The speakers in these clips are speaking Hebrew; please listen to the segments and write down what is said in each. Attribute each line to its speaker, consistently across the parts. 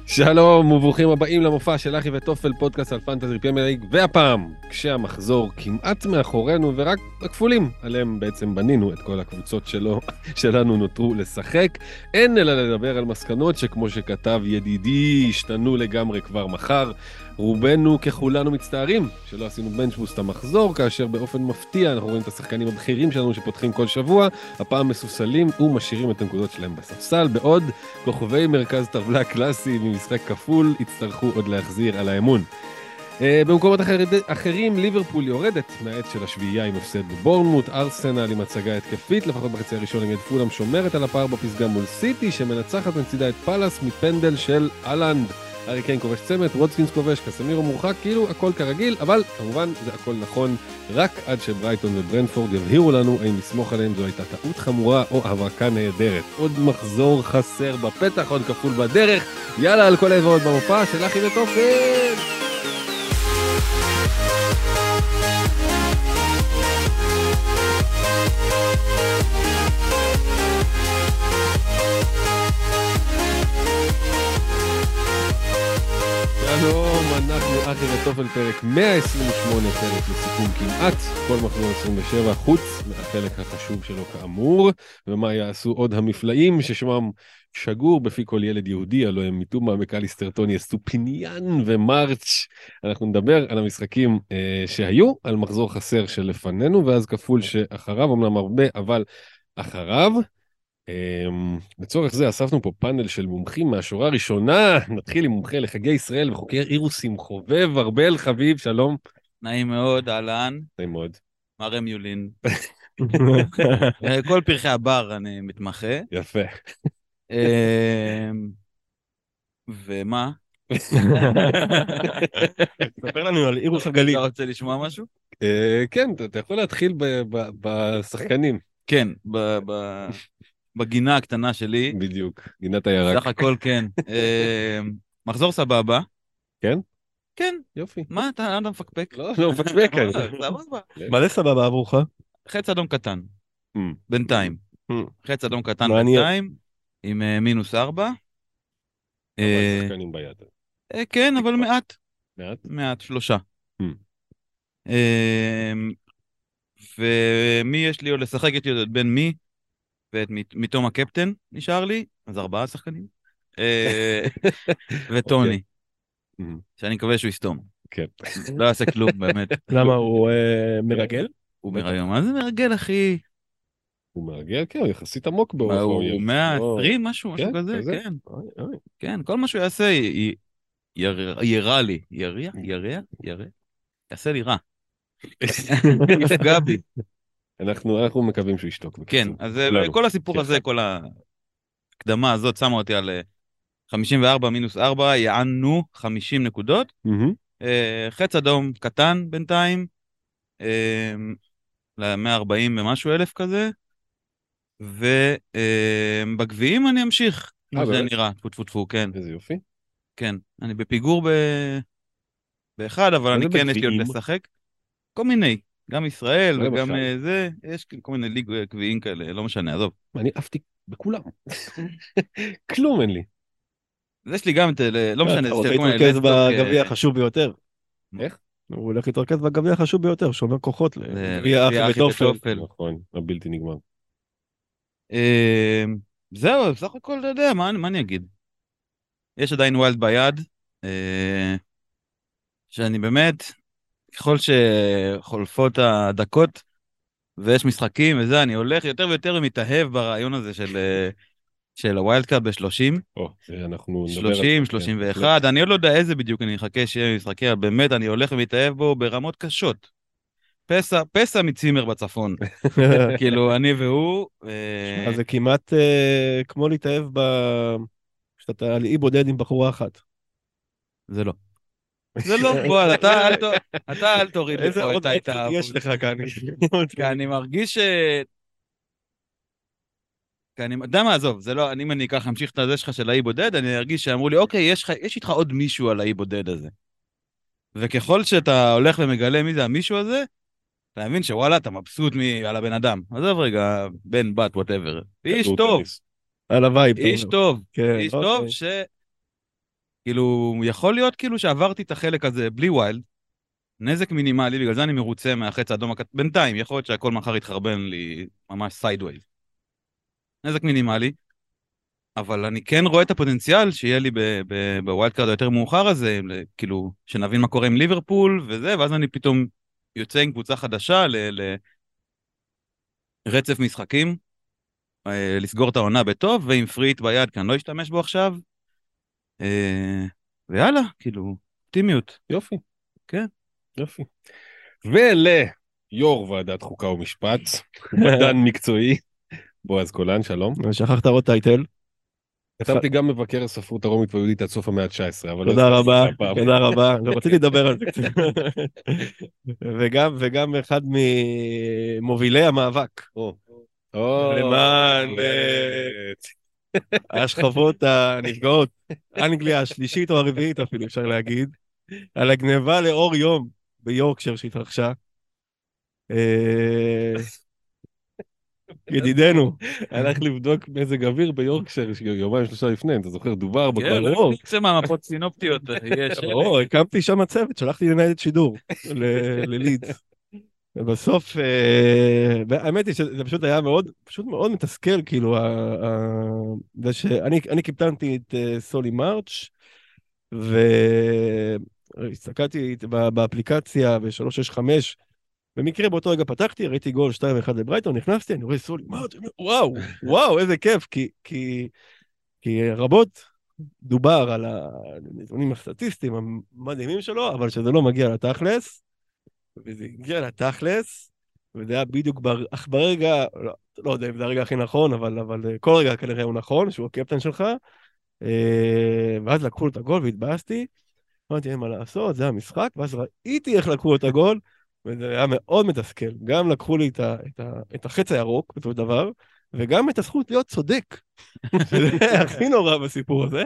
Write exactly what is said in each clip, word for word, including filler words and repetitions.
Speaker 1: שלום וברוכים הבאים למופע של אחי וטופל, פודקאסט על פנטזי פרמייר ליג, והפעם כשהמחזור כמעט מאחורינו ורק הכפולים עליהם בעצם בנינו את כל הקבוצות שלו, שלנו נותרו לשחק. אין אלא לדבר על מסקנות שכמו שכתב ידידי השתנו לגמרי כבר מחר. רובנו ככולנו מצטערים שלא עשינו בנצ'בוסט המחזור, כאשר באופן מפתיע אנחנו רואים את השחקנים הבכירים שלנו שפותחים כל שבוע, הפעם מסוסלים ומשאירים את הנקודות שלהם בספסל, בעוד כוכבי מרכז טבלה קלאסי ממשחק כפול יצטרכו עוד להחזיר על האמון. במקומות אחר, אחרים ליברפול יורדת מהעת של השביעייה עם הפסד בבורנמוט, ארסנל עם הצגה התקפית, לפחות בחצי הראשון הם ידפו להם שומרת על הפער בפסגה מול סיטי שמנצחת מצידה את פלאס מפנדל של אלנד. ארי קיין כובש צמד, ווטקינס כובש, קסמירו מורחק, כאילו הכל כרגיל, אבל כמובן זה הכל נכון רק עד שברייטון וברנפורד יבהירו לנו האם לסמוך עליהם זו הייתה טעות חמורה או הברקה נהדרת. עוד מחזור חסר בפתח, עוד כפול בדרך. יאללה, על כל העברות במופע של אחי וטופל. שלום, אנחנו אחי וטופל פרק מאה עשרים ושמונה, פרק לסיכום כמעט כל מחזור עשרים ושבע, חוץ מהחלק החשוב שלו כאמור, ומה יעשו עוד המפלאים ששמם שגור בפי כל ילד יהודי, הלוא הם מיטומה מקליסטר, טוני אסטופיניאן ומרץ'. אנחנו נדבר על המשחקים אה, שהיו, על מחזור חסר שלפנינו, ואז כפול שאחריו, אמנם הרבה, אבל אחריו. לצורך זה אספנו פה פאנל של מומחים מהשורה הראשונה. נתחיל עם מומחה לחגי ישראל וחוקר אירוסים חובב, ארבל חביב, שלום.
Speaker 2: נעים מאוד, אהלן.
Speaker 1: נעים מאוד.
Speaker 2: מרם יולין. כל פרחי הבר אני מתמחה.
Speaker 1: יפה.
Speaker 2: ומה?
Speaker 3: ספר לנו על אירוס הגליל.
Speaker 2: אתה רוצה לשמוע משהו?
Speaker 1: כן, אתה יכול להתחיל בשחקנים.
Speaker 2: כן, בגינה הקטנה שלי.
Speaker 1: בדיוק, גינת הירק.
Speaker 2: סך הכל כן. מחזור סבבה.
Speaker 1: כן?
Speaker 2: כן.
Speaker 1: יופי.
Speaker 2: מה, אתה מפקפק?
Speaker 1: לא, לא מפקפק.
Speaker 2: סבבה.
Speaker 3: מה זה סבבה עבורך?
Speaker 2: חץ אדום קטן. בינתיים. חץ אדום קטן
Speaker 3: מעניין.
Speaker 2: בינתיים, עם מינוס ארבע.
Speaker 1: אבל שחקנים ביד.
Speaker 2: כן, אבל מעט.
Speaker 1: מעט?
Speaker 2: מעט, שלושה. ומי יש לי עוד לשחק? יש לי עוד בין מי? ואת מתום הקפטן נשאר לי, אז ארבעה שחקנים. וטוני, שאני מקווה שהוא יסתום.
Speaker 1: כן.
Speaker 2: לא יעשה כלום, באמת.
Speaker 3: למה הוא מרגל?
Speaker 2: הוא מרגל, מה זה מרגל, אחי?
Speaker 1: הוא מרגל, כן, הוא יחסית עמוק באופן.
Speaker 2: הוא מאה ועשרים, משהו, משהו כזה, כן. כן, כל מה שהוא יעשה, ירע לי. ירע, ירע, ירע. יעשה לי רע. יפגע בי.
Speaker 1: אנחנו, אנחנו מקווים שהוא ישתוק.
Speaker 2: כן, אז כל הסיפור הזה, כל ההקדמה הזאת, שמה אותי על חמישים וארבע מינוס ארבע, יענו חמישים נקודות. חץ אדום קטן בינתיים, ל-מאה וארבעים ומשהו אלף כזה, ובגביעים אני אמשיך, כמו זה נראה, טפו טפו טפו, כן.
Speaker 1: איזה יופי.
Speaker 2: כן, אני בפיגור באחד, אבל אני כן יש לי עוד לשחק. כל מיני. גם ישראל וגם זה, יש כל מיני ליג קביעים כאלה, לא משנה, עזוב.
Speaker 1: אני עפתי בכולם. כלום אין לי.
Speaker 2: יש לי גם, לא משנה.
Speaker 3: הוא הולך להתרכז בגביע החשוב ביותר.
Speaker 1: איך?
Speaker 3: הוא הולך להתרכז בגביע החשוב ביותר, שומר כוחות לגביע אחי וטופל.
Speaker 1: נכון, הבלתי נגמר.
Speaker 2: זהו, בסך הכל אתה יודע, מה אני אגיד? יש עדיין ווילד ביד, שאני באמת... ככל שחולפות הדקות ויש משחקים וזה, אני הולך יותר ויותר ומתאהב ברעיון הזה של, של הווילד קאפ ב-שלושים. שלושים, שלושים ואחת. אני עוד לא יודע איזה בדיוק אני אחכה שיהיה משחקי, אבל באמת אני הולך ומתאהב בו ברמות קשות. פסע, פסע מצימר בצפון. כאילו, אני והוא...
Speaker 3: אז זה כמעט כמו להתאהב ב... שאתה על אי בודד עם בחורה אחת.
Speaker 2: זה לא. זה לא, בוא, אתה אל תוריד
Speaker 3: איזה עוד עץ יש לך כאן?
Speaker 2: כי אני מרגיש ש... כי אני... די מה, עזוב, זה לא, אם אני אקח, אמשיך את הזה שלך של האי בודד, אני ארגיש שאמרו לי, אוקיי, יש איתך עוד מישהו על האי בודד הזה. וככל שאתה הולך ומגלה מי זה המישהו הזה, אתה מבין שוואלה, אתה מבסוט על הבן אדם. עזוב רגע, בן, בת, whatever. איש טוב.
Speaker 3: על הווייב.
Speaker 2: איש טוב. איש טוב ש... כאילו, יכול להיות כאילו שעברתי את החלק הזה בלי ווילד, נזק מינימלי, בגלל זה אני מרוצה מהחץ האדום הקט... בינתיים, יכול להיות שהכל מחר יתחרבן לי ממש סיידווייז. נזק מינימלי, אבל אני כן רואה את הפוטנציאל שיהיה לי בווילד קארד היותר מאוחר הזה, כאילו, שנבין מה קורה עם ליברפול וזה, ואז אני פתאום יוצא עם קבוצה חדשה לרצף משחקים, לסגור את העונה בטוב, ועם פריט ביד, כי אני לא אשתמש בו עכשיו, ויאללה, כאילו, אופטימיות.
Speaker 1: יופי.
Speaker 2: כן.
Speaker 1: יופי. וליו"ר ועדת חוקה ומשפט, מדען מקצועי, בועז קולן, שלום.
Speaker 3: שכחת עוד טייטל.
Speaker 1: כתבתי גם מבקר הספרות הרומית והיהודית עד סוף המאה ה-תשע עשרה, אבל
Speaker 3: תודה רבה, תודה רבה, רציתי לדבר על זה. וגם, וגם אחד ממובילי המאבק. למען השכבות הנפגעות, אנגליה השלישית או הרביעית אפילו אפשר להגיד, על הגניבה לאור יום ביורקשר שהתרחשה. ידידנו.
Speaker 1: הלך לבדוק מזג אוויר ביורקשר, יומיים שלושה לפני, אתה זוכר, דובר
Speaker 2: כן, לא נקצה מהמפות סינופטיות.
Speaker 3: או, הקמתי שם הצוות, שלחתי לניידת שידור ללידס. ובסוף, האמת היא שזה פשוט היה מאוד, פשוט מאוד מתסכל, כאילו, אני קיפטנתי את סולי מרץ', והסתכלתי באפליקציה ב-שלוש שש חמש, במקרה באותו רגע פתחתי, ראיתי גול שתיים אחד לברייטון, נכנסתי, אני רואה סולי מרץ', וואו, וואו, איזה כיף, כי רבות דובר על הנתונים הסטטיסטיים המדהימים שלו, אבל שזה לא מגיע לתכלס, וזה הגיע לתכלס, וזה היה בדיוק ברגע, לא, לא יודע אם זה הרגע הכי נכון, אבל, אבל כל רגע כנראה הוא נכון, שהוא הקפטן שלך, ואז לקחו לו את הגול והתבאסתי, אמרתי, אין מה לעשות, זה המשחק, ואז ראיתי איך לקחו את הגול, וזה היה מאוד מתסכל. גם לקחו לי את, ה, את, ה, את החץ הירוק, בסופו של דבר, וגם את הזכות להיות צודק. שזה הכי נורא בסיפור הזה.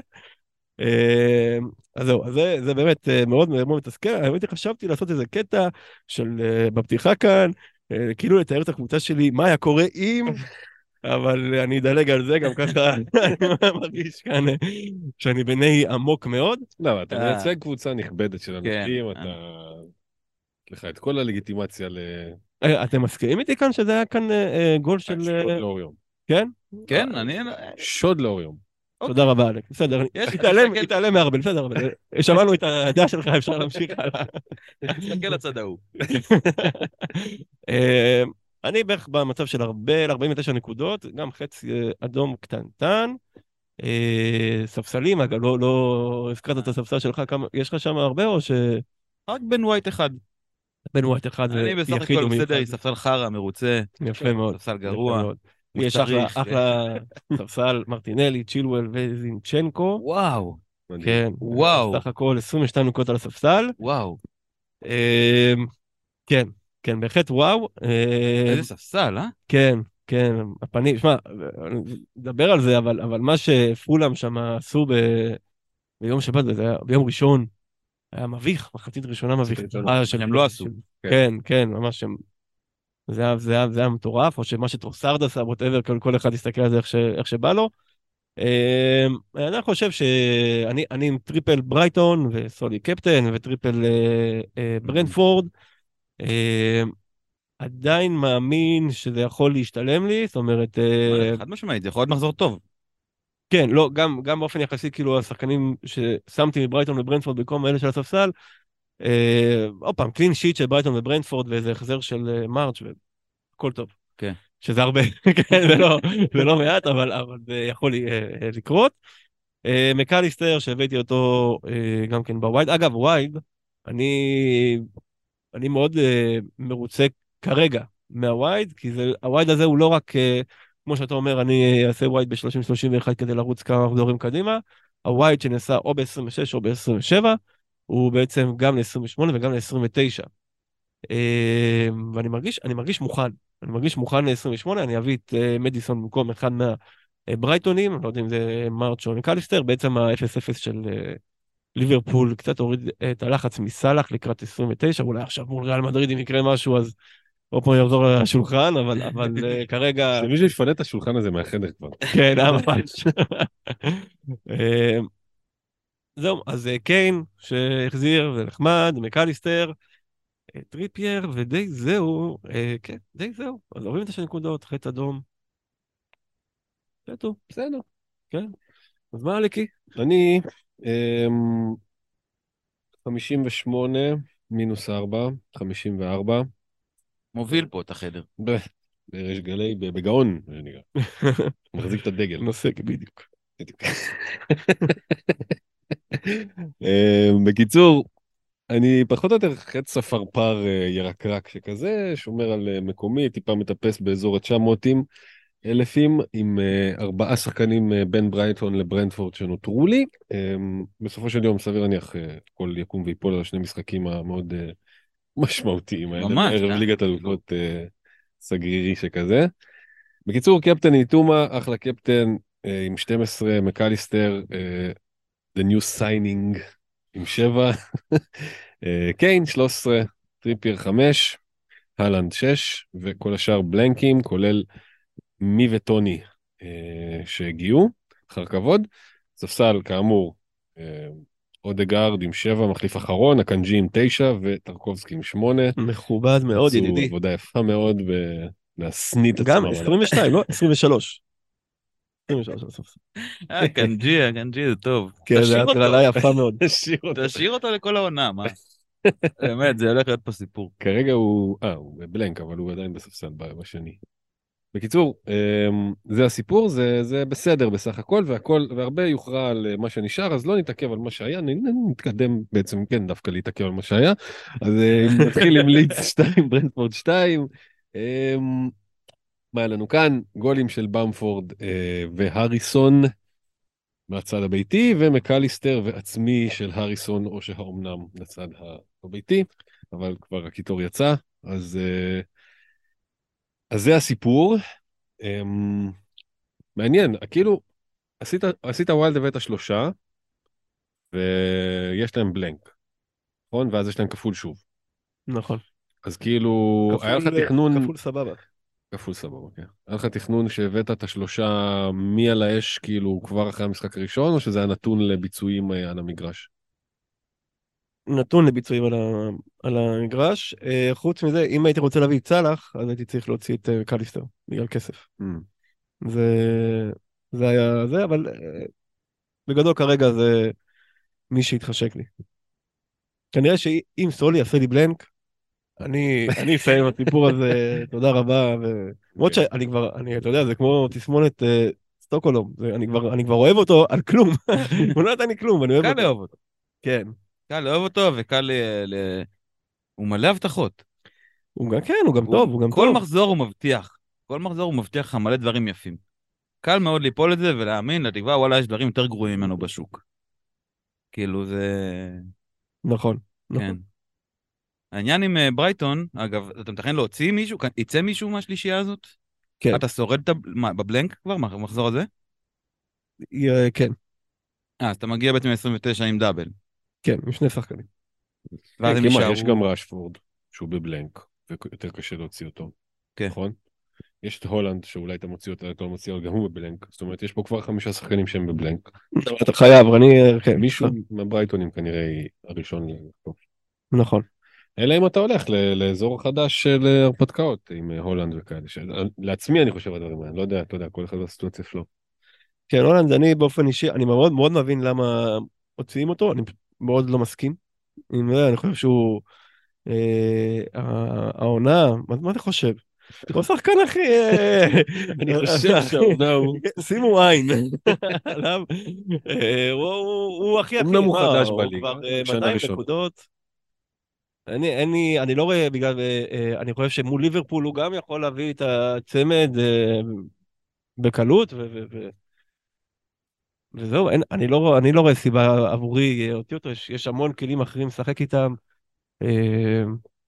Speaker 3: אז זהו, אז זה, זה באמת מאוד מאוד מתסכל. האמת, חשבתי לעשות איזה קטע של, בפתיחה כאן, כאילו לתאר את הקבוצה שלי, מה היה קורה אם, אבל אני אדלג על זה, גם ככה אני מרגיש כאן שאני בני עמוק מאוד.
Speaker 1: לא, אתה מייצג קבוצה נכבדת של אנשים, אתה... לך את כל הלגיטימציה ל...
Speaker 3: אתם מסכימים איתי כאן שזה היה כאן גול של...
Speaker 1: שוד לאור יום.
Speaker 3: כן?
Speaker 2: כן, אני...
Speaker 1: שוד לאור יום.
Speaker 3: תודה רבה, אלק. בסדר, התעלם מהרבה, בסדר, שמענו את הדעה שלך, אפשר להמשיך הלאה.
Speaker 2: תסתכל לצד ההוא.
Speaker 3: אני בערך במצב של הרבה, ארבעים ותשע נקודות, גם חץ אדום קטנטן, ספסלים, אגב, לא הזכרת את הספסל שלך, יש לך שם הרבה או ש...
Speaker 2: רק בן ווייט אחד.
Speaker 3: בן ווייט אחד ויחיד
Speaker 2: אני בסך הכל בסדר, ספסל חרה, מרוצה.
Speaker 3: יפה מאוד.
Speaker 2: ספסל גרוע.
Speaker 3: יש אחלה ספסל, מרטינלי, צ'ילואל וזינצ'נקו.
Speaker 2: וואו.
Speaker 3: כן.
Speaker 2: וואו.
Speaker 3: סך הכל עשרים ושתיים נקודות על הספסל.
Speaker 2: וואו.
Speaker 3: כן, כן, בהחלט וואו.
Speaker 2: איזה ספסל, אה?
Speaker 3: כן, כן, הפנים, שמע, נדבר על זה, אבל מה שפולאם שם עשו ביום שבת, וזה היה ביום ראשון, היה מביך, מחצית ראשונה מביך.
Speaker 2: הם לא עשו.
Speaker 3: כן, כן, ממש זה היה מטורף, או שמה שטרוסארד עשה, whatever, כל אחד יסתכל על זה איך שבא לו. אני חושב שאני עם טריפל ברייטון, וסולי קפטן, וטריפל ברנפורד, עדיין מאמין שזה יכול להשתלם לי, זאת אומרת...
Speaker 2: חד משמעית, זה יכול להיות מחזור טוב.
Speaker 3: כן, לא, גם, גם באופן יחסי, כאילו, השחקנים ששמתי מברייטון וברנפורד במקום האלה של הספסל, אה, עוד פעם, קלין שיט של ברייטון וברנפורד, ואיזה החזר של מרץ' והכל טוב.
Speaker 2: כן.
Speaker 3: שזה הרבה, כן, זה לא, זה לא מעט, אבל, אבל זה יכול אה, לקרות. אה, מקליסטר, שהבאתי אותו אה, גם כן בווייד. אגב, ווייד, אני, אני מאוד אה, מרוצה כרגע מהווייד, כי זה, הווייד הזה הוא לא רק... אה, כמו שאתה אומר, אני אעשה ווייד ב-שלושים שלושים ואחת כדי לרוץ כמה מחזורים קדימה. הווייד שנעשה או ב-עשרים ושש או ב-עשרים ושבע, הוא בעצם גם ל-עשרים ושמונה וגם ל-עשרים ותשע. ואני מרגיש, אני מרגיש מוכן. אני מרגיש מוכן ל-עשרים ושמונה, אני אביא את מדיסון במקום אחד מהברייטונים, לא יודע אם זה מרץ' או מקליסטר, בעצם ה-אפס אפס של ליברפול קצת הוריד את הלחץ מסלח לקראת עשרים ותשע, אולי עכשיו מול ריאל מדריד אם יקרה משהו, אז... או פה יחזור לשולחן, אבל, אבל כרגע...
Speaker 1: שמישהו יפנה את השולחן הזה מהחדר כבר.
Speaker 3: כן, ממש. זהו, אז קיין שהחזיר ונחמד, מקליסטר, טריפייר, ודי זהו, כן, די זהו. אז אוהבים את השתי נקודות, חטא אדום. זה טוב,
Speaker 1: בסדר.
Speaker 3: כן. אז מה ליקי?
Speaker 1: אני אמ, חמישים ושמונה מינוס ארבע, חמישים וארבע.
Speaker 2: מוביל פה את החדר.
Speaker 1: ב- בריש גלי, ב- בגאון, מה שנקרא. מחזיק את הדגל.
Speaker 3: נושא, בדיוק.
Speaker 1: בדיוק. אמ, בקיצור, אני פחות או יותר חץ עפרפר אה, ירקרק שכזה, שומר על אה, מקומי, טיפה מטפס באזור ה-תשע מאות אלפים, עם אה, ארבעה שחקנים אה, בין ברייטון לברנדפורד שנותרו לי. אה, בסופו של יום סביר להניח אה, הכל יקום ויפול על השני משחקים המאוד אה, משמעותיים האלה,
Speaker 2: ממש,
Speaker 1: בערב
Speaker 2: אה?
Speaker 1: ליגת אלופות אה, סגרירי שכזה. בקיצור, קפטן איתומה, אחלה קפטן, אה, עם שתים עשרה, מקליסטר, אה, The New Signing עם שבע, אה, קיין שלוש עשרה, טריפייר חמש, הלנד שש, וכל השאר בלנקים, כולל מי וטוני אה, שהגיעו, אחר כבוד. ספסל, כאמור, אה, אודגרד עם שבע, מחליף אחרון, הקנג'י עם תשע, וטרקובסקי עם שמונה.
Speaker 3: מכובד מאוד,
Speaker 1: עשו
Speaker 3: ידידי.
Speaker 1: עבודה יפה מאוד להשניא את
Speaker 3: גם
Speaker 1: עצמם.
Speaker 3: עשרים ושתיים, לא? עשרים ושלוש. עשרים ושלוש בסוף.
Speaker 2: אה, קנג'י, הקנג'י זה טוב.
Speaker 3: כן, זו
Speaker 2: תשאיר אותו,
Speaker 3: הטרלה יפה מאוד.
Speaker 1: תשאיר אותו.
Speaker 2: תשאיר אותו לכל העונה, מה? באמת, זה הולך להיות פה סיפור.
Speaker 1: כרגע הוא, אה, הוא בבלנק, אבל הוא עדיין בספסל בשני. בקיצור, אמ, זה הסיפור, זה, זה בסדר בסך הכל, והכל, והרבה יוכרע על מה שנשאר, אז לא נתעכב על מה שהיה, נ- נתקדם בעצם, כן, דווקא להתעכב על מה שהיה. אז אה, אם נתחיל עם לידס שתיים, ברנדפורד שתיים, אמ, מה היה לנו כאן? גולים של במפורד אה, והריסון מהצד הביתי, ומקליסטר ועצמי של הריסון, או שהאומנם לצד הביתי, אבל כבר הקיטור יצא, אז, אה, אז זה הסיפור. אמ, מעניין, כאילו, עשית, עשית ווילד הבאת שלושה, ויש להם בלנק, נכון? ואז יש להם כפול שוב.
Speaker 3: נכון.
Speaker 1: אז כאילו, היה לך
Speaker 3: כפול,
Speaker 1: תכנון...
Speaker 3: כפול סבבה.
Speaker 1: כפול סבבה, כן. היה לך תכנון שהבאת את השלושה מי על האש, כאילו, כבר אחרי המשחק הראשון, או שזה היה נתון לביצועים אה, על המגרש?
Speaker 3: נתון לביצועים על, ה... על המגרש. אה, חוץ מזה, אם הייתי רוצה להביא את צלח, אז הייתי צריך להוציא את אה, קליסטר, בגלל כסף.
Speaker 1: Mm.
Speaker 3: זה, זה היה זה, אבל אה, בגדול כרגע זה מי שהתחשק לי. כנראה שאם סולי יעשה לי בלנק, אני, אני אסיים את הסיפור הזה, תודה רבה. ו... למרות
Speaker 1: כן.
Speaker 3: שאני כבר, אני, אתה יודע, זה כמו תסמונת אה, סטוקהולם, זה, אני, כבר, אני כבר אוהב אותו על כלום. הוא לא נתן לי כלום, אני אוהב
Speaker 2: קל
Speaker 3: אותו.
Speaker 2: לאהוב אותו.
Speaker 3: כן.
Speaker 2: קל לאהוב אותו, וקל ל... ל... הוא מלא הבטחות.
Speaker 3: הוא גם כן, הוא גם
Speaker 2: הוא...
Speaker 3: טוב, הוא גם
Speaker 2: כל
Speaker 3: טוב.
Speaker 2: מחזור הוא מבטיח. כל מחזור הוא מבטיח לך מלא דברים יפים. קל מאוד ליפול את זה ולהאמין, לתקווה, וואלה, יש דברים יותר גרועים ממנו בשוק. כאילו זה...
Speaker 3: נכון,
Speaker 2: כן.
Speaker 3: נכון.
Speaker 2: העניין עם אה, ברייטון, אגב, אתה מתכנן להוציא מישהו? כאן- יצא מישהו מהשלישייה הזאת?
Speaker 3: כן,
Speaker 2: אתה שורד את ה... מה, בבלנק כבר, מה, במחזור הזה?
Speaker 3: אה, כן,
Speaker 2: אה, אז אתה מגיע בעצם ל-עשרים ותשע עם דאבל.
Speaker 3: כן, עם שני שחקנים.
Speaker 2: ואז
Speaker 1: כן,
Speaker 2: הם
Speaker 1: כי מה,
Speaker 2: יישארו...
Speaker 1: יש גם ראשפורד, שהוא בבלנק, ויותר קשה להוציא אותו,
Speaker 2: כן.
Speaker 1: נכון? יש את הולנד, שאולי אתה מוציא אותו, אתה לא מוציא, אבל גם הוא בבלנק. זאת אומרת, יש פה כבר חמישה שחקנים שהם בבלנק.
Speaker 3: אתה חייב, אני... אה, כן,
Speaker 1: מישהו מהברייטונים כנראה יהיה הראשון לטוב.
Speaker 3: נכון.
Speaker 1: אלא אם אתה הולך ל- לאזור חדש של הרפתקאות עם אה, הולנד וכאלה. ש- לעצמי אני חושב על הדברים האלה, לא יודע, אתה יודע, כל אחד בסיטואציה שלו.
Speaker 3: כן, הולנד, אני באופן אישי, אני מאוד מאוד מבין למה מוציאים אותו, אני מאוד לא מסכים. עם זה, אני חושב שהוא... אה, ה- העונה, מה מה אתה חושב? הוא שחקן אחי... אה,
Speaker 1: אני חושב שהעונה הוא...
Speaker 3: שימו עין עליו. אה, הוא- הוא הוא הכי הכי...
Speaker 1: אמנם הוא
Speaker 3: מה,
Speaker 1: חדש
Speaker 3: הוא
Speaker 1: בליגה,
Speaker 3: כבר אה,
Speaker 1: שנה
Speaker 3: מאתיים
Speaker 1: ראשון.
Speaker 3: נקודות. אני, אין לי, אני לא רואה בגלל, אה, אה, אני חושב שמול ליברפול הוא גם יכול להביא את הצמד אה, בקלות, ו, ו, ו, וזהו, אין, אני לא, רואה- אני לא רואה סיבה עבורי אה, אותי אותו, יש, יש המון כלים אחרים לשחק איתם. אה,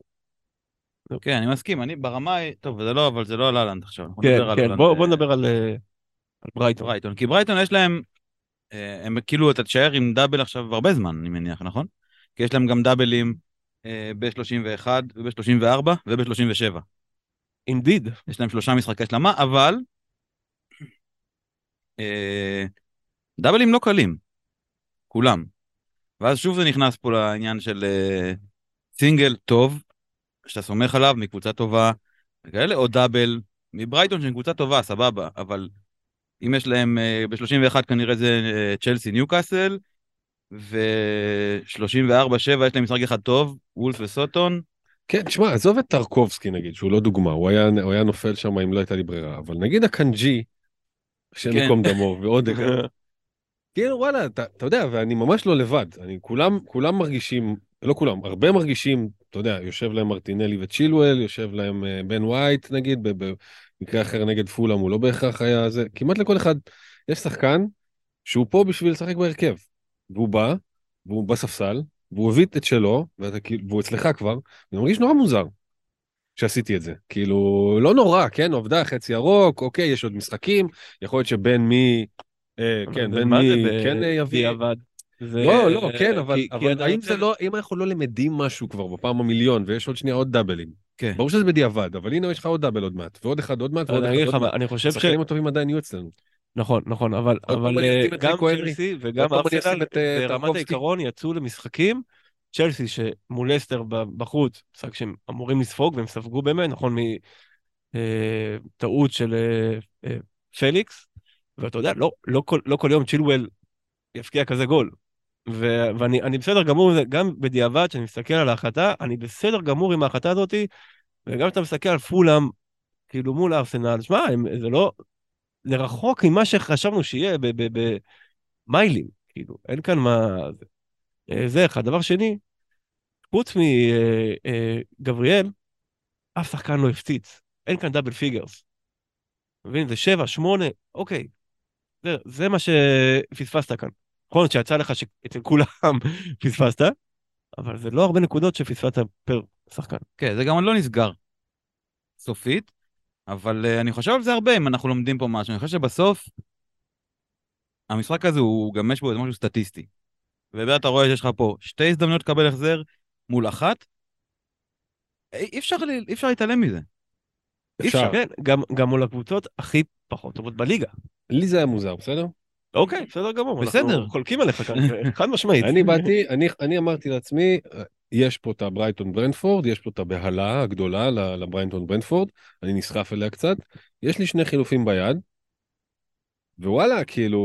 Speaker 2: כן, אני מסכים, אני ברמה... טוב, זה לא, אבל זה לא על הלנד עכשיו. אנחנו
Speaker 3: כן,
Speaker 2: נדבר על
Speaker 3: כן,
Speaker 2: הולנד,
Speaker 3: בוא,
Speaker 2: אה,
Speaker 3: בוא נדבר על, אה, על ברייטון.
Speaker 2: ברייטון. כי ברייטון יש להם... אה, הם כאילו, אתה תשאר עם דאבל עכשיו הרבה זמן, אני מניח, נכון? כי יש להם גם דאבלים אה, ב-שלושים ואחת וב-שלושים וארבע וב-שלושים ושבע.
Speaker 3: אינדיד.
Speaker 2: יש להם שלושה משחקי השלמה, אבל אה, דאבלים לא קלים, כולם. ואז שוב זה נכנס פה לעניין של סינגל טוב, שאתה סומך עליו מקבוצה טובה, וכאלה, או דאבל מברייטון שהיא קבוצה טובה, סבבה, אבל אם יש להם ב-שלושים ואחת כנראה זה צ'לסי ניוקאסל, ו-שלושים וארבע שבע יש להם משחק אחד טוב, וולף וסוטון.
Speaker 1: כן, תשמע, עזוב את טרקובסקי נגיד, שהוא לא דוגמה, הוא היה, הוא היה נופל שם אם לא הייתה לי ברירה, אבל נגיד הקנג'י, השם
Speaker 2: כן.
Speaker 1: ייקום דמו, ועוד אחד, כאילו וואלה, אתה, אתה יודע, ואני ממש לא לבד, אני, כולם, כולם מרגישים, לא כולם, הרבה מרגישים, אתה יודע, יושב להם מרטינלי וצ'ילואל, יושב להם uh, בן ווייט נגיד, במקרה אחר נגד פולאם, הוא לא בהכרח היה זה, כמעט לכל אחד, יש שחקן שהוא פה בשביל לשחק בהרכב, והוא בא, והוא בספסל, והוא הביא את שלו, ואתה, והוא אצלך כבר, ואני מרגיש נורא מוזר שעשיתי את זה, כאילו, לא נורא, כן, עובדה, חצי ירוק, אוקיי, יש עוד משחקים, יכול להיות שבין מי, אה, כן, בין מי, כן יביא, לא, לא, כן, אבל, אבל האם זה לא, אם אנחנו לא למדים משהו כבר בפעם המיליון, ויש עוד שנייה עוד דאבלים,
Speaker 2: כן.
Speaker 1: ברור שזה בדיעבד, אבל הנה יש לך עוד דאבל עוד מעט, ועוד אחד עוד מעט, ועוד אחד עוד מעט,
Speaker 3: אני חושב ש...
Speaker 1: השחקנים הטובים עדיין יהיו אצלנו.
Speaker 3: נכון, נכון, אבל, אבל גם צ'לסי וגם ארסנל ברמת העיקרון יצאו למשחקים, צ'לסי שמול לסטר בחוץ, משחק שהם אמורים לספוג, והם ספגו באמת, נכון, מטעות של פליקס, ואתה יודע, לא, לא, כל, לא כל יום צ'ילואל יפקיע כזה גול, ו, ואני אני בסדר גמור, גם בדיעבד, שאני מסתכל על ההחלטה, אני בסדר גמור עם ההחלטה הזאת, וגם כשאתה מסתכל על פולאם, כאילו מול ארסנל, שמע, זה לא... לרחוק ממה שחשבנו שיהיה במיילים, כאילו, אין כאן מה... זה אחד. דבר שני, חוץ מגבריאל, אף שחקן לא הפציץ. אין כאן דאבל פיגרס. מבין? זה שבע, שמונה, אוקיי. זה, זה מה שפספסת כאן. נכון, שיצא לך שאצל כולם פספסת, אבל זה לא הרבה נקודות שפספסת פר שחקן.
Speaker 2: כן, זה גם לא נסגר. סופית. אבל uh, אני חושב על זה הרבה אם אנחנו לומדים פה משהו. אני חושב שבסוף המשחק הזה הוא גם יש בו איזה משהו סטטיסטי. ובאמת אתה רואה שיש לך פה שתי הזדמנויות לקבל החזר מול אחת. אי אפשר, אי אפשר להתעלם מזה.
Speaker 1: אפשר.
Speaker 3: כן, גם, גם מול הקבוצות הכי פחות טובות בליגה.
Speaker 1: לי זה היה מוזר, בסדר?
Speaker 3: אוקיי, בסדר גמור.
Speaker 2: בסדר.
Speaker 3: אנחנו חולקים עליך כאן, חד משמעית.
Speaker 1: אני באתי, אני, אני אמרתי לעצמי, יש פה את הברייטון ברנפורד, יש פה את הבהלה הגדולה לברייטון ברנפורד, אני נסחף אליה קצת, יש לי שני חילופים ביד, ווואלה, כאילו,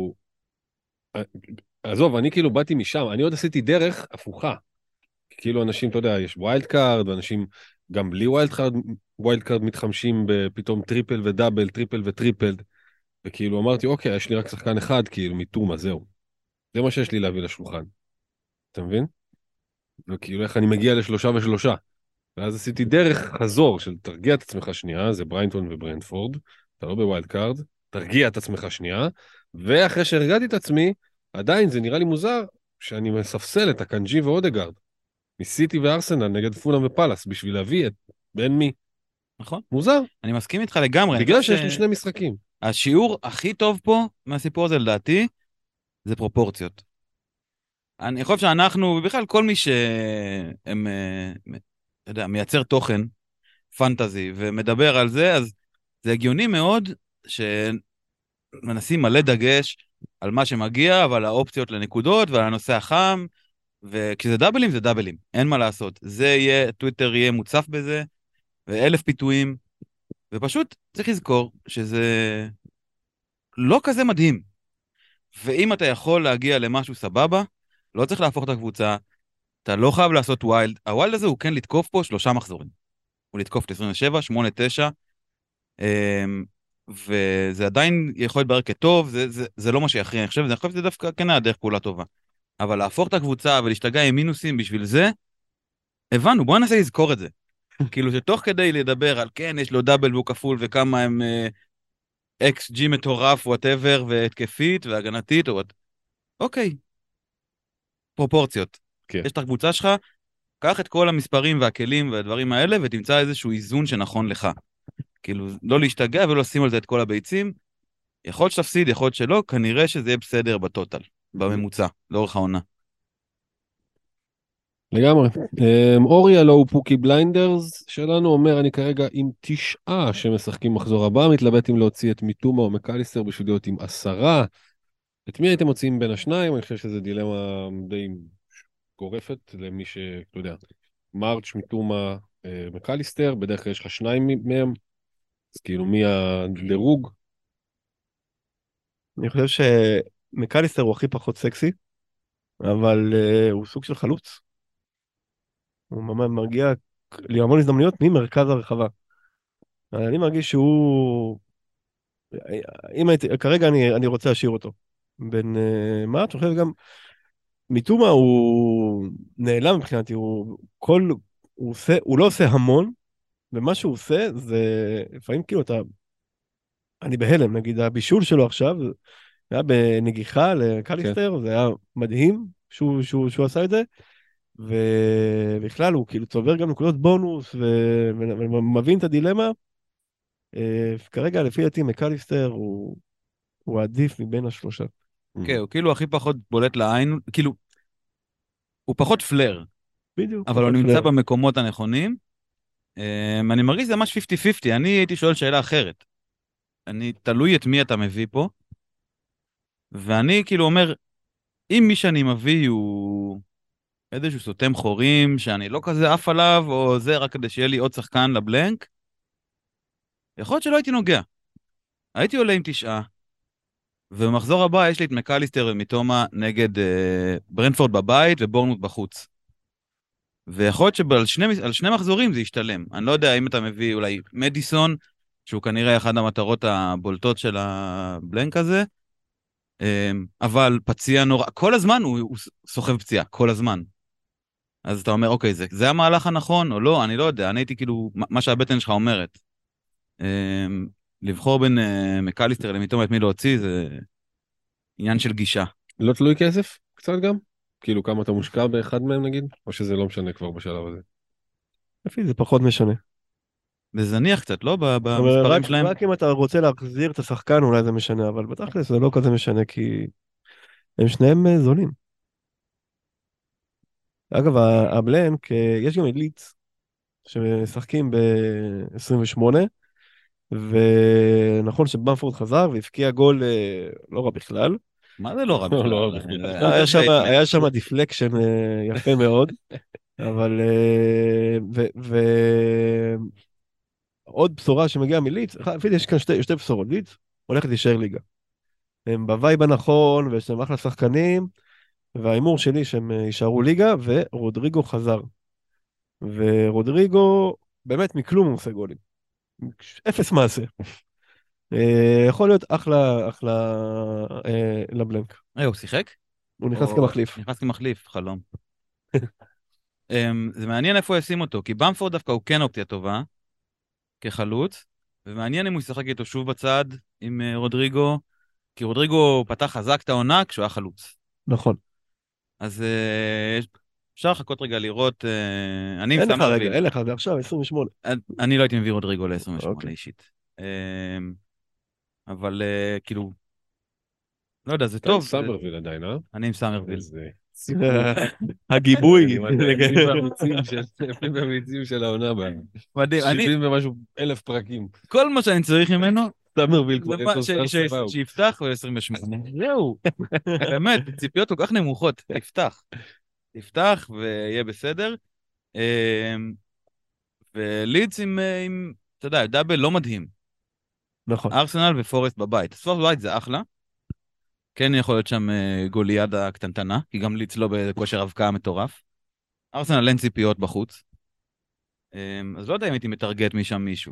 Speaker 1: עזוב, אני כאילו באתי משם, אני עוד עשיתי דרך הפוכה, כאילו אנשים, אתה יודע, יש ווילד קארד, ואנשים גם בלי ווילד קארד, ווילד קארד מתחמשים בפתאום טריפל ודאבל, טריפל וטריפל, וכאילו אמרתי, אוקיי, יש לי רק שחקן אחד, כאילו, מתומה, זהו. זה מה שיש לי להביא לשולחן. אתה מבין? וכאילו איך אני מגיע לשלושה ושלושה. ואז עשיתי דרך חזור של תרגיע את עצמך שנייה, זה בריינטון וברנדפורד, אתה לא בווילד קארד, תרגיע את עצמך שנייה, ואחרי שהרגעתי את עצמי, עדיין זה נראה לי מוזר שאני מספסל את הקנג'י ואודגרד, מסיטי וארסנל נגד פולאם ופלאס, בשביל להביא את בן מי.
Speaker 2: נכון.
Speaker 1: מוזר.
Speaker 2: אני מסכים איתך לגמרי.
Speaker 1: בגלל שיש לי שני משחקים.
Speaker 2: השיעור הכי טוב פה מהסיפור הזה לדעתי, זה פרופורציות. אני חושב שאנחנו, ובכלל כל מי שהם, אתה יודע, מייצר תוכן פנטזי ומדבר על זה, אז זה הגיוני מאוד שמנסים מלא דגש על מה שמגיע, ועל האופציות לנקודות, ועל הנושא החם, וכשזה דאבלים זה דאבלים, אין מה לעשות. זה יהיה, טוויטר יהיה מוצף בזה, ואלף פיתויים, ופשוט צריך לזכור שזה לא כזה מדהים. ואם אתה יכול להגיע למשהו סבבה, לא צריך להפוך את הקבוצה, אתה לא חייב לעשות ווילד. הווילד הזה הוא כן לתקוף פה שלושה מחזורים. הוא לתקוף את עשרים ושבע, שמונה, תשע, וזה עדיין יכול להתברר כטוב, זה, זה, זה לא מה שיכריע. אני חושב, אני חושב שזה דווקא כן היה דרך פעולה טובה. אבל להפוך את הקבוצה ולהשתגע עם מינוסים בשביל זה, הבנו, בואו ננסה לזכור את זה. כאילו שתוך כדי לדבר על כן, יש לו דאבל והוא כפול וכמה הם אקס ג'י מטורף, whatever, והתקפית והגנתית, או... אוקיי. פרופורציות.
Speaker 1: כן.
Speaker 2: יש את הקבוצה שלך, קח את כל המספרים והכלים והדברים האלה, ותמצא איזשהו איזון שנכון לך. כאילו, לא להשתגע ולא לשים על זה את כל הביצים. יכול להיות שתפסיד, יכול להיות שלא, כנראה שזה יהיה בסדר בטוטל, בממוצע, לאורך העונה.
Speaker 1: לגמרי. אורי הלו פוקי בליינדרס שלנו אומר, אני כרגע עם תשעה שמשחקים מחזור הבא, מתלבט אם להוציא את מיטומה או מקליסטר בשביל להיות עם עשרה. את מי הייתם מוצאים בין השניים? אני חושב שזו דילמה די גורפת למי שאתה יודע, מרץ' מתומה מקליסטר, בדרך כלל יש לך שניים מהם, אז כאילו מי הדירוג?
Speaker 3: אני חושב שמקליסטר הוא הכי פחות סקסי, אבל uh, הוא סוג של חלוץ. הוא ממש מרגיע לי המון הזדמנויות ממרכז הרחבה. אני מרגיש שהוא... אם הייתי... כרגע אני, אני רוצה להשאיר אותו. בין uh, מה? אני חושב גם... מתומה הוא נעלם מבחינתי, הוא כל... הוא, עושה... הוא לא עושה המון, ומה שהוא עושה זה לפעמים כאילו אתה... אני בהלם, נגיד הבישול שלו עכשיו, זה היה בנגיחה לקליסטר, כן. זה היה מדהים שהוא, שהוא, שהוא עשה את זה, ובכלל הוא כאילו צובר גם נקודות בונוס ומבין את הדילמה. כרגע לפי דעתי מקליסטר הוא, הוא עדיף מבין השלושה.
Speaker 2: כן, הוא כאילו הכי פחות בולט לעין, כאילו, הוא פחות פלר.
Speaker 3: בדיוק.
Speaker 2: אבל הוא נמצא במקומות הנכונים. אני מרגיש זה ממש חמישים חמישים, אני הייתי שואל שאלה אחרת. אני תלוי את מי אתה מביא פה, ואני כאילו אומר, אם מי שאני מביא הוא איזשהו סותם חורים, שאני לא כזה עף עליו, או זה רק כדי שיהיה לי עוד שחקן לבלנק, יכול להיות שלא הייתי נוגע. הייתי עולה עם תשעה, ובמחזור הבא יש לי את מקליסטר ומתומה נגד אה, ברנפורד בבית ובורנמוט בחוץ. ויכול להיות שעל שני, על שני מחזורים זה ישתלם. אני לא יודע אם אתה מביא אולי מדיסון, שהוא כנראה אחד המטרות הבולטות של הבלנק הזה, אבל פציע נורא, כל הזמן הוא, הוא סוחב פציעה, כל הזמן. אז אתה אומר, אוקיי, זה, זה המהלך הנכון או לא? אני לא יודע, אני הייתי כאילו, מה שהבטן שלך אומרת. לבחור בין מקליסטר למתומה את מי להוציא, זה עניין של גישה.
Speaker 1: לא תלוי כסף? קצת גם? כאילו כמה אתה מושקע באחד מהם נגיד? או שזה לא משנה כבר בשלב הזה?
Speaker 3: לפי זה פחות משנה.
Speaker 2: זה זניח קצת, לא? במספרים שלהם?
Speaker 3: רק אם אתה רוצה להחזיר את השחקן אולי זה משנה, אבל בתכלס זה לא כזה משנה, כי הם שניהם זולים. אגב, הבלנק, יש גם אליץ שמשחקים ב-עשרים ושמונה, ונכון שבמפורד חזר והפקיע גול לא רע בכלל.
Speaker 2: מה זה לא רע בכלל?
Speaker 3: היה שם דיפלקשן יפה מאוד, אבל... עוד בשורה שמגיעה מליץ, אפילו יש כאן שתי, שתי בשורות, ליץ הולכת להישאר ליגה. הם בווייב הנכון, ויש להם אחלה שחקנים, והאימור שלי שהם יישארו ליגה, ורודריגו חזר. ורודריגו, באמת מכלום הוא עושה גולים. אפס מעשה. יכול להיות אחלה, אחלה לבלנק.
Speaker 2: אה, הוא שיחק?
Speaker 3: הוא נכנס כמחליף.
Speaker 2: נכנס כמחליף, חלום. זה מעניין איפה הוא ישים אותו, כי במפורד דווקא הוא כן אופציה טובה, כחלוץ, ומעניין אם הוא ישחק איתו שוב בצד עם רודריגו, כי רודריגו פתח חזק את העונה כשהוא היה חלוץ.
Speaker 3: נכון.
Speaker 2: אז אפשר לחכות רגע לראות, אני
Speaker 3: אין לך רגע, אין לך, זה עכשיו עשרים ושמונה.
Speaker 2: אני לא הייתי מביא רודריגו ל-עשרים ושמונה אישית. אבל כאילו, לא יודע, זה טוב.
Speaker 1: סאמרוויל עדיין, אה?
Speaker 2: אני עם סאמרוויל.
Speaker 3: הגיבוי.
Speaker 1: ממליצים של העונה בה. שבעים ומשהו אלף פרקים.
Speaker 2: כל מה שאני צריך ממנו,
Speaker 1: סאמרוויל כבר
Speaker 2: שיפתח ו-עשרים ושמונה. זהו. באמת, ציפיות כל כך נמוכות. תפתח. תפתח ויהיה בסדר. ולידס עם, אתה יודע, דאבל לא מדהים.
Speaker 3: נכון.
Speaker 2: ארסנל ופורסט בבית. פורסט בבית זה אחלה. כן יכול להיות שם גוליאדה קטנטנה, כי גם ליץ לא בכושר אבקה מטורף. ארסנל אין ציפיות בחוץ. אז לא יודע אם הייתי מטרגט משם מישהו.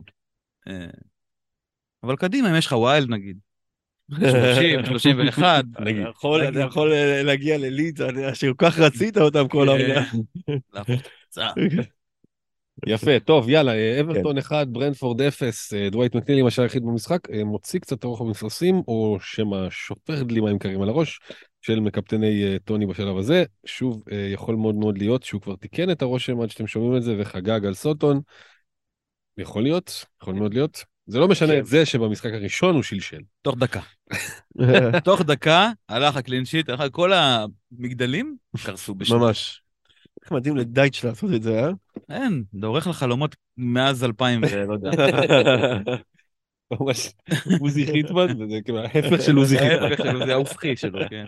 Speaker 2: אבל קדימה, אם יש לך ווילד נגיד. שלושים, שלושים ואחת.
Speaker 3: אתה יכול להגיע לליץ, שכל כך רצית אותם כל העונה.
Speaker 1: יפה, טוב, יאללה, אברטון אחד, ברנפורד אפס, דווייט מקנילי, מה שהיחיד במשחק, מוציא קצת הרוח במפרשים, או שמא שופך דלימה עם קרים על הראש, של מקפטני טוני בשלב הזה. שוב, יכול מאוד מאוד להיות שהוא כבר תיקן את הרושם עד שאתם שומעים את זה, וחגג על סוטון. יכול להיות, יכול מאוד להיות. זה לא משנה את זה שבמשחק הראשון הוא שלשל.
Speaker 2: תוך דקה. תוך דקה, הלך הקלינשיט, הלך כל המגדלים, קרסו בשביל.
Speaker 3: ממש. איך מדהים לדייטש לעשות את זה, אה?
Speaker 2: אין, זה עורך לחלומות מאז אלפיים ולא יודע.
Speaker 1: ממש עוזי חיטמן, וזה כאילו ההפך של עוזי חיטמן.
Speaker 2: ההפך שלו, זה ההופכי שלו, כן.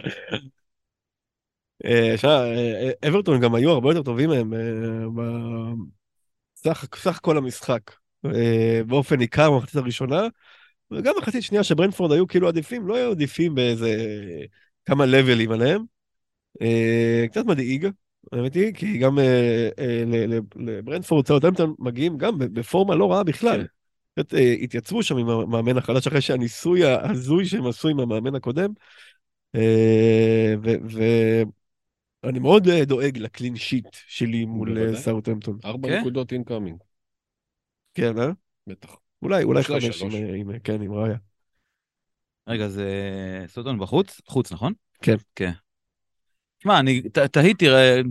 Speaker 3: אה, שמע, אה, אברטון גם היו הרבה יותר טובים מהם אה, בסך סך כל המשחק. אה, באופן ניכר במחצית הראשונה, וגם מחצית שנייה שברנפורד היו כאילו עדיפים, לא היו עדיפים באיזה כמה לבלים עליהם. אה, קצת מדאיג, האמת היא, כי גם אה, אה, ל- ל- לברנפורד סאות'המפטון מגיעים גם בפורמה לא רעה בכלל.
Speaker 1: כן.
Speaker 3: קצת, אה, התייצבו שם עם המאמן החדש אחרי שהניסוי ההזוי שהם עשו עם המאמן הקודם. אה, ו- ואני מאוד אה, דואג לקלין שיט שלי מול אה,
Speaker 1: בוודאי.
Speaker 3: סאות'המפטון.
Speaker 1: ארבע
Speaker 2: כן?
Speaker 1: נקודות אינקאמינג,
Speaker 3: כן, אה?
Speaker 1: בטח.
Speaker 3: אולי, אולי
Speaker 1: שלוש,
Speaker 3: חמש,
Speaker 1: שלוש.
Speaker 3: עם, עם, כן, עם ראיה.
Speaker 2: רגע, זה סוטון בחוץ? חוץ, נכון?
Speaker 3: כן.
Speaker 2: כן. שמע, אני ת- תהיתי, ראה,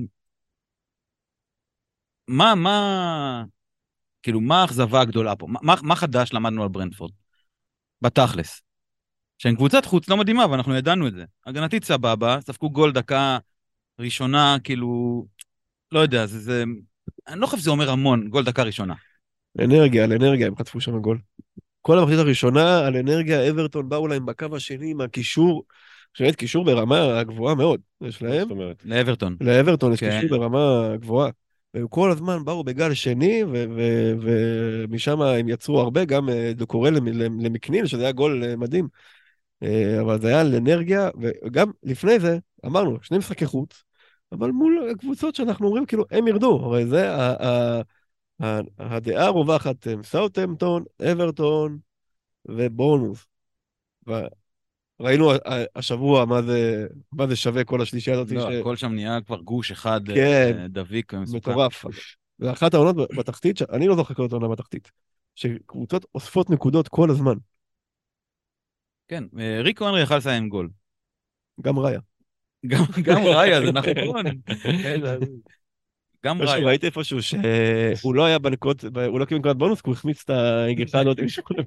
Speaker 2: מה, מה, כאילו, מה האכזבה הגדולה פה? מה, מה חדש למדנו על ברנדפורד? בתכלס. שהם קבוצת חוץ לא מדהימה, ואנחנו ידענו את זה. הגנתית סבבה, ספקו גול דקה ראשונה, כאילו, לא יודע, זה, זה, אני לא חושב שזה אומר המון, גול דקה ראשונה.
Speaker 3: אנרגיה, על אנרגיה, הם חטפו שם גול. כל המחצית הראשונה, על אנרגיה, אברטון באו להם בקו השני עם הקישור, שבאמת קישור ברמה גבוהה מאוד, יש
Speaker 1: מה
Speaker 3: להם.
Speaker 1: זאת אומרת?
Speaker 2: לאברטון.
Speaker 3: לאברטון יש
Speaker 2: כן.
Speaker 3: קישור ברמה גבוהה. והם כל הזמן באו בגל שני, ומשם הם יצרו הרבה, גם אה, דוקורל למ- למ- למקנין, שזה היה גול אה, מדהים. אה, אבל זה היה על אנרגיה, וגם לפני זה, אמרנו, שני משחקי חוץ, אבל מול קבוצות שאנחנו אומרים, כאילו, הם ירדו. הרי זה ה- ה- ה- הדעה הרווחת, הם סאות'המפטון, אברטון ובונוס. ראינו ה- השבוע מה זה, מה זה שווה כל השלישייה הזאת,
Speaker 2: לא,
Speaker 3: ש...
Speaker 2: הכל שם נהיה כבר גוש אחד,
Speaker 3: כן,
Speaker 2: אה, דביק ומסוכן.
Speaker 3: מטורף. ואחת העונות בתחתית, שאני לא זוכר כל עונה בתחתית, שקבוצות אוספות נקודות כל הזמן,
Speaker 2: כן, אה, ריקו אנרי יכל לסיים גול.
Speaker 3: גם ראיה.
Speaker 2: גם, גם ראיה, זה נכון. גם
Speaker 3: משהו,
Speaker 2: ראיה.
Speaker 3: ראיתי איפשהו שהוא לא היה בנקודות, הוא לא קיבל נקודת בונוס, כי הוא החמיץ את הגיחה הזאת.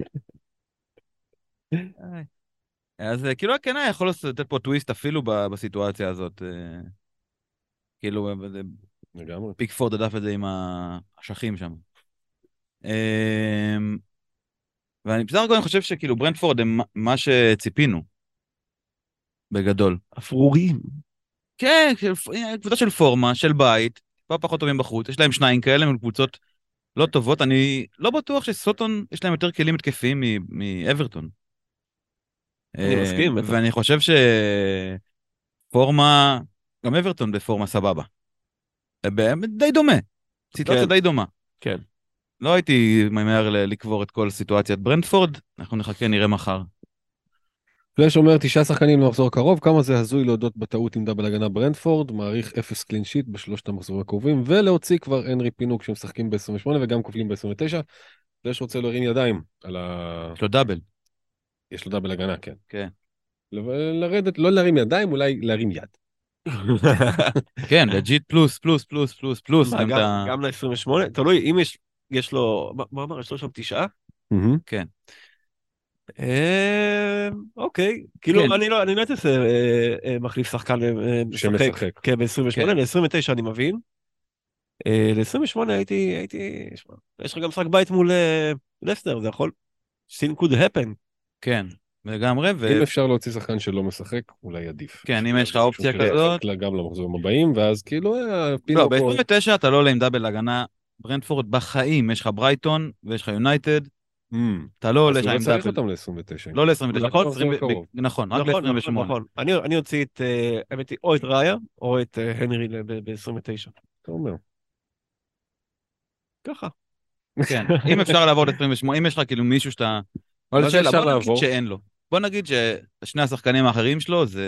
Speaker 2: אז אה, כאילו כן היה יכול לתת פה טוויסט אפילו ב- בסיטואציה הזאת. אה, כאילו, אה, זה-
Speaker 1: לגמרי.
Speaker 2: פיקפורד הדף את זה עם האשכים שם. אה, ואני בסך הכל אני חושב שכאילו ברנדפורד הם מה- מה שציפינו, בגדול.
Speaker 3: אפרורים.
Speaker 2: כן, של- קבוצה של פורמה, של בית, טיפה פחות טובים בחוץ, יש להם שניים כאלה מול קבוצות לא טובות, אני לא בטוח שסוטון יש להם יותר כלים התקפיים מ- מאברטון.
Speaker 3: אני
Speaker 2: אה,
Speaker 3: מסכים, בטח.
Speaker 2: ואני חושב שפורמה, גם אברטון בפורמה סבבה. אה, באמת די דומה, סיטואציה
Speaker 3: כן.
Speaker 2: די דומה.
Speaker 3: כן.
Speaker 2: לא הייתי ממהר ל- לקבור את כל סיטואציית ברנדפורד, אנחנו נחכה, נראה מחר.
Speaker 1: פלאש אומר תשעה שחקנים למחזור הקרוב, כמה זה הזוי להודות בטעות עם דאבל הגנה ברנדפורד, מעריך אפס קלין שיט בשלושת המחזורים הקרובים, ולהוציא כבר הנרי פינוק שמשחקים ב-עשרים ושמונה וגם כובלים ב-עשרים ותשע. פלאש רוצה להרים ידיים על ה...
Speaker 2: יש לו דאבל.
Speaker 1: יש לו דאבל הגנה, כן.
Speaker 2: כן.
Speaker 1: ל- לרדת, לא להרים ידיים, אולי להרים יד.
Speaker 2: כן, לג'יט פלוס, פלוס, פלוס, פלוס, פלוס.
Speaker 3: מה,
Speaker 2: גם את
Speaker 3: גם-
Speaker 2: ה-
Speaker 3: גם ל-עשרים ושמונה? תלוי, אם יש, יש לו, מה- מה אמר, יש לו שם תשעה?
Speaker 1: מהמם.
Speaker 2: כן.
Speaker 3: אה, אוקיי, כאילו
Speaker 2: כן.
Speaker 3: אני לא, אני לא הייתי עושה אה, אה, מחליף שחקן אה,
Speaker 1: שמשחק.
Speaker 3: משחק, כן, ב-עשרים ושמונה, ל-עשרים ותשע אני מבין. אה, ל-עשרים ושמונה הייתי, הייתי, שמע, יש לך גם משחק בית מול אה, לסטר, זה יכול, sin could happen.
Speaker 2: כן, לגמרי, ו...
Speaker 1: אם אפשר להוציא שחקן שלא משחק, אולי עדיף.
Speaker 2: כן, אם יש לך אופציה
Speaker 1: שהוא
Speaker 2: כזאת.
Speaker 1: ישחק לה גם למחזורים הבאים, ואז כאילו, אה,
Speaker 2: לא,
Speaker 1: פינוק...
Speaker 2: ב-עשרים ותשע אתה לא עולה עם דאבל הגנה, ברנדפורד בחיים, יש לך ברייטון ויש לך יונייטד,
Speaker 1: אמ,
Speaker 2: אתה לא
Speaker 1: אז
Speaker 2: עולה
Speaker 1: הוא
Speaker 2: שם
Speaker 1: לא
Speaker 2: עם
Speaker 1: צריך
Speaker 2: דאבל.
Speaker 1: אותם ל-עשרים ותשע.
Speaker 2: לא ל-עשרים ותשע,
Speaker 3: נכון,
Speaker 2: עשרים
Speaker 1: מחזור
Speaker 2: ב-
Speaker 1: הקרוב.
Speaker 2: נכון, רק
Speaker 3: נכון,
Speaker 2: ל-עשרים
Speaker 3: נכון,
Speaker 2: ושמונה.
Speaker 3: נכון. אני, אני אוציא את, אה, האמת היא, או את ראיה, או את אה, הנרי ב-עשרים ותשע.
Speaker 1: אתה אומר.
Speaker 3: ככה.
Speaker 2: כן, אם אפשר לעבור ל-עשרים ושמונה, אם יש לך כאילו מישהו שאתה... אבל
Speaker 1: מה זה
Speaker 2: שאלה,
Speaker 1: אפשר
Speaker 2: בוא נגיד
Speaker 1: לעבור?
Speaker 2: שאין לו. בוא נגיד ששני השחקנים האחרים שלו זה...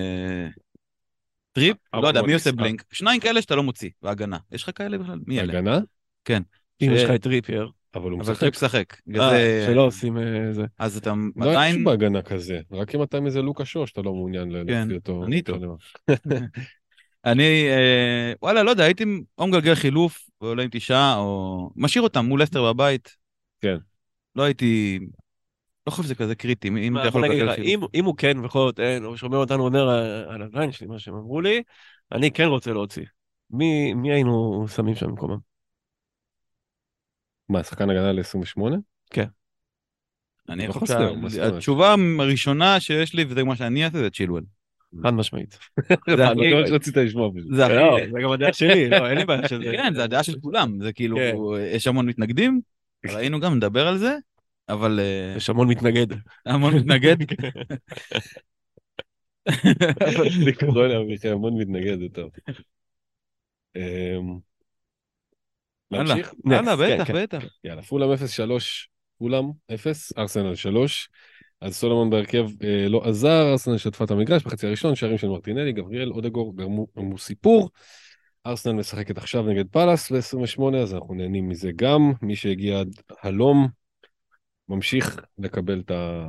Speaker 2: טריפ, לא יודע, מי עושה בלינק? שניים כאלה שאתה לא מוציא, בהגנה. יש לך כאלה בכלל? מי אלה?
Speaker 1: הגנה?
Speaker 2: כן.
Speaker 3: אם
Speaker 2: ש-
Speaker 3: יש לך את טריפייר.
Speaker 1: אבל הוא
Speaker 2: אבל
Speaker 1: משחק.
Speaker 2: טריפ משחק. בגלל
Speaker 3: אה,
Speaker 2: זה-
Speaker 3: שלא עושים אה, זה.
Speaker 2: אז אתה
Speaker 1: לא היה
Speaker 2: עדיין...
Speaker 1: משהו בהגנה כזה, רק אם אתה עם איזה לוקה שוש, אתה לא מעוניין
Speaker 2: כן,
Speaker 1: להוציא אותו.
Speaker 2: אני איתו.
Speaker 1: שלמה.
Speaker 2: אני, אה, וואלה, לא יודע, הייתי או מגלגל חילוף, ועולה עם תשעה, או משאיר אותם מול לסטר בבית.
Speaker 1: כן.
Speaker 2: לא הייתי... לא חושב שזה כזה קריטי, אם
Speaker 3: מה,
Speaker 2: אתה יכול
Speaker 3: בוא נגיד
Speaker 2: לגלגל
Speaker 3: לך,
Speaker 2: חילוף.
Speaker 3: אם, אם הוא כן, בכל זאת, אין, או שומע אותנו אומר אה, על הזין שלי, מה שהם אמרו לי, אני כן רוצה להוציא. מי, מי היינו שמים שם במקומם?
Speaker 1: מה, שחקן הגנה ל-עשרים ושמונה?
Speaker 3: כן.
Speaker 2: אני
Speaker 1: לא
Speaker 2: חושב
Speaker 1: חסר, מה זאת אומרת?
Speaker 2: שהתשובה הראשונה שיש לי, וזה מה שאני אעשה, זה צ'ילואל.
Speaker 3: חד משמעית.
Speaker 2: זה
Speaker 1: אני
Speaker 2: הכי-
Speaker 1: לא שרצית לשמוע בזה.
Speaker 2: זה הכי...
Speaker 3: לא, זה גם הדעה שלי, לא, אין לי בעיה שזה.
Speaker 2: כן, זה הדעה של כולם, זה כאילו,
Speaker 3: כן.
Speaker 2: יש המון מתנגדים, ראינו גם, נדבר על זה, אבל אה,
Speaker 3: יש המון מתנגד.
Speaker 2: המון מתנגד.
Speaker 1: לקרוא לאביחי המון מתנגד, זה טוב. אמ,
Speaker 2: הלאה,
Speaker 1: להמשיך?
Speaker 2: הלאה,
Speaker 3: כן,
Speaker 2: בטח,
Speaker 3: כן.
Speaker 2: בטח.
Speaker 1: יאללה, פולאם אפס שלוש, פולאם אפס, ארסנל שלוש. אז סולומון בהרכב אה, לא עזר, ארסנל שטפה את המגרש בחצי הראשון, שערים של מרטינלי, גבריאל, אודגור, גרמו גרמו סיפור. ארסנל משחקת עכשיו נגד פאלאס ב-עשרים ושמונה, אז אנחנו נהנים מזה גם. מי שהגיע עד הלום, ממשיך לקבל את ה...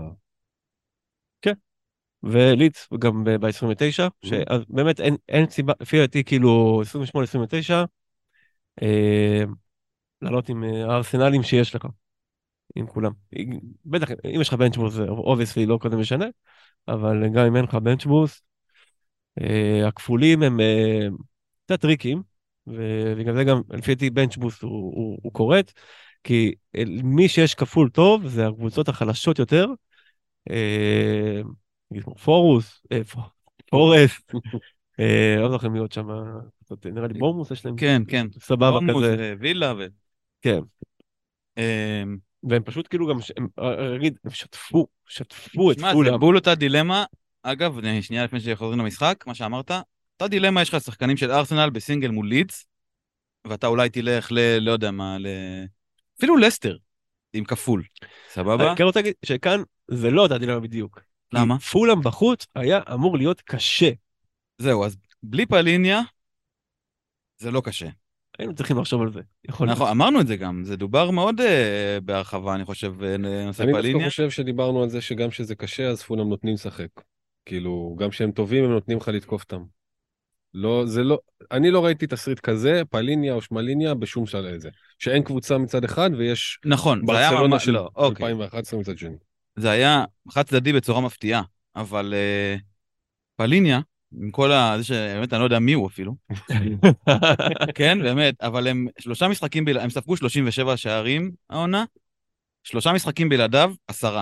Speaker 3: וליץ גם ב-עשרים ותשע, שבאמת אין, אין סיבה, לפי דעתי כאילו עשרים ושמונה עשרים ותשע, אה, לעלות עם אה, הארסנלים שיש לך, עם כולם. בטח, אם יש לך בנצ'בוס, זה אובייסלי לא כזה משנה, אבל גם אם אין לך בנצ'בוס, אה, הכפולים הם אה, קצת טריקים, ובגלל זה גם לפי דעתי בנצ'בוס הוא, הוא, הוא קורט, כי מי שיש כפול טוב זה הקבוצות החלשות יותר, אה, נגיד כמו פורוס, אה, פור- פורסט, אה, לא זוכר מי עוד שם, נראה לי בורמוס יש להם
Speaker 2: כן, כן.
Speaker 3: סבבה
Speaker 2: בורנמוס,
Speaker 3: כזה,
Speaker 2: אה, וילה ו...
Speaker 3: כן,
Speaker 2: אמ,
Speaker 3: והם פשוט כאילו גם, ש- הם, אה, נגיד, הם שטפו, שטפו את
Speaker 2: שמע, זה
Speaker 3: פולאם,
Speaker 2: בול אותה דילמה, אגב, אני- שנייה לפני שחוזרים למשחק, מה שאמרת, אותה דילמה יש לך שחקנים של ארסנל בסינגל מול לידס, ואתה אולי תלך ל... לא יודע מה, ל... אפילו לסטר, עם כפול, סבבה?
Speaker 3: אני כן רוצה להגיד שכאן זה לא אותה דילמה בדיוק, כי
Speaker 2: למה?
Speaker 3: פולאם בחוץ היה אמור להיות קשה,
Speaker 2: זהו, אז בלי פליניה, זה לא קשה.
Speaker 3: היינו צריכים לחשוב על זה, יכול להיות.
Speaker 2: נכון, אמרנו את זה גם, זה דובר מאוד אה, בהרחבה, אני חושב, אה, נושא
Speaker 1: אני דווקא
Speaker 2: פליניה.
Speaker 1: חושב שדיברנו על זה שגם שזה קשה, אז פולאם נותנים לשחק. כאילו, גם כשהם טובים, הם נותנים לך לתקוף אותם. לא, זה לא, אני לא ראיתי תסריט כזה, פליניה או שמליניה, בשום שלב איזה. שאין קבוצה מצד אחד, ויש
Speaker 2: נכון, זה היה
Speaker 1: ברצלונה
Speaker 2: ממש,
Speaker 1: של
Speaker 2: לא, אוקיי.
Speaker 1: אלפיים ואחת עשרה מצד שני.
Speaker 2: זה היה חד צדדי בצורה מפתיעה, אבל אה, פליניה, עם כל ה... זה שבאמת אני לא יודע מי הוא אפילו, כן, באמת, אבל הם שלושה משחקים, בל... הם ספגו שלושים ושבע שערים, העונה, שלושה משחקים בלעדיו, עשרה.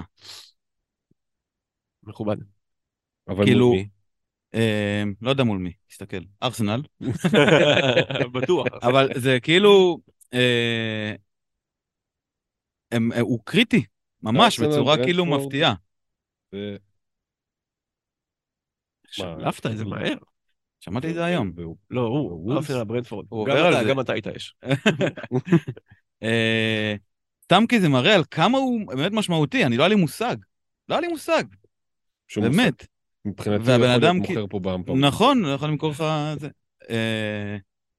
Speaker 3: מכובד.
Speaker 1: אבל
Speaker 2: כאילו,
Speaker 1: מול מי?
Speaker 2: אה, לא יודע מול מי, תסתכל, ארסנל,
Speaker 3: בטוח.
Speaker 2: אבל זה כאילו, אה, הם, אה, הוא קריטי, ממש,
Speaker 1: ארסנל,
Speaker 2: בצורה כאילו
Speaker 1: ברנטפורד.
Speaker 2: מפתיעה.
Speaker 1: ו...
Speaker 3: שלפת את זה מהר.
Speaker 2: שמעתי את זה היום.
Speaker 1: והוא-
Speaker 3: לא, הוא,
Speaker 1: וולס?
Speaker 3: ארסנל ברנטפורד.
Speaker 2: הוא
Speaker 3: גם
Speaker 2: עובר על
Speaker 3: אתה,
Speaker 2: זה.
Speaker 3: גם אתה היית אש.
Speaker 2: אה, סתם כי זה מראה על כמה הוא באמת משמעותי, אני לא היה לי מושג. לא היה לי מושג,
Speaker 1: שום מושג.
Speaker 2: באמת.
Speaker 1: מבחינתי הוא
Speaker 2: והבן
Speaker 1: יכול להיות
Speaker 2: אדם
Speaker 1: מוכר פה באמפר.
Speaker 2: נכון, לא יכול למכור לך זה. אה,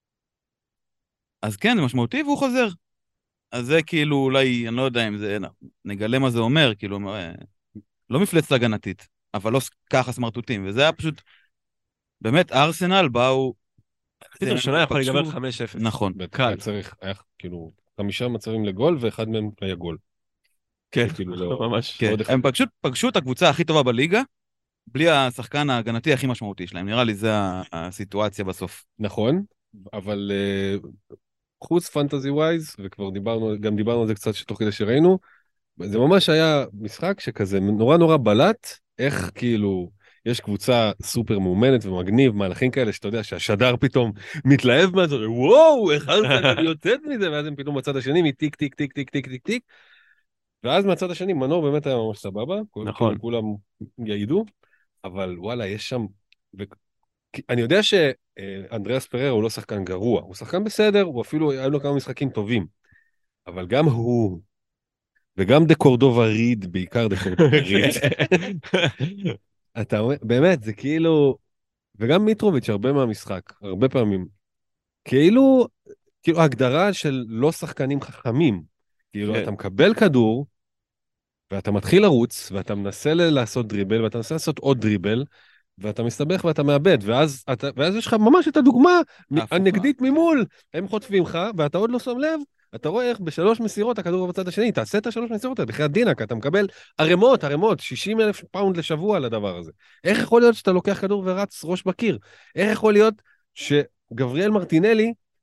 Speaker 2: אז כן, זה משמעותי והוא חוזר. אז זה כאילו אולי, אני לא יודע אם זה, נגלה מה זה אומר, כאילו, אה, לא מפלצת הגנתית, אבל לא ככה סמרטוטים, וזה היה פשוט, באמת, ארסנל באו...
Speaker 3: פתאום שנה יכול
Speaker 2: פגשו-
Speaker 3: להיגמר חמש אפס.
Speaker 2: נכון.
Speaker 1: בטח,
Speaker 3: קל.
Speaker 1: היה צריך, היה כאילו חמישה מצבים לגול, ואחד מהם היה גול.
Speaker 3: כן,
Speaker 1: כאילו לא-
Speaker 3: ממש.
Speaker 2: כן,
Speaker 1: עוד אחד.
Speaker 2: הם פשוט פגשו את הקבוצה הכי טובה בליגה, בלי השחקן ההגנתי הכי משמעותי שלהם. נראה לי זה הסיטואציה בסוף.
Speaker 1: נכון, אבל uh, חוץ פנטזי ווייז, וכבר דיברנו, גם דיברנו על זה קצת תוך כדי שראינו, זה ממש היה משחק שכזה נורא נורא בלט, איך כאילו יש קבוצה סופר מאומנת ומגניב, מהלכים כאלה שאתה יודע שהשדר פתאום מתלהב מהזה, וואו, איך ארסנל יוצאת מזה, ואז הם פתאום בצד השני מטיק טיק טיק טיק טיק טיק טיק, ואז מהצד השני מנור באמת היה ממש סבבה,
Speaker 3: נכון.
Speaker 1: כאילו כולם יעידו, אבל וואלה, יש שם, ו... אני יודע שאנדריאס פררה הוא לא שחקן גרוע, הוא שחקן בסדר, הוא אפילו, היה לו כמה משחקים טובים, אבל גם הוא, וגם דקורדובה ריד, בעיקר דקורדובה ריד, אתה אומר, באמת, זה כאילו, וגם מיטרוביץ' הרבה מהמשחק, הרבה פעמים, כאילו, כאילו הגדרה של לא שחקנים חכמים, כאילו
Speaker 3: כן.
Speaker 1: אתה מקבל כדור, ואתה מתחיל לרוץ, ואתה מנסה ל- לעשות דריבל, ואתה מנסה לעשות עוד דריבל, ואתה מסתבך ואתה מאבד, ואז, אתה, ואז יש לך ממש את הדוגמה
Speaker 2: ההפוכה.
Speaker 1: הנגדית ממול, הם חוטפים לך, ואתה עוד לא שם לב, אתה רואה איך בשלוש מסירות הכדור בצד השני, תעשה את השלוש מסירות, בחייאת דינק, אתה מקבל ערימות, ערימות, שישים אלף פאונד לשבוע על הדבר הזה. איך יכול להיות שאתה לוקח כדור ורץ ראש בקיר? איך יכול להיות שגבריאל מרטינלי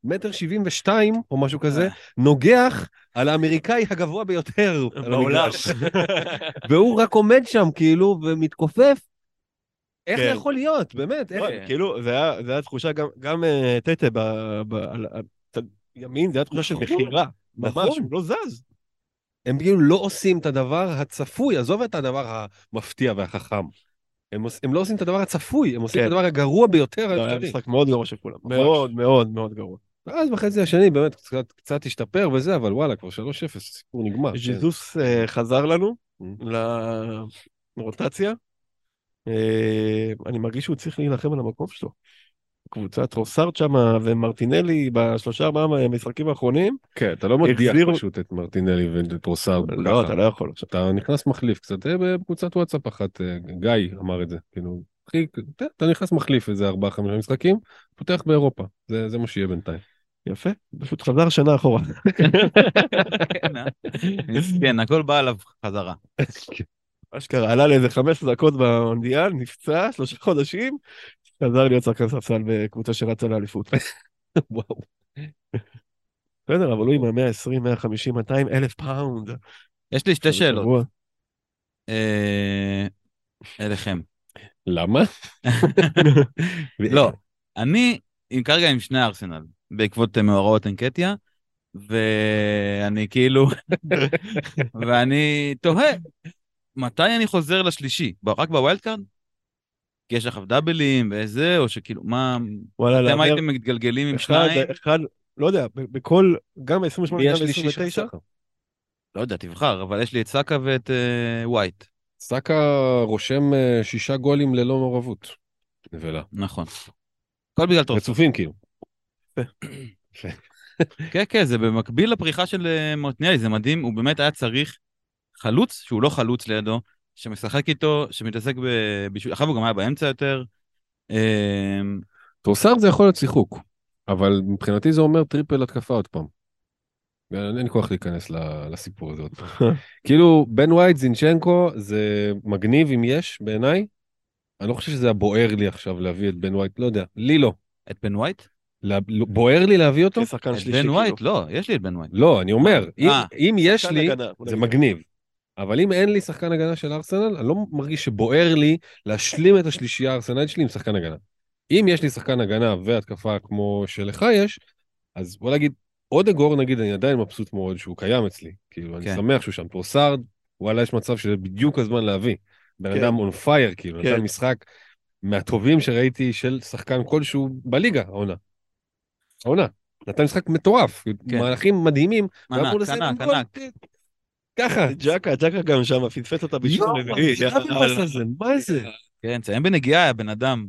Speaker 1: מטר שבעים ושתיים, או משהו כזה, נוגח על האמריקאי הגבוה ביותר על המגרש. והוא רק עומד שם, כאילו, ומתכופף. איך זה יכול להיות? באמת, איך...
Speaker 3: כאילו, זה היה תחושה, גם טטה בימין, זה היה תחושה של מחירה. ממש, הוא לא זז.
Speaker 1: הם כאילו לא עושים את הדבר הצפוי, עזוב את הדבר המפתיע והחכם. הם, הם לא עושים את הדבר הצפוי, הם עושים כן. את הדבר הגרוע ביותר.
Speaker 3: לא, היה משחק מאוד גרוע של כולם. מאוד, מאוד, מאוד גרוע.
Speaker 1: אז בחצי השני באמת קצת, קצת השתפר וזה, אבל וואלה, כבר שלוש אפס, הסיפור נגמר.
Speaker 3: ז'זוס כן. חזר לנו לרוטציה. אני מרגיש שהוא צריך להילחם על המקום שלו. קבוצת רוסארד שמה ומרטינלי בשלושה ארבעה משחקים האחרונים.
Speaker 1: כן, אתה לא מדיח פשוט את מרטינלי ואת רוסארד.
Speaker 3: לא, אתה לא יכול.
Speaker 1: אתה נכנס מחליף קצת, בקבוצת וואטסאפ אחת, גיא אמר את זה, כאילו, אתה נכנס מחליף איזה ארבעה חמישה משחקים, פותח באירופה, זה מה שיהיה בינתיים.
Speaker 3: יפה, פשוט חזר שנה אחורה.
Speaker 2: כן, הכל בא עליו חזרה.
Speaker 3: אשכרה, עלה לאיזה חמש עשרה דקות במונדיאל, נפצע, שלושה חודשים, חזר להיות שחקן ספסל בקבוצה שרצה לאליפות.
Speaker 1: וואו.
Speaker 3: בסדר, אבל הוא עם ה-מאה ועשרים, מאה וחמישים, מאתיים אלף פאונד.
Speaker 2: יש לי שתי שאלות. אליכם.
Speaker 1: למה?
Speaker 2: לא, אני כרגע עם שני ארסנל, בעקבות מאורעות אנקטיה, ואני כאילו, ואני תוהה, מתי אני חוזר לשלישי? רק בווילד קארד? כי יש לך דאבלים וזה, או שכאילו, מה... אתם הייתם מתגלגלים עם שניים?
Speaker 3: אחד, לא יודע, בכל, גם עשרים ושמונה, גם עשרים ותשע?
Speaker 2: לא יודע, תבחר, אבל יש לי את סאקה ואת ווייט.
Speaker 1: סאקה רושם שישה גולים ללא מעורבות. נבלה.
Speaker 2: נכון. כל בגלל טרוסארד.
Speaker 1: רצופים כאילו.
Speaker 2: כן, כן, זה במקביל לפריחה של מרטינלי, זה מדהים, הוא באמת היה צריך חלוץ, שהוא לא חלוץ לידו, שמשחק איתו, שמתעסק בבישול, אחר הוא גם היה באמצע יותר.
Speaker 1: טרוסארד זה יכול להיות שיחוק, אבל מבחינתי זה אומר טריפל התקפה עוד פעם. אין כוח להיכנס לסיפור הזה עוד פעם. כאילו, בן ווייט, זינצ'נקו, זה מגניב אם יש, בעיניי. אני לא חושב שזה הבוער לי עכשיו להביא את בן ווייט, לא יודע, לי לא.
Speaker 2: את בן ווייט?
Speaker 1: בוער לי להביא אותו?
Speaker 2: את בן ווייט? לא, יש לי את בן ווייט.
Speaker 1: לא, אני אומר, אם יש לי, זה מגניב. אבל אם אין לי שחקן הגנה של ארסנל, אני לא מרגיש שבוער לי להשלים את השלישייה הארסנלית שלי עם שחקן הגנה. אם יש לי שחקן הגנה והתקפה כמו שלך יש, אז בוא נגיד, אודגור נגיד, אני עדיין מבסוט מאוד שהוא קיים אצלי. כאילו, אני שמח שהוא שם. טרוסארד, וואלה, יש מצב שזה בדיוק הזמן להביא. בן אדם on fire, כאילו, נתן משחק מהטובים שראיתי של שחקן כלשהו בליגה, העונה. העונה. נתן משחק מטורף, מהלכים מדהימים.
Speaker 2: ענק, ענק, ענק.
Speaker 1: ככה.
Speaker 3: ג'קה, ג'קה גם שם, פספס אותה בשביל רביעי.
Speaker 1: מה זה?
Speaker 2: כן, ציין בנגיעה, הבן אדם.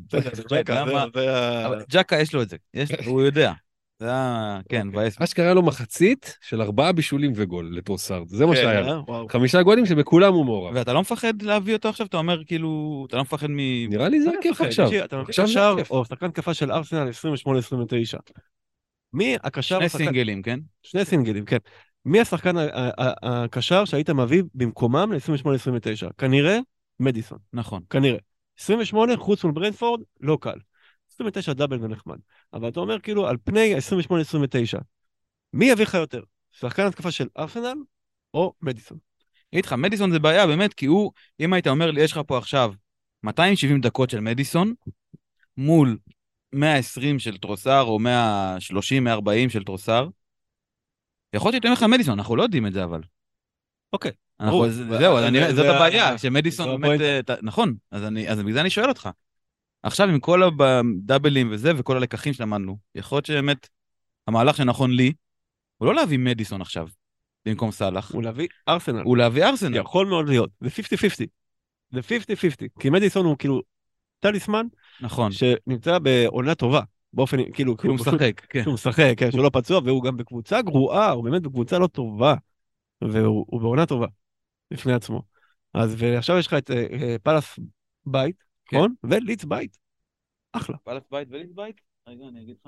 Speaker 2: ג'קה יש לו את זה, הוא יודע. זה היה, כן, מבאס.
Speaker 1: אשכרה לו מחצית של ארבעה בישולים וגול לטרוסארד, זה מה שהיה. חמישה גולים שבכולם הוא מעורב.
Speaker 2: ואתה לא מפחד להביא אותו עכשיו? אתה אומר כאילו, אתה לא מפחד מ...
Speaker 1: נראה לי זה כיף עכשיו.
Speaker 3: אתה מביא קשר או שחקן תקפה של ארסנל עשרים ושמונה עשרים ותשע. מי הקשר...
Speaker 2: שני סינגלים, כן?
Speaker 3: שני סינגלים, כן. מי השחקן הקשר שהיית מביא במקומם ל-עשרים ושמונה עשרים ותשע? כנראה מדיסון.
Speaker 2: נכון.
Speaker 3: כנראה. עשרים ושמונה חוץ מול ברנפורד, לא קל. עשרים ותשע דאבל ונחמד. אבל אתה אומר כאילו על פני עשרים ושמונה עשרים ותשע, מי יביא לך יותר? שחקן התקפה של ארסנל או מדיסון?
Speaker 2: איתך, מדיסון זה בעיה באמת, כי הוא, אם היית אומר לי, יש לך פה עכשיו מאתיים ושבעים דקות של מדיסון, מול מאה ועשרים של טרוסאר, או מאה ושלושים, מאה וארבעים של טרוסאר, יכולתי לתאם לך מדיסון, אנחנו לא יודעים את זה אבל.
Speaker 3: אוקיי.
Speaker 2: זהו, זאת הבעיה, שמדיסון באמת, נכון, אז בגלל זה אני שואל אותך. עכשיו עם כל הדאבלים וזה, וכל הלקחים שלמדנו, יכול להיות שבאמת המהלך שנכון לי, הוא לא להביא מדיסון עכשיו, במקום סלאח.
Speaker 3: הוא להביא ארסנל.
Speaker 2: הוא להביא ארסנל.
Speaker 3: יכול מאוד להיות. זה חמישים חמישים. זה חמישים חמישים. כי מדיסון הוא כאילו טליסמן,
Speaker 2: נכון.
Speaker 3: שנמצא בעונה טובה. באופן, כאילו,
Speaker 2: הוא משחק, כן.
Speaker 3: הוא משחק, כן, שהוא לא פצוע, והוא גם בקבוצה גרועה, הוא באמת בקבוצה לא טובה. והוא בעונה טובה, לפני עצמו. אז, ועכשיו יש לך את פלאס בית, נכון? וליץ בית. אחלה.
Speaker 2: פלאס בית וליץ בית? רגע, אני אגיד לך.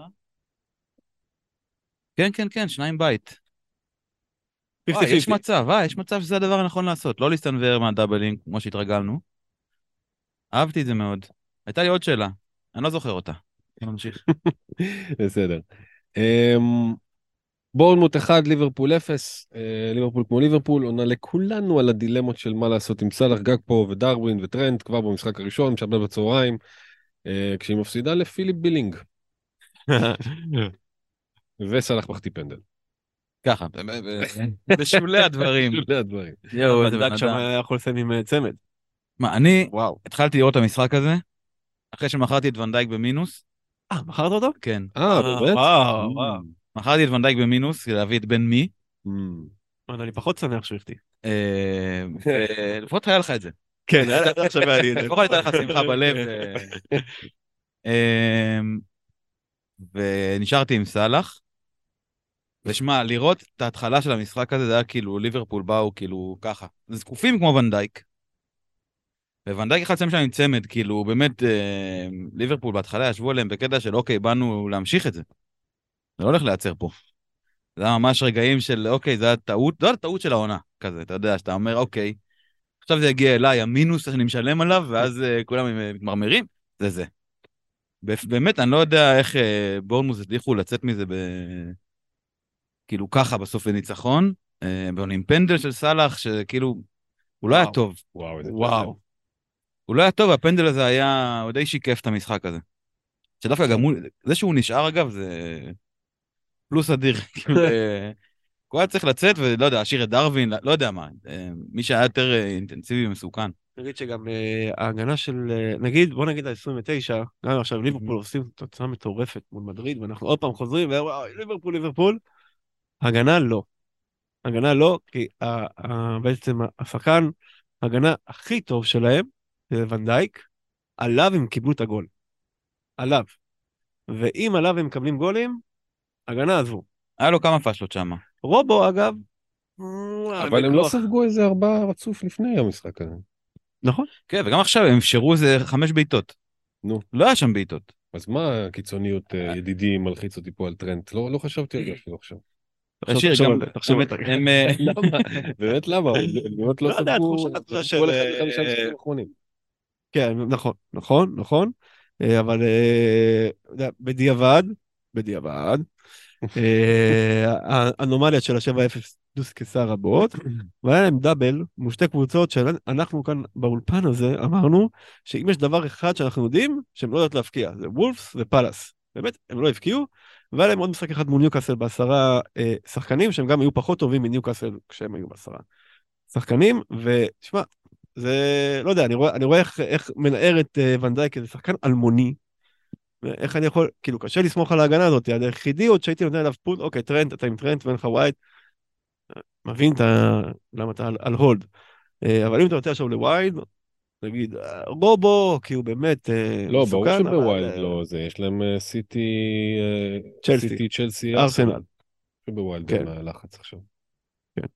Speaker 2: כן, כן, כן, שניים בית. וואי, יש מצב, אה, יש מצב שזה הדבר הנכון לעשות. לא להסתנוור מהדאבלינג, כמו שהתרגלנו. אהבתי את זה מאוד. הייתה לי עוד שאלה, אני לא זוכר אותה. נמשיך.
Speaker 1: בסדר. בורנמוט אחד, ליברפול אפס, ליברפול כמו ליברפול, עונה לכולנו על הדילמות של מה לעשות עם סלאח, גג פה ודרווין וטרנט, כבר במשחק הראשון, משבת בצהריים, כשהיא מפסידה לפיליפ בילינג. וסלאח מחטיא פנדל.
Speaker 2: ככה, בשולי הדברים.
Speaker 1: בשולי הדברים.
Speaker 2: יואו, איזה
Speaker 3: בדק
Speaker 2: בן
Speaker 3: שם
Speaker 2: אדם.
Speaker 3: היה יכול לסיים עם צמד.
Speaker 2: מה, אני
Speaker 3: וואו.
Speaker 2: התחלתי לראות את המשחק הזה, אחרי שמכרתי את ונדייק במינוס.
Speaker 3: אה, מכרת אותו?
Speaker 2: כן.
Speaker 1: אה, באמת?
Speaker 3: וואו, וואו.
Speaker 2: מכרתי את ונדייק במינוס, כדי להביא את בן מי.
Speaker 3: אני פחות שמח שהוא החטיא.
Speaker 2: לפחות היה לך את זה.
Speaker 3: כן, עכשיו היה לי את זה.
Speaker 2: לפחות הייתה לך שמחה בלב. ונשארתי עם סלאח. ושמע, לראות את ההתחלה של המשחק הזה, זה היה כאילו, ליברפול באו כאילו ככה. זה זקופים כמו ונדייק. וונדייק אחד שם שם עם צמד, כאילו, באמת, אה, ליברפול בהתחלה ישבו עליהם בקטע של, אוקיי, באנו להמשיך את זה. זה לא הולך לייצר פה. זה היה ממש רגעים של, אוקיי, זה היה טעות, זה היה טעות של העונה, כזה, אתה יודע, שאתה אומר, אוקיי, עכשיו זה יגיע אליי, המינוס שאני משלם עליו, ואז אה, כולם מתמרמרים, זה זה. באמת, אני לא יודע איך אה, בורנמוס הצליחו לצאת מזה ב... כאילו ככה בסוף לניצחון, אה, עם פנדל של סלאח, שכאילו, הוא לא היה טוב.
Speaker 1: וואו, איזה
Speaker 3: וואו.
Speaker 2: הוא לא היה טוב, הפנדל הזה היה, הוא די שיקף את המשחק הזה. שדווקא גם הוא, זה שהוא נשאר אגב, זה פלוס אדיר. כאילו, הוא היה צריך לצאת ולא יודע, להשאיר את דרווין, לא יודע מה, מי שהיה יותר אינטנסיבי ומסוכן.
Speaker 3: נגיד שגם ההגנה של, נגיד, בוא נגיד ה-עשרים ותשע, גם עכשיו ליברפול עושים תוצאה מטורפת מול מדריד, ואנחנו עוד פעם חוזרים, וואו, ליברפול, ליברפול. הגנה לא. הגנה לא, כי בעצם השחקן, הגנה הכי טוב שלהם, זה ונדייק, עליו הם קיבלו את הגול. עליו. ואם עליו הם מקבלים גולים, הגנה עזבו.
Speaker 2: היה לו כמה פשלות שם.
Speaker 3: רובו, אגב,
Speaker 1: אבל הם לא ספגו איזה ארבעה רצוף לפני המשחק הזה.
Speaker 3: נכון.
Speaker 2: כן, וגם עכשיו הם אפשרו איזה חמש בעיטות.
Speaker 1: נו.
Speaker 2: לא היה שם בעיטות.
Speaker 1: אז מה הקיצוניות ידידי מלחיץ אותי פה על טרנט? לא חשבתי על זה אפילו עכשיו.
Speaker 3: תחשוב על זה.
Speaker 1: למה? באמת למה? באמת לא ספגו כל אחד מחמישה משחקים האחרונים.
Speaker 3: כן, נכון, נכון, נכון. אבל בדיעבד, בדיעבד, האנומליה של ה-שבע אפס דוסקסה רבות, והיה להם דאבל מול שתי קבוצות שאנחנו כאן באולפן הזה אמרנו שאם יש דבר אחד שאנחנו יודעים שהם לא יודעות להפקיע, זה וולפס ופלאס. באמת, הם לא הפקיעו, והיה להם עוד משחק אחד מול ניוקאסל בעשרה אה, שחקנים, שהם גם היו פחות טובים מניוקאסל כשהם היו בעשרה שחקנים, ושמע, זה, לא יודע, אני רואה, אני רואה איך, איך מנער את אה, ונדייק כזה שחקן אלמוני, ואיך אני יכול, כאילו קשה לסמוך על ההגנה הזאת, היחידי עוד שהייתי נותן עליו פונט, אוקיי, טרנט, אתה עם טרנט ואין לך ווייט, מבין את ה... למה אתה על, על הולד, אה, אבל אם אתה נותן עכשיו לווייד, נגיד, רובו, כי הוא באמת
Speaker 1: לא,
Speaker 3: מסוכן.
Speaker 1: ברור שבווילד לא, זה, יש להם סיטי, סיטי, צ'לסי,
Speaker 3: ארסנל.
Speaker 1: שבווילד הם הלחץ עכשיו.
Speaker 3: כן.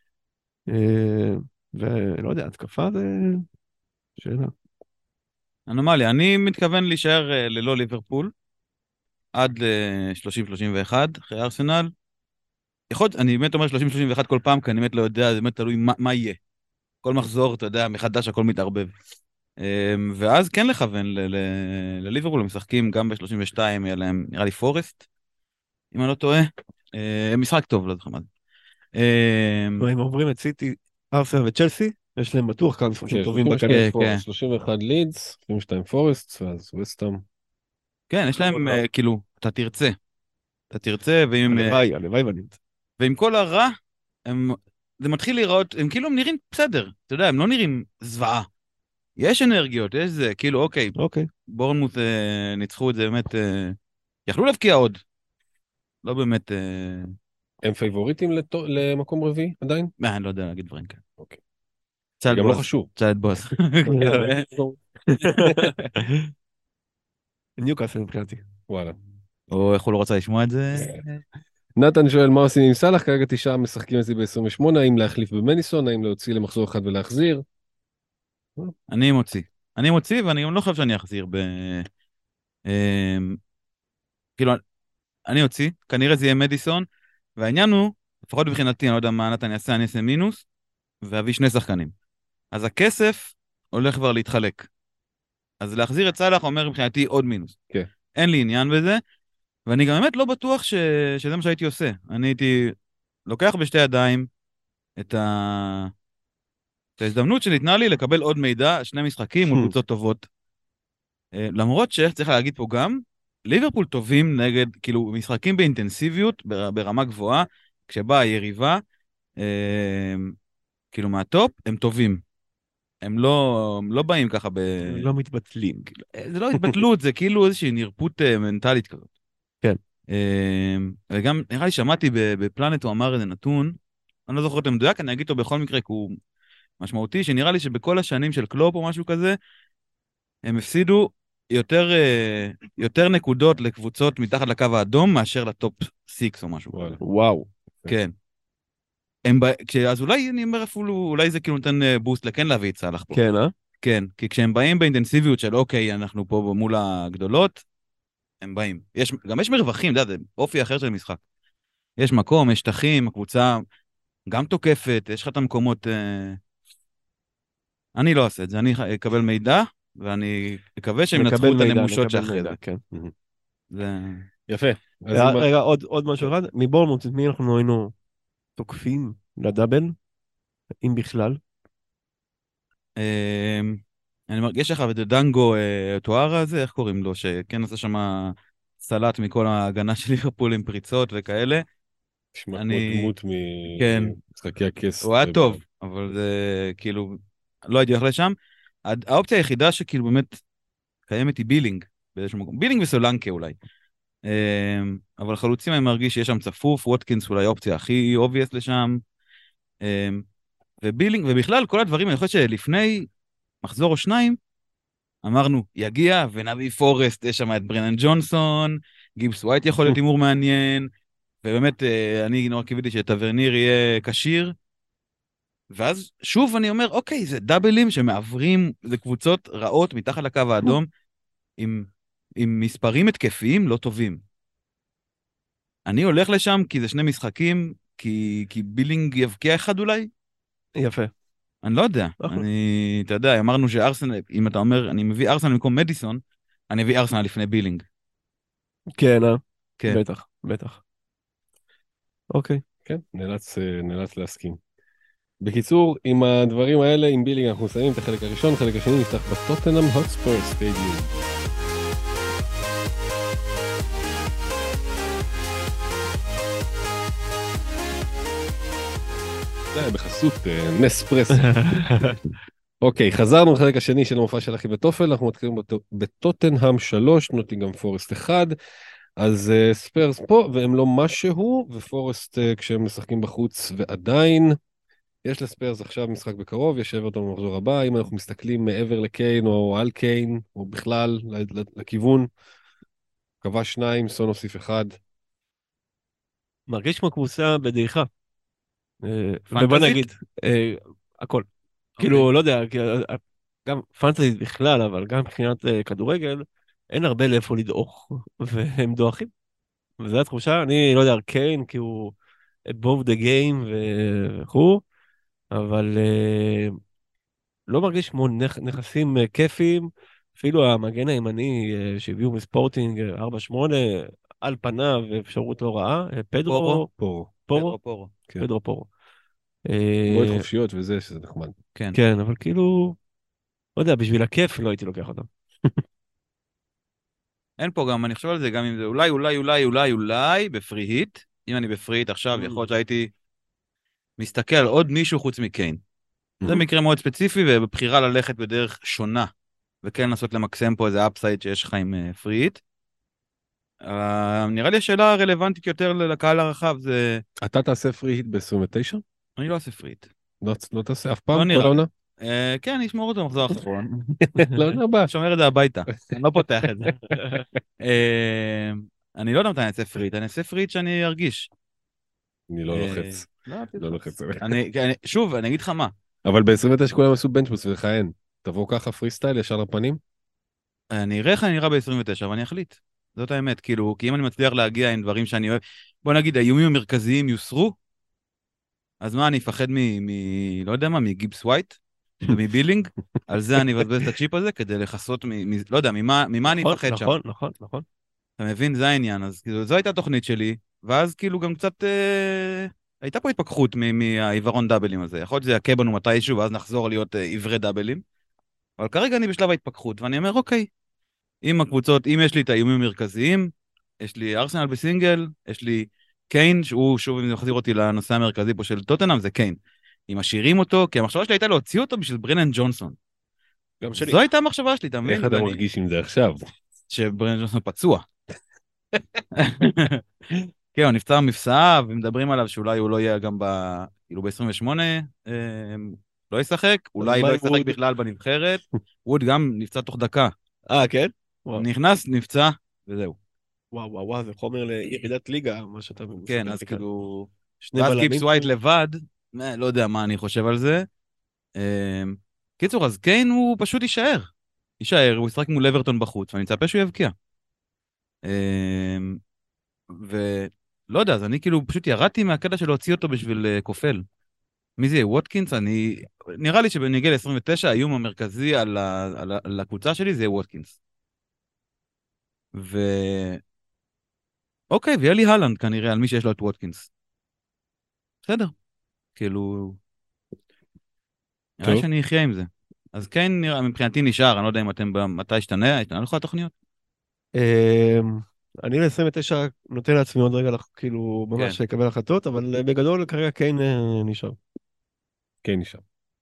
Speaker 3: ולא יודע, התקפה זה שאלה.
Speaker 2: אנומליה, אני מתכוון להישאר ללא ליברפול, עד ל-שלושים שלושים ואחת, אחרי ארסנל. יכול להיות, אני באמת אומר שלושים שלושים ואחת כל פעם, כי אני באמת לא יודע, זה באמת תלוי מה, מה יהיה. כל מחזור, אתה יודע, מחדש הכל מתערבב. ואז כן לכוון לליברפול, הם משחקים גם ב-שלושים ושתיים, יהיה להם, נראה לי פורסט, אם אני לא טועה. משחק טוב, לא זוכר מה זה.
Speaker 3: אם עוברים את סיטי, ארסנל וצ'לסי, יש להם בטוח כמה משחקים טובים בכנס.
Speaker 1: שלושים ואחת לידס, שלושים ושתיים פורסט, ואז וסטאם.
Speaker 2: כן, יש להם, כאילו, אתה תרצה. אתה תרצה, ועם...
Speaker 3: הלוואי, הלוואי ונמצא.
Speaker 2: ועם כל הרע, הם... זה מתחיל לראות, הם כאילו נראים בסדר, אתה יודע, הם לא נראים זוועה. יש אנרגיות, יש זה, כאילו, אוקיי,
Speaker 3: אוקיי.
Speaker 2: בורנמוט אה, ניצחו את זה באמת, אה, יכלו להבקיע עוד. לא באמת... אה...
Speaker 1: הם פייבוריטים לת... למקום רביעי עדיין?
Speaker 2: מה, אני לא יודע להגיד דברים כאלה.
Speaker 1: אוקיי.
Speaker 2: צעד
Speaker 1: גם
Speaker 2: בוס.
Speaker 1: לא חשוב.
Speaker 2: צעד בוס.
Speaker 3: ניוקאסל מבחינתי.
Speaker 1: וואלה.
Speaker 2: או איך הוא לא רוצה לשמוע את זה?
Speaker 1: נתן שואל מה עושים עם סלאח, כרגע תשעה משחקים אצלי ב-עשרים ושמונה, האם להחליף במניסון, האם להוציא למחזור אחד ולהחזיר?
Speaker 2: אני מוציא. אני מוציא, ואני גם לא חושב שאני אחזיר ב... כאילו, אני אוציא, כנראה זה יהיה מדיסון, והעניין הוא, לפחות מבחינתי, אני לא יודע מה נתן יעשה, אני אעשה מינוס, ואביא שני שחקנים. אז הכסף הולך כבר להתחלק. אז להחזיר את סלאח אומר מבחינתי עוד מינוס.
Speaker 1: כן.
Speaker 2: אין לי עניין בזה, ואני גם באמת לא בטוח ש... שזה מה שהייתי עושה. אני הייתי לוקח בשתי ידיים את, ה... את ההזדמנות שניתנה לי לקבל עוד מידע, שני משחקים מול קבוצות טובות. למרות שצריך להגיד פה גם, ליברפול טובים נגד, כאילו, משחקים באינטנסיביות, ברמה גבוהה, כשבאה היריבה, אה, כאילו מהטופ, הם טובים. הם לא, הם לא באים ככה ב...
Speaker 3: לא מתבטלים.
Speaker 2: זה לא התבטלות, זה כאילו איזושהי נרפות מנטלית כזאת.
Speaker 3: כן.
Speaker 2: אה, וגם, נראה לי, שמעתי בפלנט, הוא אמר איזה נתון, אני לא זוכר את המדויק, אני אגיד אותו בכל מקרה, כי הוא משמעותי, שנראה לי שבכל השנים של קלופ או משהו כזה, הם הפסידו יותר, יותר נקודות לקבוצות מתחת לקו האדום מאשר לטופ סיקס או משהו.
Speaker 3: וואו.
Speaker 2: כן. הם, אז אולי אני אומר אפילו, אולי זה כאילו נותן בוסט לכן להביא את סלאח פה.
Speaker 3: כן, אה?
Speaker 2: כן, כי כשהם באים באינטנסיביות של אוקיי, אנחנו פה מול הגדולות, הם באים. יש, גם יש מרווחים, זה אופי אחר של משחק. יש מקום, יש שטחים, הקבוצה גם תוקפת, יש לך את המקומות... אני לא אעשה את זה, אני אקבל מידע, ואני מקווה שהם נצחו את הנמושות שאחרי זה.
Speaker 3: כן.
Speaker 2: זה...
Speaker 1: יפה.
Speaker 3: רגע, עוד משהו אחד, מבורנמוט, את מי אנחנו היינו תוקפים לדאבל, אם בכלל?
Speaker 2: אני מרגיש לך, ודנגו טוארה הזה, איך קוראים לו, שכן עושה שם סלט מכל ההגנה של ליברפול עם פריצות וכאלה.
Speaker 1: נשמע כמו דמות ממשחקי הכס.
Speaker 2: הוא היה טוב, אבל זה כאילו... לא הייתי הולך לשם. האופציה היחידה שכאילו באמת קיימת היא בילינג, באיזשהו מקום. בילינג וסולנקה אולי. אבל חלוצים אני מרגיש שיש שם צפוף, ווטקינס אולי האופציה הכי אובייס לשם. ובילינג, ובכלל כל הדברים, אני חושב שלפני מחזור או שניים, אמרנו, יגיע ונביא פורסט, יש שם את ברנן ג'ונסון, גיבס ווייט יכול להיות אימור מעניין, ובאמת אני נורא קיוויתי שטברניר יהיה קשיר, ואז שוב אני אומר, אוקיי, זה דאבלים שמעברים, זה קבוצות רעות מתחת לקו האדום, עם, עם מספרים התקפיים לא טובים. אני הולך לשם כי זה שני משחקים, כי, כי בילינג יבקיע אחד אולי?
Speaker 3: יפה.
Speaker 2: אני לא יודע. אני, אתה יודע, אמרנו שארסנל, אם אתה אומר, אני מביא ארסנל במקום מדיסון, אני אביא ארסנל לפני בילינג.
Speaker 3: כן, אה?
Speaker 2: כן.
Speaker 3: בטח, בטח. אוקיי.
Speaker 1: כן, נאלץ, נאלץ להסכים. בקיצור, עם הדברים האלה, עם בילינג אנחנו מסיימים את החלק הראשון, חלק השני נפתח בטוטנהאם הוטספר סטדיום. זה בחסות נספרסו. אוקיי, חזרנו לחלק השני של המופע של אחי וטופל, אנחנו מתחילים בטוטנהאם שלוש, נוטינגהאם פורסט אחד, אז ספרס פה והם לא משהו, ופורסט כשהם משחקים בחוץ ועדיין, יש לספרס עכשיו משחק בקרוב, יש אברטון במחזור הבא, אם אנחנו מסתכלים מעבר לקיין או על קיין, או בכלל לכיוון, קבע שניים, סון הוסיף אחד.
Speaker 3: מרגיש כמו קבוצה בדעיכה. ובוא נגיד, הכל. כאילו, לא יודע, גם פנטזית בכלל, אבל גם מבחינת כדורגל, אין הרבה לאיפה לדעוך, והם דועכים. וזו התחושה, אני לא יודע, קיין, כי הוא above the game וכו', אבל uh, לא מרגיש כמו נכ, נכסים uh, כיפים, אפילו המגן הימני uh, שהביאו מספורטינג uh, ארבע שמונה, על פניו אפשרות לא רעה, uh, פדרו,
Speaker 1: פורו,
Speaker 3: פורו,
Speaker 2: פורו,
Speaker 1: כן.
Speaker 3: פדרו פורו.
Speaker 1: בועט uh, חופשיות וזה שזה נחמד.
Speaker 2: כן.
Speaker 3: כן, אבל כאילו, לא יודע, בשביל הכיף לא הייתי לוקח אותם.
Speaker 2: אין פה גם, אני חושב על זה גם אם זה אולי, אולי, אולי, אולי, אולי, בפרי היט, אם אני בפרי היט עכשיו, יכול להיות שהייתי מסתכל על עוד מישהו חוץ מקיין. זה מקרה מאוד ספציפי, ובבחירה ללכת בדרך שונה, וכן לנסות למקסם פה איזה אפסייד שיש לך עם פרי היט. נראה לי השאלה הרלוונטית יותר לקהל הרחב זה...
Speaker 1: אתה תעשה פרי היט ב-עשרים ותשע?
Speaker 2: אני לא אעשה פרי היט.
Speaker 1: לא תעשה אף פעם? כל העונה?
Speaker 2: כן, אני אשמור אותו מחזור האחרון.
Speaker 1: לא נרבה.
Speaker 2: שומר את זה הביתה, אני לא פותח את זה. אני לא יודע מתי אני אעשה פרי היט, אני אעשה פרי היט שאני ארגיש.
Speaker 1: אני לא לוחץ. לא לוחץ.
Speaker 2: שוב, אני אגיד לך מה.
Speaker 1: אבל ב-עשרים ותשע כולם עשו בנצ'בוס ולך אין. תבוא ככה פרי סטייל ישר לפנים?
Speaker 2: אני אראה איך אני נראה ב-עשרים ותשע, ואני אחליט. זאת האמת, כאילו, כי אם אני מצליח להגיע עם דברים שאני אוהב, בוא נגיד, האיומים המרכזיים יוסרו, אז מה, אני אפחד מ... לא יודע מה, מגיבס ווייט ומבילינג, על זה אני אבזבז את הצ'יפ הזה, כדי לחסות מ... לא יודע, ממה אני אפחד שם.
Speaker 3: נכון, נכון, נכון.
Speaker 2: אתה מבין? זה העניין. אז כאילו, זו הייתה התוכנית שלי, ואז כאילו גם קצת... אה, הייתה פה התפכחות מ- מהעיוורון דאבלים הזה. יכול להיות שזה יכה בנו מתישהו, ואז נחזור להיות אה, עיוורי דאבלים. אבל כרגע אני בשלב ההתפכחות, ואני אומר, אוקיי, אם הקבוצות, אם יש לי את האיומים המרכזיים, יש לי ארסנל בסינגל, יש לי קיין, שהוא שוב, אם זה מחזיר אותי לנושא המרכזי פה של טוטנהאם, זה קיין. אם משאירים אותו, כי המחשבה שלי הייתה להוציא אותו בשביל ברנן ג'ונסון.
Speaker 3: גם שלי.
Speaker 2: זו הייתה המחשבה שלי, אתה מבין?
Speaker 1: איך אתה
Speaker 2: ואני-
Speaker 1: מרגיש עם זה עכשיו?
Speaker 2: שברנן ג'ונסון פצוע. כן, הוא נפצע במפסעה, ומדברים עליו שאולי הוא לא יהיה גם ב... כאילו ב-עשרים ושמונה, אה, לא ישחק, אולי
Speaker 3: מה
Speaker 2: לא
Speaker 3: עם
Speaker 2: ישחק
Speaker 3: ווד?
Speaker 2: בכלל בנבחרת. ווד גם נפצע תוך דקה.
Speaker 3: אה, כן? וואו.
Speaker 2: נכנס, נפצע, וזהו.
Speaker 3: וואו, וואו, וואו, זה חומר לירידת ליגה, מה שאתה מספר
Speaker 2: כן,
Speaker 3: לי
Speaker 2: אז
Speaker 3: כאן.
Speaker 2: כאילו...
Speaker 3: שני
Speaker 2: ואז
Speaker 3: בלמים
Speaker 2: גיבס ווייט
Speaker 3: פה.
Speaker 2: לבד, אה, לא יודע מה אני חושב על זה. אה, קיצור, אז קיין הוא פשוט יישאר. יישאר, הוא ישחק מול אברטון בחוץ, ואני מצפה שהוא יבקיע. אה, ולא יודע, אז אני כאילו פשוט ירדתי מהקטע של להוציא אותו בשביל אה, כופל. מי זה יהיה? ווטקינס? אני... נראה לי שבנגיע ל-עשרים ותשע, האיום המרכזי על, ה... על, ה... על הקבוצה שלי זה יהיה ווטקינס. ו... אוקיי, ויהיה לי הלנד כנראה על מי שיש לו את ווטקינס. בסדר. כאילו... נראה לי
Speaker 1: טוב.
Speaker 2: שאני אחיה עם זה. אז כן, נראה, מבחינתי נשאר, אני לא יודע אם אתם, ב- מתי ישתנה, ישתנה לך התוכניות?
Speaker 3: אמ, אני ל-עשרים ותשע נותן לעצמי עוד רגע, לח- כאילו, ממש
Speaker 2: כן.
Speaker 3: לקבל החלטות, אבל אה, בגדול כרגע קיין אה, נשאר.
Speaker 1: כן, נשאר.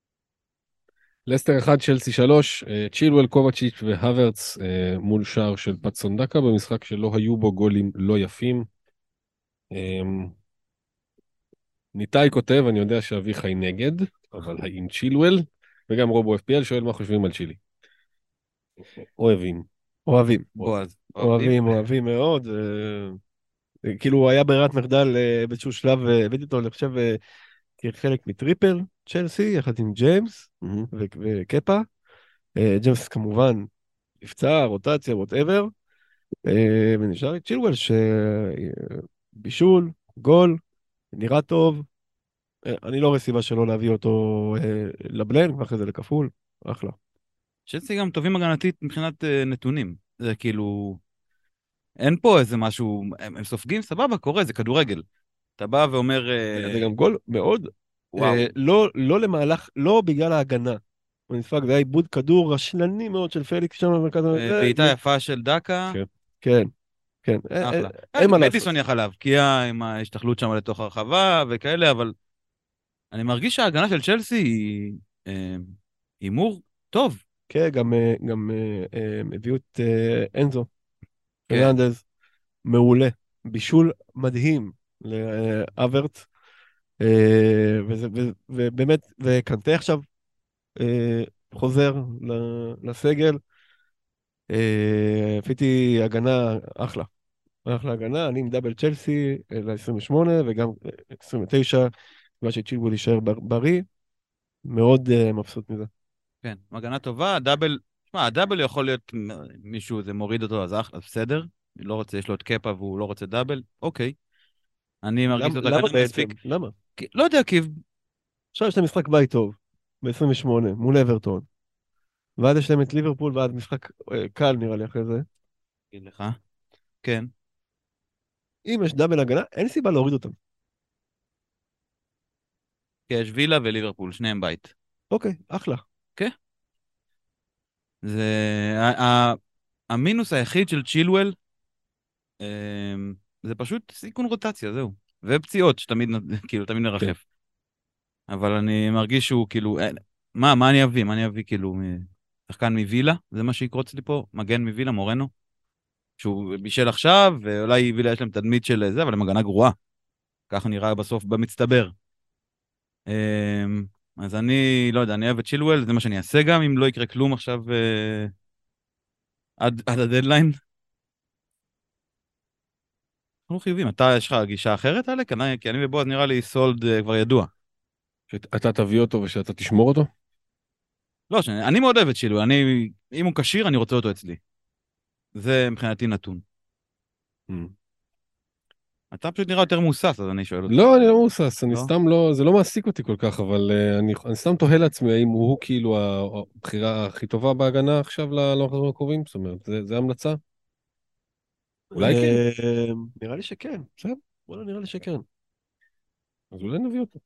Speaker 1: לסטר אחד, צ'לסי שלוש, אה, צ'ילואל, קובצ'יץ' והוורץ אה, מול שער של פצונדקה, במשחק שלא היו בו גולים לא יפים. אמ, ניתאי כותב, אני יודע שאביחי נגד, אבל האם צ'ילואל? וגם רובו אף פי אל שואל מה חושבים על צ'ילי. אוהבים.
Speaker 3: אוהבים.
Speaker 2: בועז.
Speaker 3: אוהבים, אוהבים מאוד. אה, כאילו, הוא היה ברירת מחדל אה, באיזשהו שלב, אה, הבאתי אותו, אני חושב, אה, כחלק מטריפל צ'לסי, יחד עם ג'יימס
Speaker 1: מהמם.
Speaker 3: ו- וקפה. אה, ג'יימס כמובן נפצע, רוטציה, ווטאבר. ונשאר את צ'ילואל, שבישול, גול, נראה טוב. אה, אני לא רואה סיבה שלא להביא אותו אה, לבלנק, ואחרי זה לכפול. אחלה.
Speaker 2: צ'לסי גם טובים הגנתית מבחינת אה, נתונים. זה כאילו... אין פה איזה משהו... הם, הם סופגים, סבבה, קורה, זה כדורגל. אתה בא ואומר... אה,
Speaker 3: זה גם גול מאוד,
Speaker 2: וואו.
Speaker 3: אה, לא, לא למהלך, לא בגלל ההגנה. הוא נדפק, זה היה עיבוד כדור רשלני מאוד של פליקס שם במרכז.
Speaker 2: אה,
Speaker 3: זה-
Speaker 2: בעיטה
Speaker 3: זה-
Speaker 2: יפה של דקה.
Speaker 1: כן.
Speaker 3: כן, כן. אה, אה,
Speaker 2: אחלה.
Speaker 3: אין מה לעשות.
Speaker 2: מדיסון יכל להבקיע עם ההשתחלות שם לתוך הרחבה וכאלה, אבל אני מרגיש שההגנה של צ'לסי היא אה, הימור טוב.
Speaker 3: כן, גם, אה, גם אה, אה, הביאו את אה, אנזו,
Speaker 2: כן.
Speaker 3: פרננדז, מעולה. בישול מדהים לאברט. אה, וזה- ו- ובאמת, וקנטה עכשיו אה, חוזר ל- לסגל. אה, עשיתי הגנה אחלה. אחלה הגנה, אני עם דאבל צ'לסי ל-עשרים ושמונה וגם עשרים ותשע, בגלל שצ'ילבול יישאר בר- בריא. מאוד אה, מבסוט מזה.
Speaker 2: כן, הגנה טובה, הדאבל, תשמע, הדאבל יכול להיות מ- מישהו, זה מוריד אותו, אז אחלה, בסדר. אני לא רוצה, יש לו את קפה והוא לא רוצה דאבל, אוקיי. אני מרגיש
Speaker 3: למ-
Speaker 2: זאת
Speaker 3: למה
Speaker 2: הגנה
Speaker 3: בעצם?
Speaker 2: מספיק.
Speaker 3: למה?
Speaker 2: כי- לא יודע, כי...
Speaker 3: עכשיו יש להם משחק בית טוב, ב-עשרים ושמונה, מול אברטון. ואז יש להם את ליברפול, ואז משחק אה, קל נראה לי אחרי זה.
Speaker 2: אגיד לך. כן.
Speaker 3: אם יש דאבל הגנה, אין סיבה להוריד אותם.
Speaker 2: כי יש וילה וליברפול, שניהם בית.
Speaker 3: אוקיי, אחלה.
Speaker 2: זה... ה- ה- המינוס היחיד של צ'ילואל, אמ, זה פשוט סיכון רוטציה, זהו. ופציעות, שתמיד, נ- כאילו, תמיד נרחף. אבל אני מרגיש שהוא כאילו, אין, מה, מה אני אביא? מה אני אביא כאילו, מ- שחקן מווילה? זה מה שיקרוץ לי פה? מגן מווילה, מורנו? שהוא בישל עכשיו, ואולי וילה יש להם תדמית של זה, אבל הם הגנה גרועה. ככה נראה בסוף במצטבר. אמ, אז אני, לא יודע, אני אוהב את צ'ילואל, זה מה שאני אעשה גם, אם לא יקרה כלום עכשיו אה, עד, עד הדדליין. אנחנו חיובים. אתה, יש לך גישה אחרת, אלק? אני- כי אני ובועז נראה לי סולד אה, כבר ידוע.
Speaker 1: שאתה תביא אותו ושאתה תשמור אותו?
Speaker 2: לא, שאני, אני מאוד אוהב את צ'ילואל, אני, אם הוא כשיר, אני רוצה אותו אצלי. זה מבחינתי נתון.
Speaker 1: Mm.
Speaker 2: אתה פשוט נראה יותר מוסס, אז אני שואל אותך.
Speaker 1: לא, אני לא מבוסס, אני
Speaker 2: לא?
Speaker 1: סתם לא, זה לא מעסיק אותי כל כך, אבל אה, אני, אני סתם תוהה לעצמי האם הוא כאילו הבחירה הכי טובה בהגנה עכשיו למחזורים הקרובים, זאת אומרת, זה, זה המלצה? אולי כן.
Speaker 3: אה, נראה לי שכן, בסדר? וואלה, נראה לי שכן.
Speaker 1: אז אולי נביא אותו.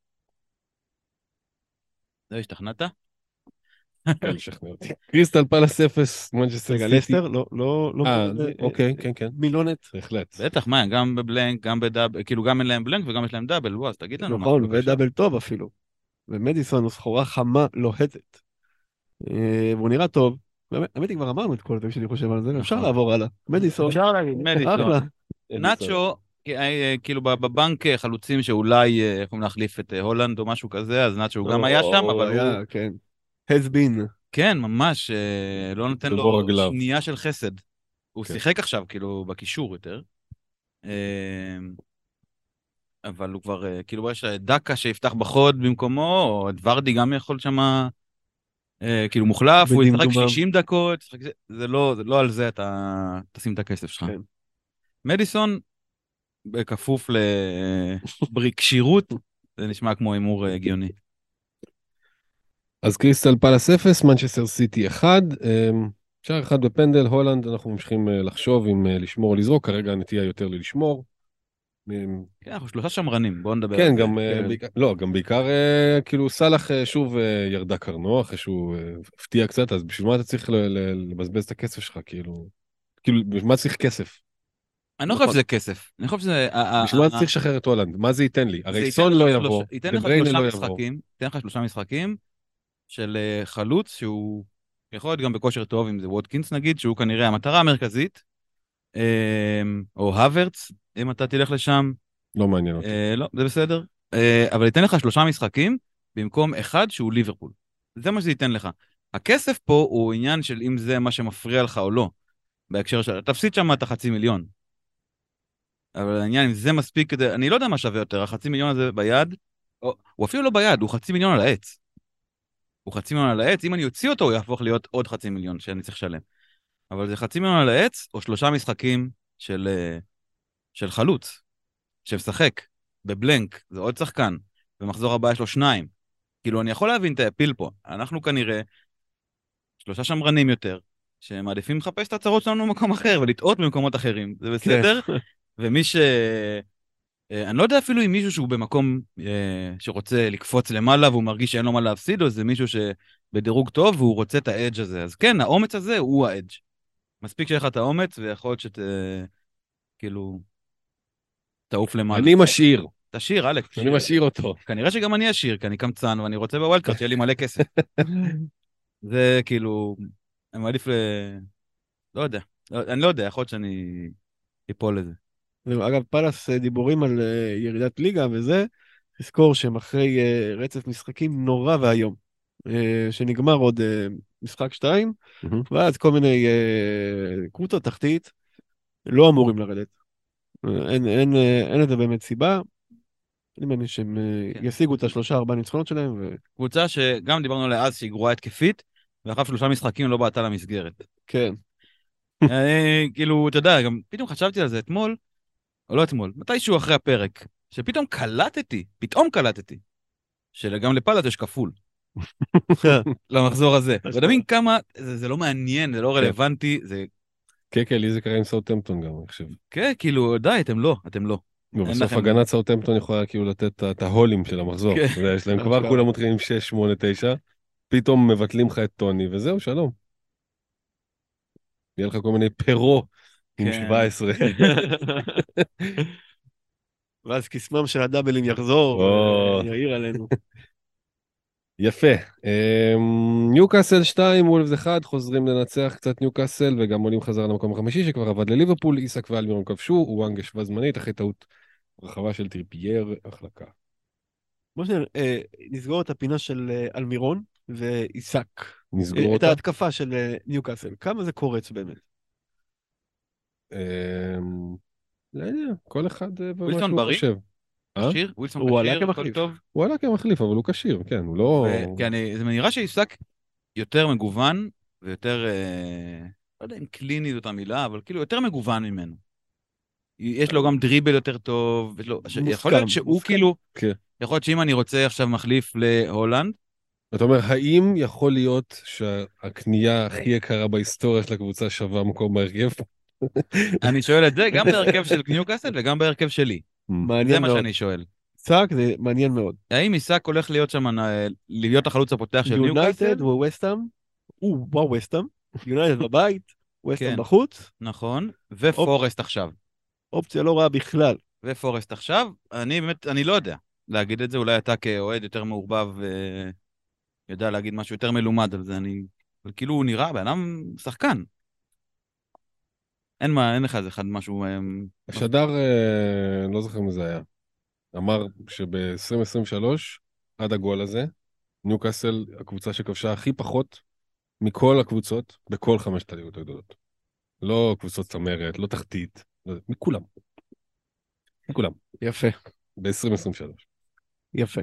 Speaker 2: לא השתכנעת?
Speaker 1: לא לשכנע אותי. קריסטל פלאס אפס, מנצ'סטר
Speaker 3: רגע,
Speaker 1: סיטי.
Speaker 3: לסטר? לא, לא, לא.
Speaker 1: אה,
Speaker 3: אה,
Speaker 1: אוקיי, כן, כן.
Speaker 3: מילונת.
Speaker 1: בהחלט.
Speaker 2: בטח, מה, גם בבלנק, גם בדאבל, כאילו גם אין להם בלנק וגם יש להם דאבל, וואו, אז תגיד לנו משהו
Speaker 3: נכון,
Speaker 2: בבקשה.
Speaker 3: ודאבל טוב אפילו. ומדיסון הוא סחורה חמה לוהטת. אה, והוא נראה טוב. באמת, האמת היא, כבר אמרנו את כל זה שאני חושב על זה, אפשר
Speaker 2: נכון.
Speaker 3: לעבור הלאה. מדיסון,
Speaker 2: אפשר להגיד, מדיסון.
Speaker 3: אחלה.
Speaker 2: נאצ'ו, אה, כאילו בבנק אה, חלוצים שאולי אה, יכולים להחליף את אה, הולנד או משהו כזה, אז נאצ'ו גם היה שם,
Speaker 3: הוא
Speaker 2: אבל הוא,
Speaker 3: היה, כן. has been.
Speaker 2: כן, ממש, אה, לא נותן
Speaker 1: דבור
Speaker 2: לו
Speaker 1: רגליו.
Speaker 2: שנייה של חסד. הוא
Speaker 1: כן.
Speaker 2: שיחק עכשיו, כאילו, בקישור יותר. אה, אבל הוא כבר, אה, כאילו, יש דקה שיפתח בחוד במקומו, או את ורדי גם יכול שמה, אה, כאילו, מוחלף, הוא ישחק
Speaker 3: בדמדומם.
Speaker 2: שישים דקות, ישחק זה, זה לא, זה לא על זה אתה תשים את הכסף שלך.
Speaker 3: כן.
Speaker 2: מדיסון, בכפוף לכשירות, זה נשמע כמו הימור אה, הגיוני.
Speaker 1: אז קריסטל פלאס אפס, מנצ'סטר סיטי אחד, שער אחד בפנדל, הולנד, אנחנו ממשיכים אה, לחשוב אם אה, לשמור או לזרוק, כרגע הנטייה יותר ללשמור. מ-
Speaker 2: כן, אנחנו שלושה שמרנים, בואו נדבר
Speaker 1: כן,
Speaker 2: על זה.
Speaker 1: גם, אה,
Speaker 3: כן.
Speaker 1: בעיקר, לא, גם בעיקר, אה, כאילו, סאלח אה, שוב אה, ירדה קרנו, אחרי שהוא אה, הפתיע קצת, אז בשביל מה אתה צריך ל- ל- לבזבז את הכסף שלך, כאילו, כאילו, בשביל מה צריך כסף?
Speaker 2: אני לא חושב שזה כסף, אני חושב שזה...
Speaker 1: בשביל מה אתה צריך לשחרר את הולנד? מה זה ייתן לי?
Speaker 2: זה
Speaker 1: הרי
Speaker 2: ייתן
Speaker 1: סון
Speaker 2: לך
Speaker 1: לא
Speaker 2: שלוש-
Speaker 1: יבוא,
Speaker 2: ייתן לך
Speaker 1: דבריינה
Speaker 2: שלושה
Speaker 1: לא יבוא.
Speaker 2: משחקים, ייתן לך שלושה משחקים של אה, חלוץ שהוא יכול להיות גם בכושר טוב, אם זה וודקינס נגיד, שהוא כנראה המטרה המרכזית, אה, או הוורץ, אם אתה תלך לשם,
Speaker 1: לא מעניין אותי.
Speaker 2: אה, לא, זה בסדר, אה, אבל ייתן לך שלושה משחקים במקום אחד שהוא ליברפול. זה מה שזה ייתן לך. הכסף פה הוא עניין של אם זה מה שמפריע לך או לא, בהקשר של... תפסיד שם את החצי מיליון. אבל העניין, אם זה מספיק כדי... אני לא יודע מה שווה יותר, החצי מיליון הזה ביד, או, הוא אפילו לא ביד, הוא חצי מיליון על העץ. הוא חצי מיליון על העץ, אם אני אוציא אותו, הוא יהפוך להיות עוד חצי מיליון שאני צריך לשלם. אבל זה חצי מיליון על העץ, או שלושה משחקים של, אה, של חלוץ, שמשחק בבלנק, זה עוד שחקן, במחזור הבא יש לו שניים. כאילו, אני יכול להבין את הפיל פה. אנחנו כנראה שלושה שמרנים יותר, שמעדיפים לחפש את הצרות שלנו במקום אחר, ולטעות במקומות אחרים, זה בסדר? ומי ש... אה, אני לא יודע אפילו אם מישהו שהוא במקום אה, שרוצה לקפוץ למעלה והוא מרגיש שאין לו מה להפסיד, או זה מישהו שבדירוג טוב והוא רוצה את האדג' הזה. אז כן, האומץ הזה הוא האדג'. מספיק שיש לך את האומץ, ויכול להיות שת... כאילו... תעוף למעלה.
Speaker 1: אני משאיר,
Speaker 2: תשאיר, אלכס.
Speaker 1: אני
Speaker 2: תשאיר.
Speaker 1: משאיר אותו.
Speaker 2: כנראה שגם אני אשאיר, כי אני קמצן ואני רוצה בוואלדקארט שיהיה לי מלא כסף. זה כאילו... אני מעדיף ל... לא יודע. לא- אני לא יודע, יכול להיות שאני אפול לזה.
Speaker 3: זהו, אגב, פלאס אה, דיבורים על אה, ירידת ליגה וזה, תזכור שהם אחרי אה, רצף משחקים נורא ואיום, אה, שנגמר עוד אה, משחק שתיים,
Speaker 1: מהמם.
Speaker 3: ואז כל מיני אה, קבוצות תחתית לא אמורים לרדת. אה, אין, אין, אה, אין לזה באמת סיבה. אני מאמין שהם אה,
Speaker 2: כן.
Speaker 3: ישיגו את השלושה ארבעה ניצחונות שלהם,
Speaker 2: קבוצה שגם דיברנו עליה אז שהיא גרועה התקפית, ואחר שלושה משחקים לא בעטה למסגרת.
Speaker 3: וכן.
Speaker 2: אה, כאילו, אתה יודע, גם פתאום חשבתי על זה אתמול, או לא אתמול, מתישהו אחרי הפרק, שפתאום קלטתי, פתאום קלטתי, שגם לפלט יש כפול, למחזור הזה. ואתה מבין כמה, זה, זה לא מעניין, זה לא רלוונטי, זה,
Speaker 1: כן, כן, לי זה קרה עם סאוטהמפטון גם, אני חושב.
Speaker 2: כן, כאילו, די, אתם לא, אתם לא.
Speaker 1: בסוף
Speaker 2: לכם-
Speaker 1: הגנת סאוטהמפטון יכולה כאילו לתת את ההולים של המחזור.
Speaker 2: כן.
Speaker 1: אתה יודע, יש להם כבר כולם מתחילים עם שש, שמונה, תשע, פתאום מבטלים לך את טוני, וזהו, שלום. יהיה לך כל מיני פירו עם
Speaker 2: כן.
Speaker 1: שבע עשרה.
Speaker 3: ואז קסמם של הדאבלים יחזור,
Speaker 1: או.
Speaker 3: ויעיר עלינו.
Speaker 1: יפה. אמ, ניוקאסל שתיים, וולפס אחד, חוזרים לנצח קצת ניוקאסל, וגם עולים חזרה למקום החמישי, שכבר עבד לליברפול, איסק ואלמירון כבשו, וואנג ישבה זמנית, אחרי טעות רחבה של טריפייר, החלקה.
Speaker 3: בוא שניה, אה, נסגור את הפינה של אה, אלמירון ועיסק.
Speaker 1: נסגור
Speaker 3: את
Speaker 1: אותה.
Speaker 3: ההתקפה של אה, ניוקאסל. כמה זה קורץ באמת?
Speaker 1: אמ, לא יודע, כל אחד אה, ומה
Speaker 2: ווילסון
Speaker 1: שהוא
Speaker 2: בריא?
Speaker 1: חושב. אה?
Speaker 2: כשיר? ווילסון
Speaker 3: הוא עלה
Speaker 2: כשיר, הכל
Speaker 3: כמחליף.
Speaker 2: טוב.
Speaker 1: הוא עלה כמחליף, אבל הוא כשיר, כן, הוא לא...
Speaker 2: ו- כי אני, זה נראה שעיסק יותר מגוון, ויותר, אה, לא יודע אם קליני זאת המילה, אבל כאילו יותר מגוון ממנו. יש לו גם דריבל יותר טוב, יש לו, ש-
Speaker 3: מוסכם,
Speaker 2: יכול להיות שהוא
Speaker 3: מוסכם.
Speaker 2: כאילו,
Speaker 1: כן.
Speaker 2: יכול להיות שאם אני רוצה עכשיו מחליף להולנד,
Speaker 1: אתה אומר, האם יכול להיות שהקנייה הכי יקרה בהיסטוריה של הקבוצה שווה מקום בהרכב?
Speaker 2: אני שואל את זה גם בהרכב של ניוקאסל וגם בהרכב שלי. זה
Speaker 3: מעניין
Speaker 2: מה
Speaker 3: מאוד.
Speaker 2: שאני שואל.
Speaker 3: איסק זה מעניין מאוד.
Speaker 2: האם איסק הולך להיות שם, להיות החלוץ הפותח של ניוקאסל?
Speaker 3: יונייטד וווסטהאם, או, וואו ווסטהאם, יונייטד בבית, ווסטהאם
Speaker 2: כן.
Speaker 3: בחוץ,
Speaker 2: נכון, ופורסט עכשיו.
Speaker 3: אופציה לא רעה בכלל.
Speaker 2: ופורסט עכשיו, אני באמת, אני לא יודע להגיד את זה, אולי אתה כאוהד יותר מעורבב, אה, יודע להגיד משהו יותר מלומד על זה, אני, אבל כאילו הוא נראה, באדם שחקן. אין מה, אין לך איזה אחד משהו... אה,
Speaker 1: השדר, אה, לא זוכר מי זה היה, אמר שב-עשרים עשרים ושלוש, עד הגול הזה, ניוקאסל, הקבוצה שכבשה הכי פחות מכל הקבוצות, בכל חמשת הליגות הגדולות. לא קבוצות צמרת, לא תחתית, לא, מכולם. מכולם.
Speaker 3: יפה,
Speaker 1: ב-עשרים עשרים ושלוש.
Speaker 3: יפה.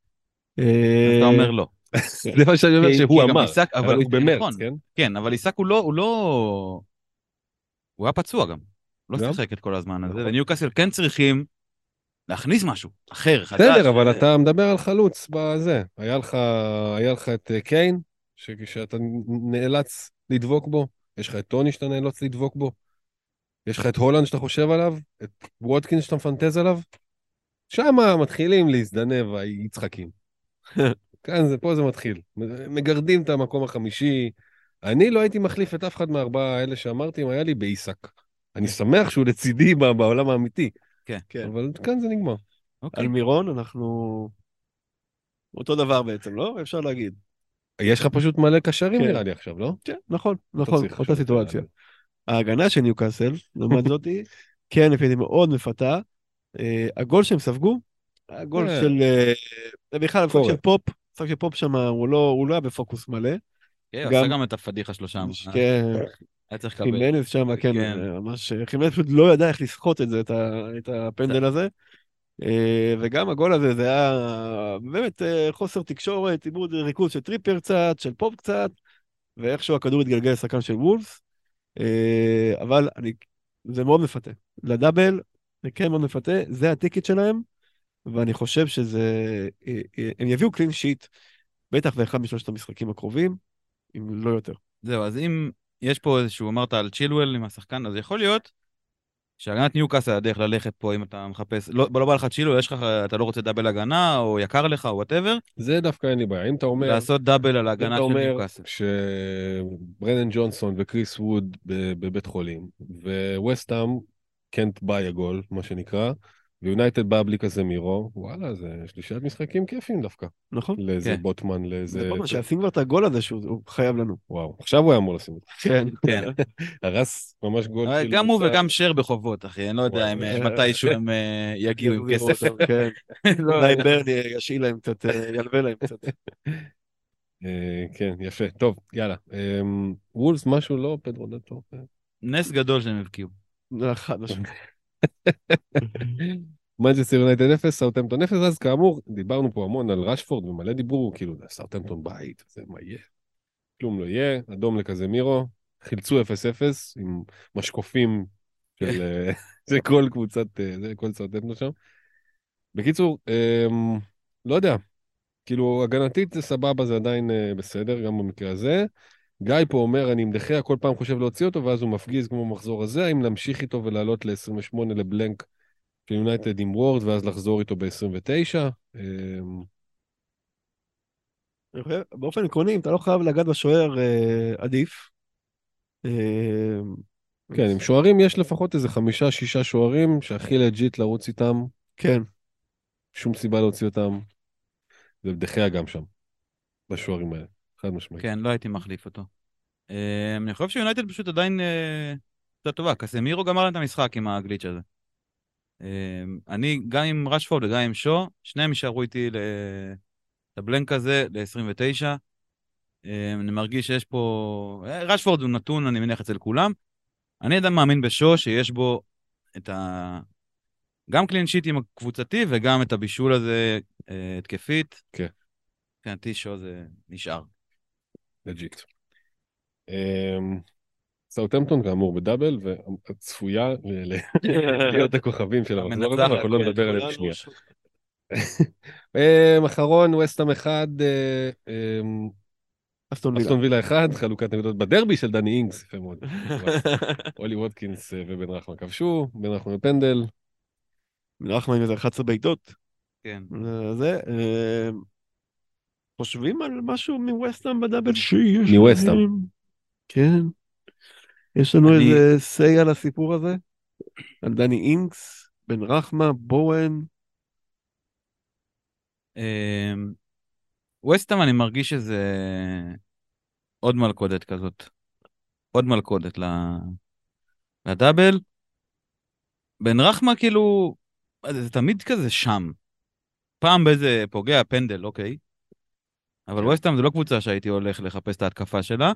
Speaker 2: אתה אומר לא.
Speaker 1: זה מה שאני אומר שהוא אמר.
Speaker 2: איסק, אבל
Speaker 1: אנחנו במרץ,
Speaker 2: נכון,
Speaker 1: כן?
Speaker 2: כן, אבל איסק הוא לא, הוא לא... הוא היה פצוע גם. הוא לא
Speaker 1: גם?
Speaker 2: שיחק את כל הזמן הזה,
Speaker 1: נכון.
Speaker 2: וניוקאסל כן צריכים להכניס משהו אחר, חדש.
Speaker 1: בסדר, אבל אתה מדבר על חלוץ בזה. היה לך, היה לך את אה, קיין, ש- שאתה נאלץ לדבוק בו, יש לך את טוני שאתה נאלץ לדבוק בו, יש לך את הולנד שאתה חושב עליו, את וודקינס שאתה מפנטז עליו, שם מתחילים להזדנב היצחקים. כאן זה, פה זה מתחיל. מגרדים את המקום החמישי. אני לא הייתי מחליף את אף אחד מהארבעה האלה שאמרתי, אם היה לי בעיסק. אני שמח שהוא לצידי ב- בעולם האמיתי,
Speaker 2: כן.
Speaker 3: כן.
Speaker 1: אבל כאן זה נגמר.
Speaker 2: אוקיי.
Speaker 3: על מירון אנחנו... אותו דבר בעצם, לא? אפשר להגיד.
Speaker 1: יש לך פשוט מלא קשרים
Speaker 3: כן.
Speaker 1: נראה לי עכשיו, לא?
Speaker 3: כן, נכון,
Speaker 1: אתה
Speaker 3: נכון,
Speaker 1: צריך
Speaker 3: אותה
Speaker 1: עכשיו
Speaker 3: סיטואציה.
Speaker 1: את
Speaker 3: ההגנה של ניוקאסל, לעומת זאתי, כן, לפי דעתי מאוד מפתה. אה, הגול שהם ספגו, הגול
Speaker 1: אה.
Speaker 3: של... אה, זה בכלל, המשחק
Speaker 1: קורה.
Speaker 3: של פופ, המשחק של פופ שם, הוא לא הוא לא היה בפוקוס מלא.
Speaker 2: כן, הוא
Speaker 3: גם-
Speaker 2: עשה גם את הפדיחה שלו שם.
Speaker 3: כן,
Speaker 2: היה צריך לקבל.
Speaker 3: חימנז שם, כן,
Speaker 2: כן.
Speaker 3: ממש, חימנז פשוט לא ידע איך לסחוט את זה, את ה- את הפנדל הזה. אה, וגם הגול הזה, זה היה באמת אה, חוסר תקשורת, עיבוד ריכוז של טריפר קצת, של פופ קצת, ואיכשהו הכדור התגלגל לשחקן של וולס. אה, אבל אני, זה מאוד מפתה. לדאבל, זה כן מאוד מפתה, זה הטיקט שלהם, ואני חושב שזה, אה, אה, הם יביאו קלין שיט, בטח באחד משלושת המשחקים הקרובים, אם לא יותר.
Speaker 2: זהו, אז אם יש פה איזשהו, אמרת על צ'ילואל עם השחקן, אז יכול להיות שהגנת ניוקאסל הדרך ללכת פה, אם אתה מחפש, לא, לא בא לך צ'ילואל, יש לך, אתה לא רוצה דאבל הגנה, או יקר לך, או וואטאבר,
Speaker 1: זה דווקא אין לי בעיה. אם אתה אומר,
Speaker 2: לעשות דאבל על
Speaker 1: אם
Speaker 2: ההגנה
Speaker 1: אתה
Speaker 2: של
Speaker 1: אומר
Speaker 2: ניוקאסל.
Speaker 1: שברנן ג'ונסון וקריס ווד ב- בבית חולים, וווסטהאם קנט ביי הגול, מה שנקרא, ויונייטד בא בלי כזה מירו, וואלה, זה שלישת משחקים כיפים דווקא.
Speaker 3: נכון?
Speaker 1: לאיזה
Speaker 2: כן.
Speaker 1: בוטמן,
Speaker 3: זה
Speaker 1: לאיזה...
Speaker 3: כל מה שעשים כבר את הגול הזה שהוא הוא חייב לנו.
Speaker 1: וואו, עכשיו הוא היה אמור לשים את זה.
Speaker 3: כן.
Speaker 2: כן.
Speaker 1: הרס ממש גול.
Speaker 2: אבל
Speaker 1: כאילו,
Speaker 2: גם הוא
Speaker 1: עשה-
Speaker 2: וגם שר בחובות, אחי, אני לא יודע
Speaker 1: וואי,
Speaker 2: אם
Speaker 3: וואי.
Speaker 2: אה, מתישהו הם אה, יגיעו עם
Speaker 3: יחזירו
Speaker 2: כסף.
Speaker 3: אותם, כן.
Speaker 2: לא,
Speaker 3: אולי ברני ישאיל להם קצת, אה, ילווה להם קצת.
Speaker 1: אה, כן, יפה. טוב, יאללה. אמ, וולס, משהו לא, פדרו נטו.
Speaker 2: נס גדול שהם הבקיעו.
Speaker 3: לא, חד משמעית.
Speaker 1: מנצ'סטר יונייטד אפס, סאוטהמפטון אפס, אז כאמור, דיברנו פה המון על רשפורד, ומלא דיברו, כאילו, סאוטהמפטון בית, זה מה יהיה? כלום לא יהיה, אדום לקזמירו, חילצו אפס אפס, עם משקופים של אה, זה כל קבוצת, אה, זה כל סאוטהמפטון שם. בקיצור, אמ, לא יודע, כאילו, הגנתית זה סבבה, זה עדיין אה, בסדר, גם במקרה הזה. גיא פה אומר, אני עם דחיה, כל פעם חושב להוציא אותו, ואז הוא מפגיז כמו מחזור הזה, האם להמשיך איתו ולעלות ל-עשרים ושמונה לבלנק של יונייטד עם וורד, ואז לחזור איתו ב-עשרים ותשע. אמ,
Speaker 3: אני חושב, באופן עקרוני, אם אתה לא חייב לגעת בשוער, אה, עדיף. אה,
Speaker 1: כן, עם שוערים יש לפחות איזה חמישה, שישה שוערים, שהכי לג'יט לרוץ איתם,
Speaker 3: כן.
Speaker 1: שום סיבה להוציא אותם. זה דחיה גם שם, בשוערים האלה, חד משמעית.
Speaker 2: כן, לא הייתי מחליף אותו. אה, אני חושב שיונייטד פשוט עדיין אה, קצת טובה. קסמירו גמר להם את המשחק עם הגליץ' הזה. אה, אני, גם עם רשפורד וגם עם שו, שניהם יישארו איתי לבלנק הזה, ל-עשרים ותשע. אה, אני מרגיש שיש פה... אה, רשפורד הוא נתון, אני מניח, אצל כולם. אני עדיין מאמין בשו שיש בו את ה... גם קלין שיט עם הקבוצתי וגם את הבישול הזה אה, התקפית.
Speaker 1: כן.
Speaker 2: מבחינתי שו זה נשאר.
Speaker 1: לג'יט. אמ, סאוטהמפטון כאמור בדאבל, והצפויה ל- ל- להיות הכוכבים של המחזור הזה,
Speaker 2: המנצחת,
Speaker 1: אנחנו לא
Speaker 3: כן,
Speaker 1: נדבר עליהם
Speaker 3: כולנו
Speaker 1: שנייה.
Speaker 3: ש-
Speaker 1: אמ, אחרון, ווסטהאם אחד, אה, אמ,
Speaker 3: אסטון וילה.
Speaker 1: אסטון וילה אחד, חלוקת נקודות בדרבי של דני אינגס, יפה מאוד. אולי ווטקינס ובן רחמן כבשו, בן רחמן בפנדל.
Speaker 3: בן רחמן עם איזה אחת עשרה בעיטות.
Speaker 2: כן.
Speaker 3: זה, אה, חושבים על משהו מווסטהאם בדאבל שיש
Speaker 1: מווסטהאם.
Speaker 3: להם? כן. יש לנו
Speaker 2: אני-
Speaker 3: איזה סי על הסיפור הזה? על דני אינגס, בן רחמה, בואן.
Speaker 2: אמ, ווסטהאם אני מרגיש שזה עוד מלכודת כזאת. עוד מלכודת ל- לדאבל. בן רחמה כאילו, זה תמיד כזה שם. פעם באיזה פוגע פנדל, אוקיי. אבל
Speaker 1: כן.
Speaker 2: ווסטהאם זה לא קבוצה שהייתי הולך לחפש את ההתקפה שלה.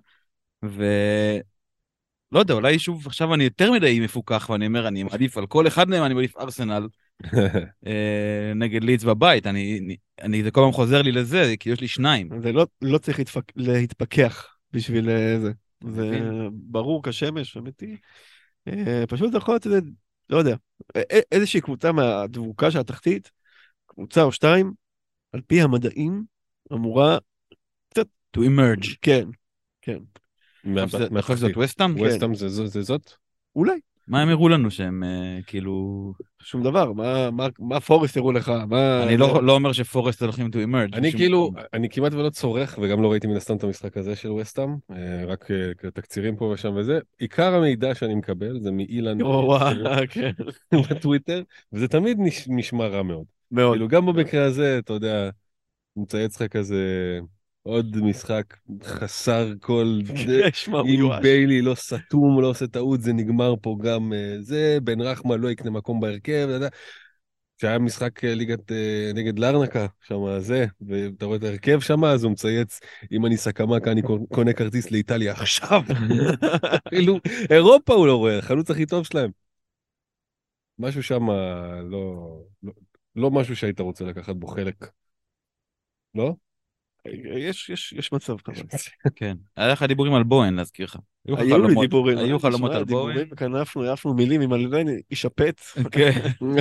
Speaker 2: ולא יודע, אולי שוב עכשיו אני יותר מדי מפוקח, ואני אומר, אני מעדיף על כל אחד מהם, אני מעדיף ארסנל אה, נגד לידס בבית. אני, אני, אני, זה כל פעם חוזר לי לזה, כי יש לי שניים.
Speaker 3: זה לא, לא צריך להתפק, להתפכח בשביל אה, זה. זה
Speaker 2: מבין?
Speaker 3: ברור כשמש, אמיתי. אה, פשוט זה יכול להיות איזה, לא יודע, א- איזושהי קבוצה מהדבוקה של התחתית, קבוצה או שתיים, על פי המדעים, אמורה קצת,
Speaker 2: To emerge.
Speaker 3: כן, כן,
Speaker 2: אתה חושב שזה- אתה חושב שזאת ווסטהאם?
Speaker 1: ווסטהאם זה זו- זה זאת?
Speaker 3: אולי,
Speaker 2: מה הם הראו לנו שהם אה, כאילו...
Speaker 3: שום דבר, מה, מה, מה פורסט הראו לך, מה...
Speaker 2: אני לא לא אומר שפורסט הולכים to emerge.
Speaker 1: אני
Speaker 2: בשום
Speaker 1: כאילו,
Speaker 2: מקום.
Speaker 1: אני כמעט ולא צורך, וגם לא ראיתי מן הסתם את המשחק הזה של ווסטהאם, אה, רק אה, תקצירים פה ושם וזה. עיקר המידע שאני מקבל זה מאילן
Speaker 3: וואו, כן,
Speaker 1: בטוויטר, וזה תמיד נש- נשמע רע מאוד.
Speaker 3: מאוד.
Speaker 1: כאילו גם במקרה הזה, אתה יודע, הוא מצייץ לך כזה עוד משחק חסר כל...
Speaker 3: שמע, הוא
Speaker 1: אם
Speaker 3: מיואש.
Speaker 1: ביילי לא סתום, לא עושה טעות, זה נגמר פה גם אה, זה, בן רחמה לא יקנה מקום בהרכב, אתה יודע. כשהיה משחק אה, ליגת אה, נגד לארנקה, שם זה, ואתה רואה את ההרכב שם, אז הוא מצייץ, אם אני סקמקה, אני קונה כרטיס לאיטליה עכשיו. כאילו, אירופה הוא לא רואה, החלוץ הכי טוב שלהם. משהו שם לא, לא, לא משהו שהיית רוצה לקחת בו חלק. לא?
Speaker 3: יש, יש, יש מצב כזה.
Speaker 2: כן. היה לך דיבורים על בוהן, להזכיר לך. לך
Speaker 3: היו לי
Speaker 2: חלומות-
Speaker 3: דיבורים.
Speaker 2: היו
Speaker 3: תשמע,
Speaker 2: חלומות על בוהן.
Speaker 3: דיבורים, כנפנו, העפנו מילים עם הלבן, ישפץ.
Speaker 2: כן.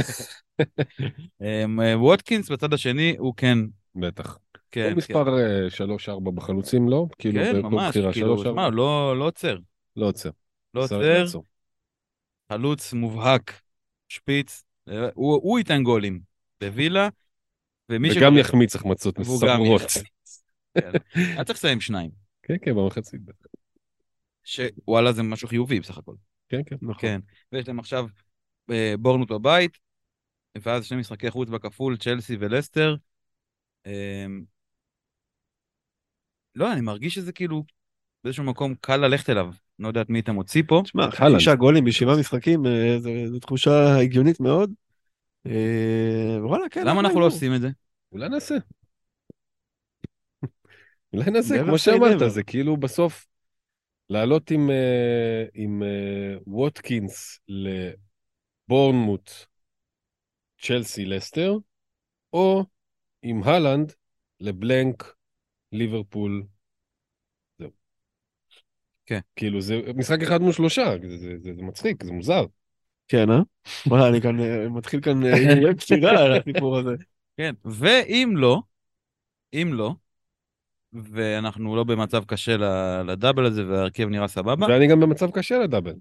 Speaker 2: אמ, אה, ווטקינס בצד השני הוא כן.
Speaker 1: בטח.
Speaker 2: כן,
Speaker 1: הוא
Speaker 2: כן.
Speaker 1: מספר אה, שלוש ארבע בחלוצים, לא? כאילו,
Speaker 2: כן,
Speaker 1: זה לא
Speaker 2: ממש,
Speaker 1: בחירה,
Speaker 2: כאילו,
Speaker 1: שלוש,
Speaker 2: שמע,
Speaker 1: ארבע.
Speaker 2: לא לא עוצר.
Speaker 1: לא עוצר.
Speaker 2: לא
Speaker 1: עשה-
Speaker 2: עוצר,
Speaker 1: עצור.
Speaker 2: חלוץ מובהק, שפיץ, אה, הוא הוא ייתן גולים בווילה, ומי
Speaker 1: וגם
Speaker 2: שכבר-
Speaker 1: יחמיץ החמצות
Speaker 2: והוא גם
Speaker 1: מסמרות.
Speaker 2: יחמיץ. כן. היה צריך לסיים שניים.
Speaker 1: כן, כן, במחצית. בטח.
Speaker 2: שוואלה זה משהו חיובי בסך הכל.
Speaker 1: כן, כן.
Speaker 3: נכון.
Speaker 2: כן. ויש להם עכשיו אה, בורנות בבית, ואז שני משחקי חוץ בכפול, צ'לסי ולסטר. אה, לא, אני מרגיש שזה כאילו באיזשהו מקום קל ללכת אליו. לא יודעת מי אתה מוציא פה.
Speaker 3: תשמע,
Speaker 1: הלנד.
Speaker 3: שישה גולים בשבעה משחקים, אה, זו- זו תחושה הגיונית מאוד. אה, וואלה, כן.
Speaker 2: למה
Speaker 3: אחלה
Speaker 2: אנחנו לא
Speaker 3: הימור.
Speaker 2: עושים את זה?
Speaker 1: אולי נעשה. אולי נעשה,
Speaker 3: Never
Speaker 1: כמו
Speaker 3: say
Speaker 1: שאמרת,
Speaker 3: never.
Speaker 1: זה כאילו בסוף לעלות עם, אה, עם אה, ווטקינס לבורנמוט, צ'לסי, לסטר, או עם הלנד לבלנק, ליברפול. זהו.
Speaker 2: כן.
Speaker 1: כאילו, זה משחק אחד מול שלושה, זה, זה, זה, זה מצחיק, זה מוזר.
Speaker 3: כן, אה? וואלה, אני כאן, אה, מתחיל כאן אה, עם בחירה על הסיפור הזה.
Speaker 2: כן. ואם לא, אם לא, ואנחנו לא במצב קשה ל- לדאבל הזה, וההרכב נראה סבבה,
Speaker 1: ואני גם במצב קשה לדאבל.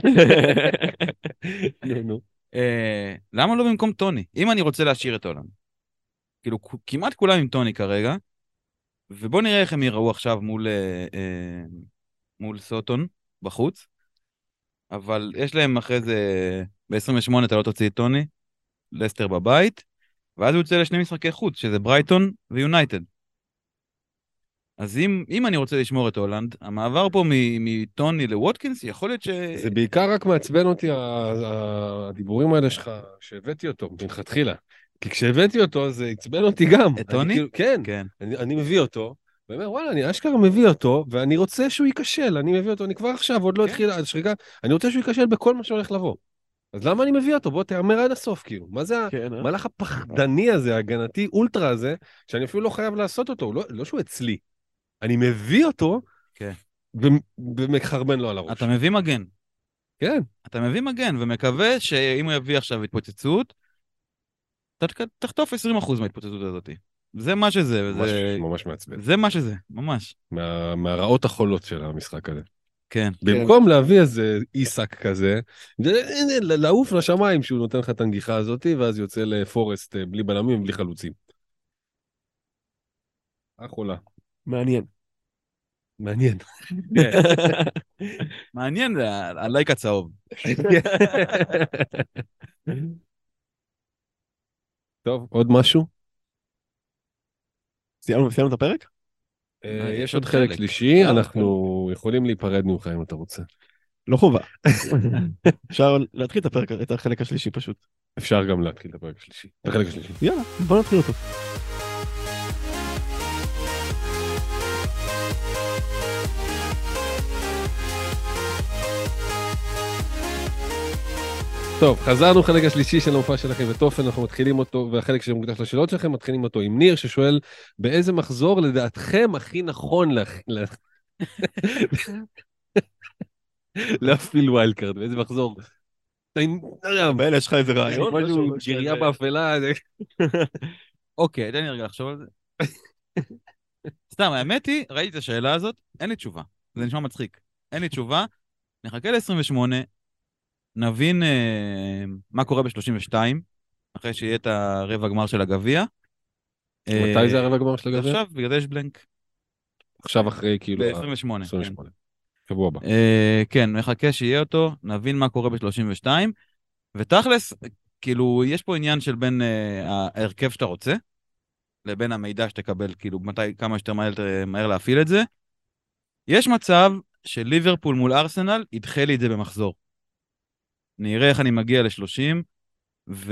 Speaker 1: נו, נו.
Speaker 2: אה, למה לא במקום טוני? אם אני רוצה להשאיר את הולנד. כאילו, כ- כמעט כולם עם טוני כרגע, ובוא נראה איך הם יראו עכשיו מול, אה, אה, מול סוטון בחוץ, אבל יש להם אחרי זה, ב-עשרים ושמונה אתה לא תוציא את טוני, לסטר בבית, ואז הוא יוצא לשני משחקי חוץ, שזה ברייטון ויונייטד. אז אם, אם אני רוצה לשמור את הולנד, המעבר פה מ- מטוני לווטקינס, יכול להיות ש...
Speaker 1: זה בעיקר רק מעצבן אותי, ה- ה- הדיבורים האלה שלך, שהבאתי אותו, מלכתחילה. כי כשהבאתי אותו, זה עצבן אותי גם.
Speaker 2: את
Speaker 1: אני
Speaker 2: טוני?
Speaker 1: כאילו- כן,
Speaker 2: כן.
Speaker 1: אני, אני מביא אותו, ואומר, וואלה, אני אשכרה מביא אותו, ואני רוצה שהוא ייכשל, אני מביא אותו, אני כבר עכשיו, עוד לא
Speaker 2: כן.
Speaker 1: התחילה השחיקה, אני רוצה שהוא ייכשל בכל מה שהולך לבוא. אז למה אני מביא אותו? בוא תאמר עד הסוף, כאילו. מה זה
Speaker 3: כן, אה?
Speaker 1: המהלך הפחדני הזה, ההגנתי אולטרה הזה, שאני אפילו לא חייב לעשות אותו, לא, לא שהוא אצלי. אני מביא אותו,
Speaker 2: כן.
Speaker 1: ו- ומחרבן לו על הראש.
Speaker 2: אתה מביא מגן.
Speaker 1: כן.
Speaker 2: אתה מביא מגן, ומקווה שאם הוא יביא עכשיו התפוצצות, אתה תק- תחטוף עשרים אחוז מההתפוצצות הזאת. זה מה שזה.
Speaker 1: ממש,
Speaker 2: זה...
Speaker 1: ממש מעצבן.
Speaker 2: זה מה שזה, ממש.
Speaker 1: מה, מהרעות החולות של המשחק הזה.
Speaker 2: כן.
Speaker 1: במקום להביא איזה איסק כזה, לעוף לשמיים שהוא נותן לך את הנגיחה הזאת, ואז יוצא לפורסט בלי בלמים ובלי חלוצים. אחולה.
Speaker 3: מעניין.
Speaker 1: מעניין.
Speaker 2: מעניין, הלייק הצהוב.
Speaker 1: טוב, עוד משהו?
Speaker 3: סיימנו את הפרק?
Speaker 1: יש עוד חלק שלישי, אנחנו יכולים להיפרד ממך אם אתה רוצה.
Speaker 3: לא חובה. אפשר להתחיל את הפרק, את החלק השלישי פשוט.
Speaker 1: אפשר גם להתחיל את הפרק השלישי. את החלק השלישי.
Speaker 3: יאללה, בוא נתחיל אותו.
Speaker 1: טוב, חזרנו חלק השלישי של המופע של אחי וטופל, אנחנו מתחילים אותו, והחלק שמוקדש לשאלות שלכם, מתחילים אותו עם ניר, ששואל, באיזה מחזור לדעתכם הכי נכון להפעיל ווילד קארד? באיזה מחזור?
Speaker 3: באלה, יש לך איזה רעיון?
Speaker 1: משהו, גריה באפלה.
Speaker 2: אוקיי, תן לי רגע לחשוב על זה. סתם, האמת היא, ראיתי את השאלה הזאת, אין לי תשובה. זה נשמע מצחיק. אין לי תשובה, נחכה ל-עשרים ושמונה, נבין אה, מה קורה ב-שלושים ושתיים, אחרי שיהיה את הרבע גמר של הגביע.
Speaker 1: מתי זה הרבע גמר של הגביע?
Speaker 2: עכשיו, בגלל זה יש בלנק.
Speaker 1: עכשיו אחרי כאילו...
Speaker 2: ב-עשרים ושמונה.
Speaker 1: עשרים ושמונה. שבוע הבא.
Speaker 2: אה, כן, נחכה שיהיה אותו, נבין מה קורה ב-שלושים ושתיים, ותכלס, כאילו, יש פה עניין של בין אה, ההרכב שאתה רוצה, לבין המידע שתקבל, כאילו, מתי, כמה שיותר מהר, מהר להפעיל את זה. יש מצב של ליברפול מול ארסנל, ידחה לי את זה במחזור. נראה איך אני מגיע ל-שלושים, ו...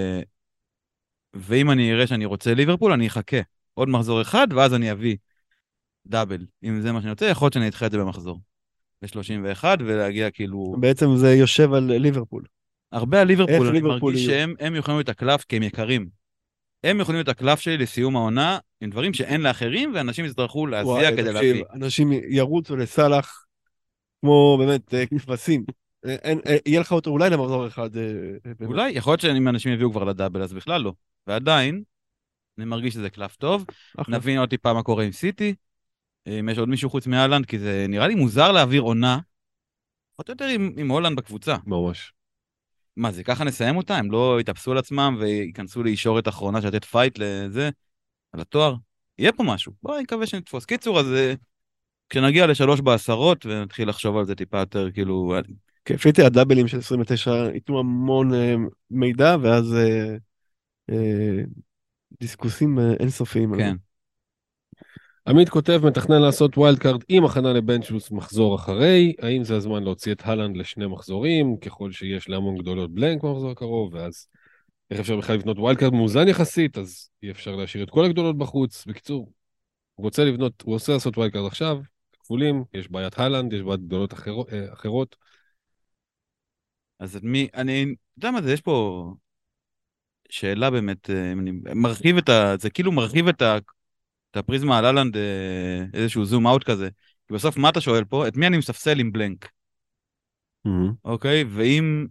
Speaker 2: ואם אני אראה שאני רוצה ליברפול, אני אחכה עוד מחזור אחד, ואז אני אביא דאבל. אם זה מה שאני רוצה, יכול להיות שאני אדחה את זה במחזור. ב-שלושים ואחת, ולהגיע כאילו...
Speaker 3: בעצם זה יושב על ליברפול.
Speaker 2: הרבה על ליברפול, אני
Speaker 3: ליברפול
Speaker 2: מרגיש שהם הם יכולים את הקלף כי הם יקרים. הם יכולים את הקלף שלי לסיום העונה, עם דברים שאין לאחרים, ואנשים יצטרכו להזיע כדי להביא.
Speaker 3: אנשים ירוצו לסלח, כמו באמת כבשים. יהיה לך אותו אולי למחזור אחד.
Speaker 2: אולי, יכול להיות שאם אנשים יביאו כבר לדאבל, אז בכלל לא. ועדיין, אני מרגיש שזה קלף טוב. נבין עוד טיפה מה קורה עם סיטי. אם יש עוד מישהו חוץ מהלנד, כי זה נראה לי מוזר להעביר עונה, עוד יותר עם, עם הולנד בקבוצה.
Speaker 1: ממש.
Speaker 2: מה, זה ככה נסיים אותה? הם לא יתאפסו על עצמם ויכנסו לישורת אחרונה שתת פייט לזה, על התואר? יהיה פה משהו. בואי, נקווה שנתפוס. קיצור, אז כשנגיע לשלוש בעשרות, ונתחיל לחשוב על זה טיפה יותר, כאילו...
Speaker 3: כפי הדאבלים של עשרים ותשע ייתנו המון מידע, ואז דיסקוסים אינסופיים.
Speaker 2: כן.
Speaker 1: עמית כותב, מתכנן לעשות ווילד קארד עם הכנה לבנצ'בוס מחזור אחרי, האם זה הזמן להוציא את הלנד לשני מחזורים, ככל שיש להמון גדולות בלנק במחזור הקרוב, ואז איך אפשר בכלל לבנות ווילד קארד מאוזן יחסית, אז אי אפשר להשאיר את כל הגדולות בחוץ. בקיצור, הוא רוצה לבנות, הוא רוצה לעשות ווילד קארד עכשיו, כפולים, יש בעיית הלנד, יש בעיית גדולות אחרות, אחרות.
Speaker 2: אז מי, אני, אתה יודע מה זה, יש פה שאלה באמת, אני מרחיב את ה, זה כאילו מרחיב את ה, את הפריזמה על הלנד, איזשהו זום אאוט כזה, כי בסוף מה אתה שואל פה? את מי אני מספסל עם בלנק? אוקיי, ואם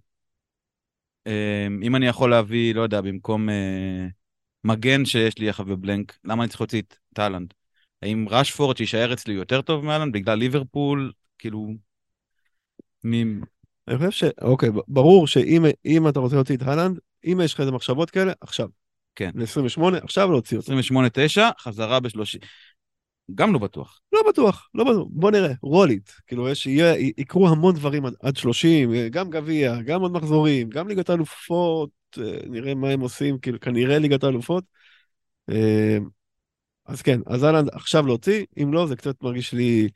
Speaker 2: אם אני יכול להביא, לא יודע, במקום מגן שיש לי יחד בבלנק, למה אני צריך להוציא את הלנד? האם רשפורד שישאר אצלי יותר טוב מהלנד, בגלל ליברפול, כאילו...
Speaker 3: אני חושב ש... אוקיי, ברור שאם אתה רוצה להוציא את הלנד, אם יש לך איזה מחשבות כאלה, עכשיו.
Speaker 2: כן.
Speaker 3: ל-עשרים ושמונה, עכשיו להוציא אותו.
Speaker 2: עשרים ושמונה תשע, חזרה ב-שלושים. גם לא בטוח.
Speaker 3: לא בטוח, לא בטוח. בוא נראה, רולית. כאילו, יש, יהיה, יקרו המון דברים עד, עד שלושים, גם גביע, גם עוד מחזורים, גם ליגת האלופות, נראה מה הם עושים, כאילו, כנראה ליגת האלופות. אז כן, אז הלנד עכשיו להוציא, אם לא, זה קצת מרגיש לי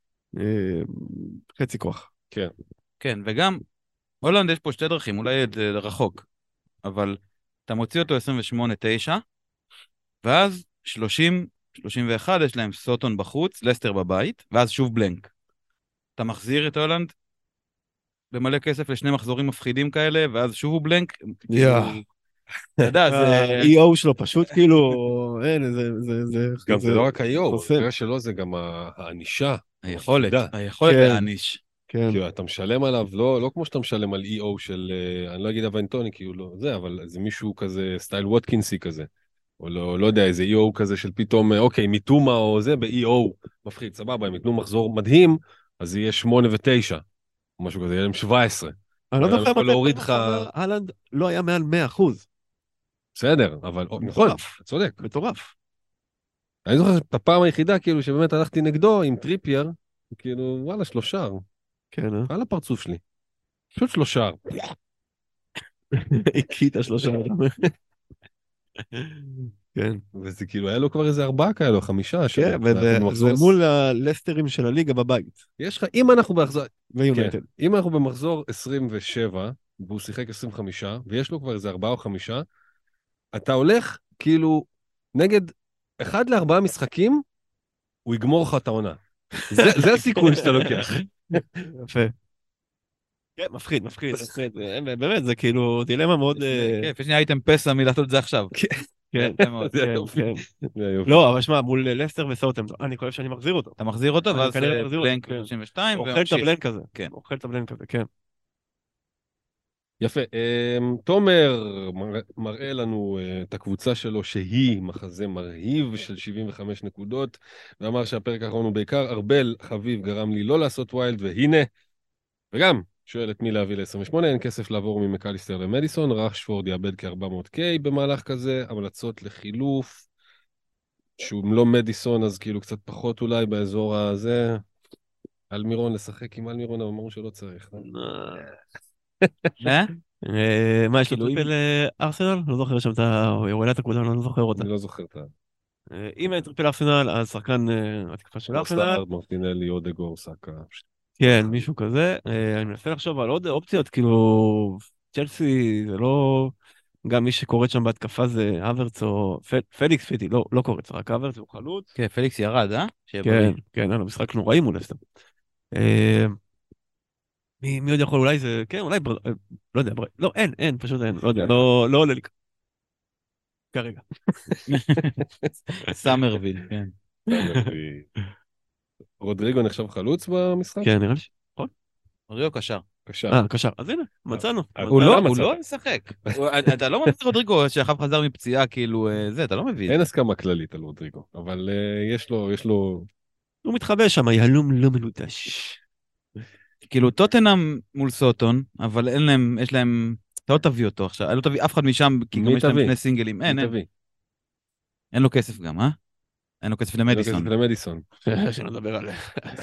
Speaker 3: חצי כוח.
Speaker 1: כן.
Speaker 2: כן, וגם, הולנד יש פה שתי דרכים, אולי רחוק, אבל אתה מוציא אותו עשרים ושמונה תשע, ואז שלושים, שלושים ואחת יש להם סוטון בחוץ, לסטר בבית, ואז שוב בלנק. אתה מחזיר את הולנד במלא כסף לשני מחזורים מפחידים כאלה, ואז שוב הוא בלנק.
Speaker 3: יאה.
Speaker 2: אתה יודע, זה...
Speaker 3: ה-אי או שלו פשוט כאילו, אין, זה...
Speaker 1: גם זה לא רק ה-אי או, זה שלו זה גם הענישה.
Speaker 2: היכולת, היכולת להעניש.
Speaker 1: כאילו, אתה משלם עליו, לא כמו שאתה משלם על אי או של, אני לא אגיד אבנטוני, כאילו לא, זה, אבל זה מישהו כזה, סטייל ווטקינסי כזה. או לא, לא יודע, איזה אי או כזה של פתאום, אוקיי, מיתומה או זה, ב-אי או, מפחיד, סבבה, הם יתנו מחזור מדהים, אז זה יהיה שמונה ותשע, או משהו כזה, יהיה להם שבע עשרה.
Speaker 3: אני לא זוכר מתי
Speaker 1: להוריד לך...
Speaker 3: הלנד לא היה מעל מאה אחוז.
Speaker 1: בסדר, אבל נכון, צודק.
Speaker 3: מטורף.
Speaker 1: אני זוכר את הפעם היחידה, כאילו, שבאמת הלכתי נגדו עם טריפייר, כאילו, וואלה, שלושה.
Speaker 3: כן, אה?
Speaker 1: על הפרצוף שלי. פשוט שלושה.
Speaker 3: הקית שלושה. כן.
Speaker 1: וזה כאילו, היה לו כבר איזה ארבעה כאלו, חמישה.
Speaker 3: כן, וזה מול הלסטרים של הליגה בבית.
Speaker 1: יש לך, אם אנחנו במחזור...
Speaker 3: ויונייטד.
Speaker 1: אם אנחנו במחזור עשרים ושבע, והוא שיחק עשרים וחמש, ויש לו כבר איזה ארבעה או חמישה, אתה הולך, כאילו, נגד אחד לארבעה משחקים, הוא יגמור לך את העונה. זה הסיכון שאתה לוקח.
Speaker 3: יפה. כן, מפחיד, מפחיד. באמת, זה כאילו דילמה מאוד...
Speaker 2: כיף, יש לי אייטם פסע מלעשות את זה עכשיו.
Speaker 3: כן,
Speaker 1: זה יופי.
Speaker 3: לא, אבל שמע, מול לסטר וסאוטהמפטון, אני חושב שאני מחזיר אותו.
Speaker 2: אתה מחזיר אותו, ואז בלנק שלושים ושתיים,
Speaker 3: אוכל את הבלנק הזה. אוכל את הבלנק הזה, כן.
Speaker 1: יפה. תומר מראה לנו את הקבוצה שלו שהיא מחזה מרהיב של שבעים וחמש נקודות, ואמר שהפרק האחרון הוא בעיקר ארבל חביב גרם לי לא לעשות ויילד, והנה, וגם שואל את מי להביא ל-עשרים ושמונה, אין כסף לעבור ממקליסטר למדיסון, רשפורד יאבד כ-ארבע מאות קיי במהלך כזה, המלצות לחילוף, שהוא לא מדיסון אז כאילו קצת פחות אולי באזור הזה, אלמירון לשחק עם אלמירון, אבל אמרו שלא צריך.
Speaker 2: אה?
Speaker 3: מה, יש לו טריפל ארסנל? לא זוכר שם את ה... הוא העלה את הקבוצה, אני לא זוכר אותה.
Speaker 1: אני לא זוכר את ה...
Speaker 3: אם אין טריפל ארסנל, אז שחקן התקפה של ארסנל.
Speaker 1: מרטינלי, אודגור, סאקה.
Speaker 3: כן, מישהו כזה. אני מנסה לחשוב על עוד אופציות, כאילו... צ'לסי זה לא... גם מי שקוראת שם בהתקפה זה אברץ או... פליקס פיטי, לא, לא קוראת, רק אברץ הוא חלוץ.
Speaker 2: כן, פליקס ירד, אה?
Speaker 3: כן, כן, היה משחק נוראי מול אסטר. מי, מי עוד יכול, אולי זה, כן, אולי, בר... לא יודע, בר... לא, אין, אין, פשוט אין, לא יודע, לא, לא עולה לי כרגע.
Speaker 2: סאמרוויל, כן.
Speaker 1: רודריגו נחשב חלוץ במשחק?
Speaker 3: כן, נראה לי, נכון?
Speaker 2: רודריגו קשר.
Speaker 1: קשר.
Speaker 3: אה, קשר, אז הנה, מצאנו.
Speaker 2: הוא לא, הוא לא משחק. אתה לא מבין רודריגו שאחר חזר מפציעה, כאילו, זה, אתה לא מבין.
Speaker 1: אין הסכמה כללית על רודריגו, אבל יש לו, יש לו...
Speaker 3: הוא מתחבא שם, יהלום לא מלוטש.
Speaker 2: כאילו, טוטנהאם מול סוטון, אבל אין להם, יש להם, אתה לא תביא אותו עכשיו, לא תביא אף אחד משם, כי גם יש להם שני סינגלים. אין, אין. אין לו כסף גם, אה? אין לו כסף למדיסון.
Speaker 1: אין לו כסף למדיסון.
Speaker 3: שלא נדבר עליה.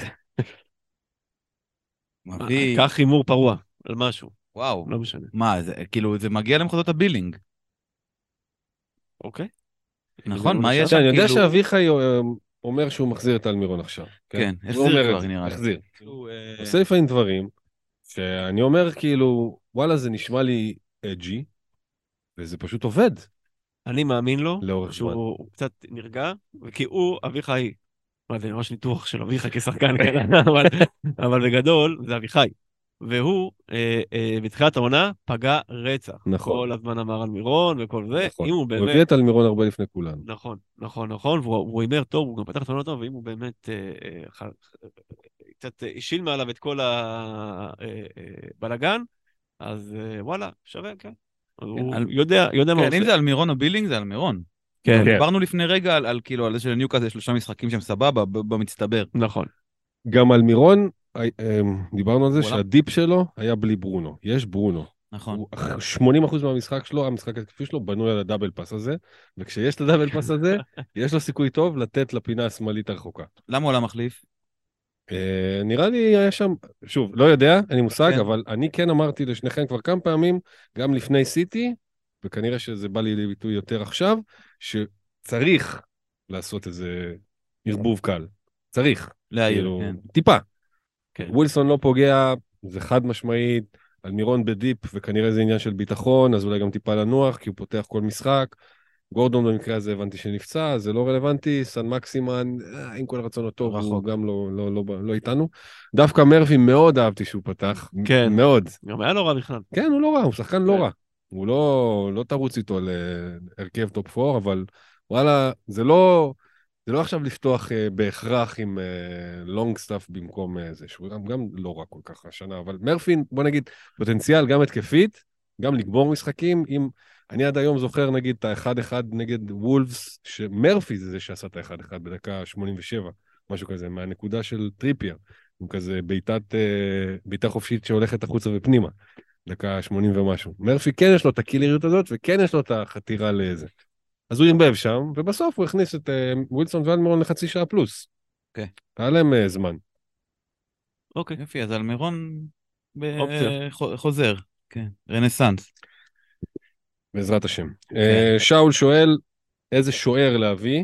Speaker 2: מביא...
Speaker 3: כך הימור פרוע, על משהו.
Speaker 2: וואו.
Speaker 3: לא משנה.
Speaker 2: מה, זה, כאילו, זה מגיע למחוזות הבילינג.
Speaker 3: אוקיי.
Speaker 2: נכון, מה יש שם?
Speaker 1: אני יודע שאביחי אומר שהוא מחזיר את אלמירון עכשיו.
Speaker 2: כן, החזיר כבר, נראה לי.
Speaker 1: החזיר. עושה לפעמים דברים, שאני אומר כאילו, וואלה, זה נשמע לי אג'י, וזה פשוט עובד.
Speaker 3: אני מאמין לו,
Speaker 1: לאורך זמן.
Speaker 3: שהוא קצת נרגע, כי הוא, אביחי, מה זה, ממש ניתוח של אביחי כשחקן, אבל בגדול, זה אביחי. והוא, בתחילת העונה, פגע רצח.
Speaker 1: נכון.
Speaker 3: כל הזמן אמר על מירון וכל זה.
Speaker 1: נכון. הוא הביא את על מירון הרבה לפני כולנו.
Speaker 3: נכון, נכון, נכון, והוא הימר טוב, הוא גם פתח את העונה טוב, ואם הוא באמת קצת השיל מעליו את כל הבלגן, אז וואלה, שווה, כן. הוא יודע, יודע מה הוא עושה.
Speaker 2: אם זה על מירון או בילינג, זה על מירון.
Speaker 3: כן.
Speaker 2: דיברנו לפני רגע על כאילו, על זה של ניו כזה, שלושה משחקים שהם סבבה, במצטבר.
Speaker 3: נכון.
Speaker 1: גם על מירון, דיברנו על זה שהדיפ שלו היה בלי ברונו. יש ברונו.
Speaker 2: נכון.
Speaker 1: שמונים אחוז מהמשחק שלו, המשחק התקפי שלו, בנוי על הדאבל פס הזה, וכשיש את הדאבל פס הזה, יש לו סיכוי טוב לתת לפינה השמאלית הרחוקה.
Speaker 2: למה הוא לא מחליף?
Speaker 1: נראה לי היה שם, שוב, לא יודע, אין לי מושג, אבל אני כן אמרתי לשניכם כבר כמה פעמים, גם לפני סיטי, וכנראה שזה בא לי לביטוי יותר עכשיו, שצריך לעשות איזה ערבוב קל. צריך.
Speaker 2: להעיר, כן.
Speaker 1: טיפה. ווילסון לא פוגע, זה חד משמעית, על מירון בדיפ, וכנראה זה עניין של ביטחון, אז אולי גם טיפה לנוח, כי הוא פותח כל משחק. גורדון במקרה הזה הבנתי שנפצע, זה לא רלוונטי, סן מקסימן, עם כל הרצון הטוב, הוא גם לא, לא, לא, לא איתנו. דווקא מרפי מאוד אהבתי שהוא פתח,
Speaker 3: כן.
Speaker 1: מאוד.
Speaker 3: גם היה לא רע בכלל.
Speaker 1: כן, הוא לא רע, הוא שחקן לא רע. הוא לא, לא תרוץ איתו להרכב טופ ארבע, אבל וואלה, זה לא, זה לא עכשיו לפתוח uh, בהכרח עם לונג uh, סטאפ במקום uh, זה, שהוא גם, גם לא רע כל כך השנה, אבל מרפין, בוא נגיד, פוטנציאל גם התקפית, גם לגמור משחקים, אם... אני עד היום זוכר, נגיד, את ה-אחד אחד נגד וולפס, שמרפי זה זה שעשה את ה-אחד אחד בדקה שמונים ושבע, משהו כזה, מהנקודה של טריפייר, עם כזה ביתת, אה, ביתה חופשית שהולכת החוצה ופנימה, דקה שמונים ומשהו. מרפי כן יש לו את הקילריות הזאת, וכן יש לו את החתירה לאיזה. אז הוא ערבב שם, ובסוף הוא הכניס את אה, ווילסון ואלמירון לחצי שעה פלוס.
Speaker 2: אוקיי.
Speaker 1: היה להם אה, זמן.
Speaker 3: אוקיי.
Speaker 2: יופי, אז אלמירון ב-
Speaker 3: אופציה.
Speaker 2: חו- חוזר, כן, רנסאנס.
Speaker 1: בעזרת השם. אה, שאול שואל, איזה שוער להביא?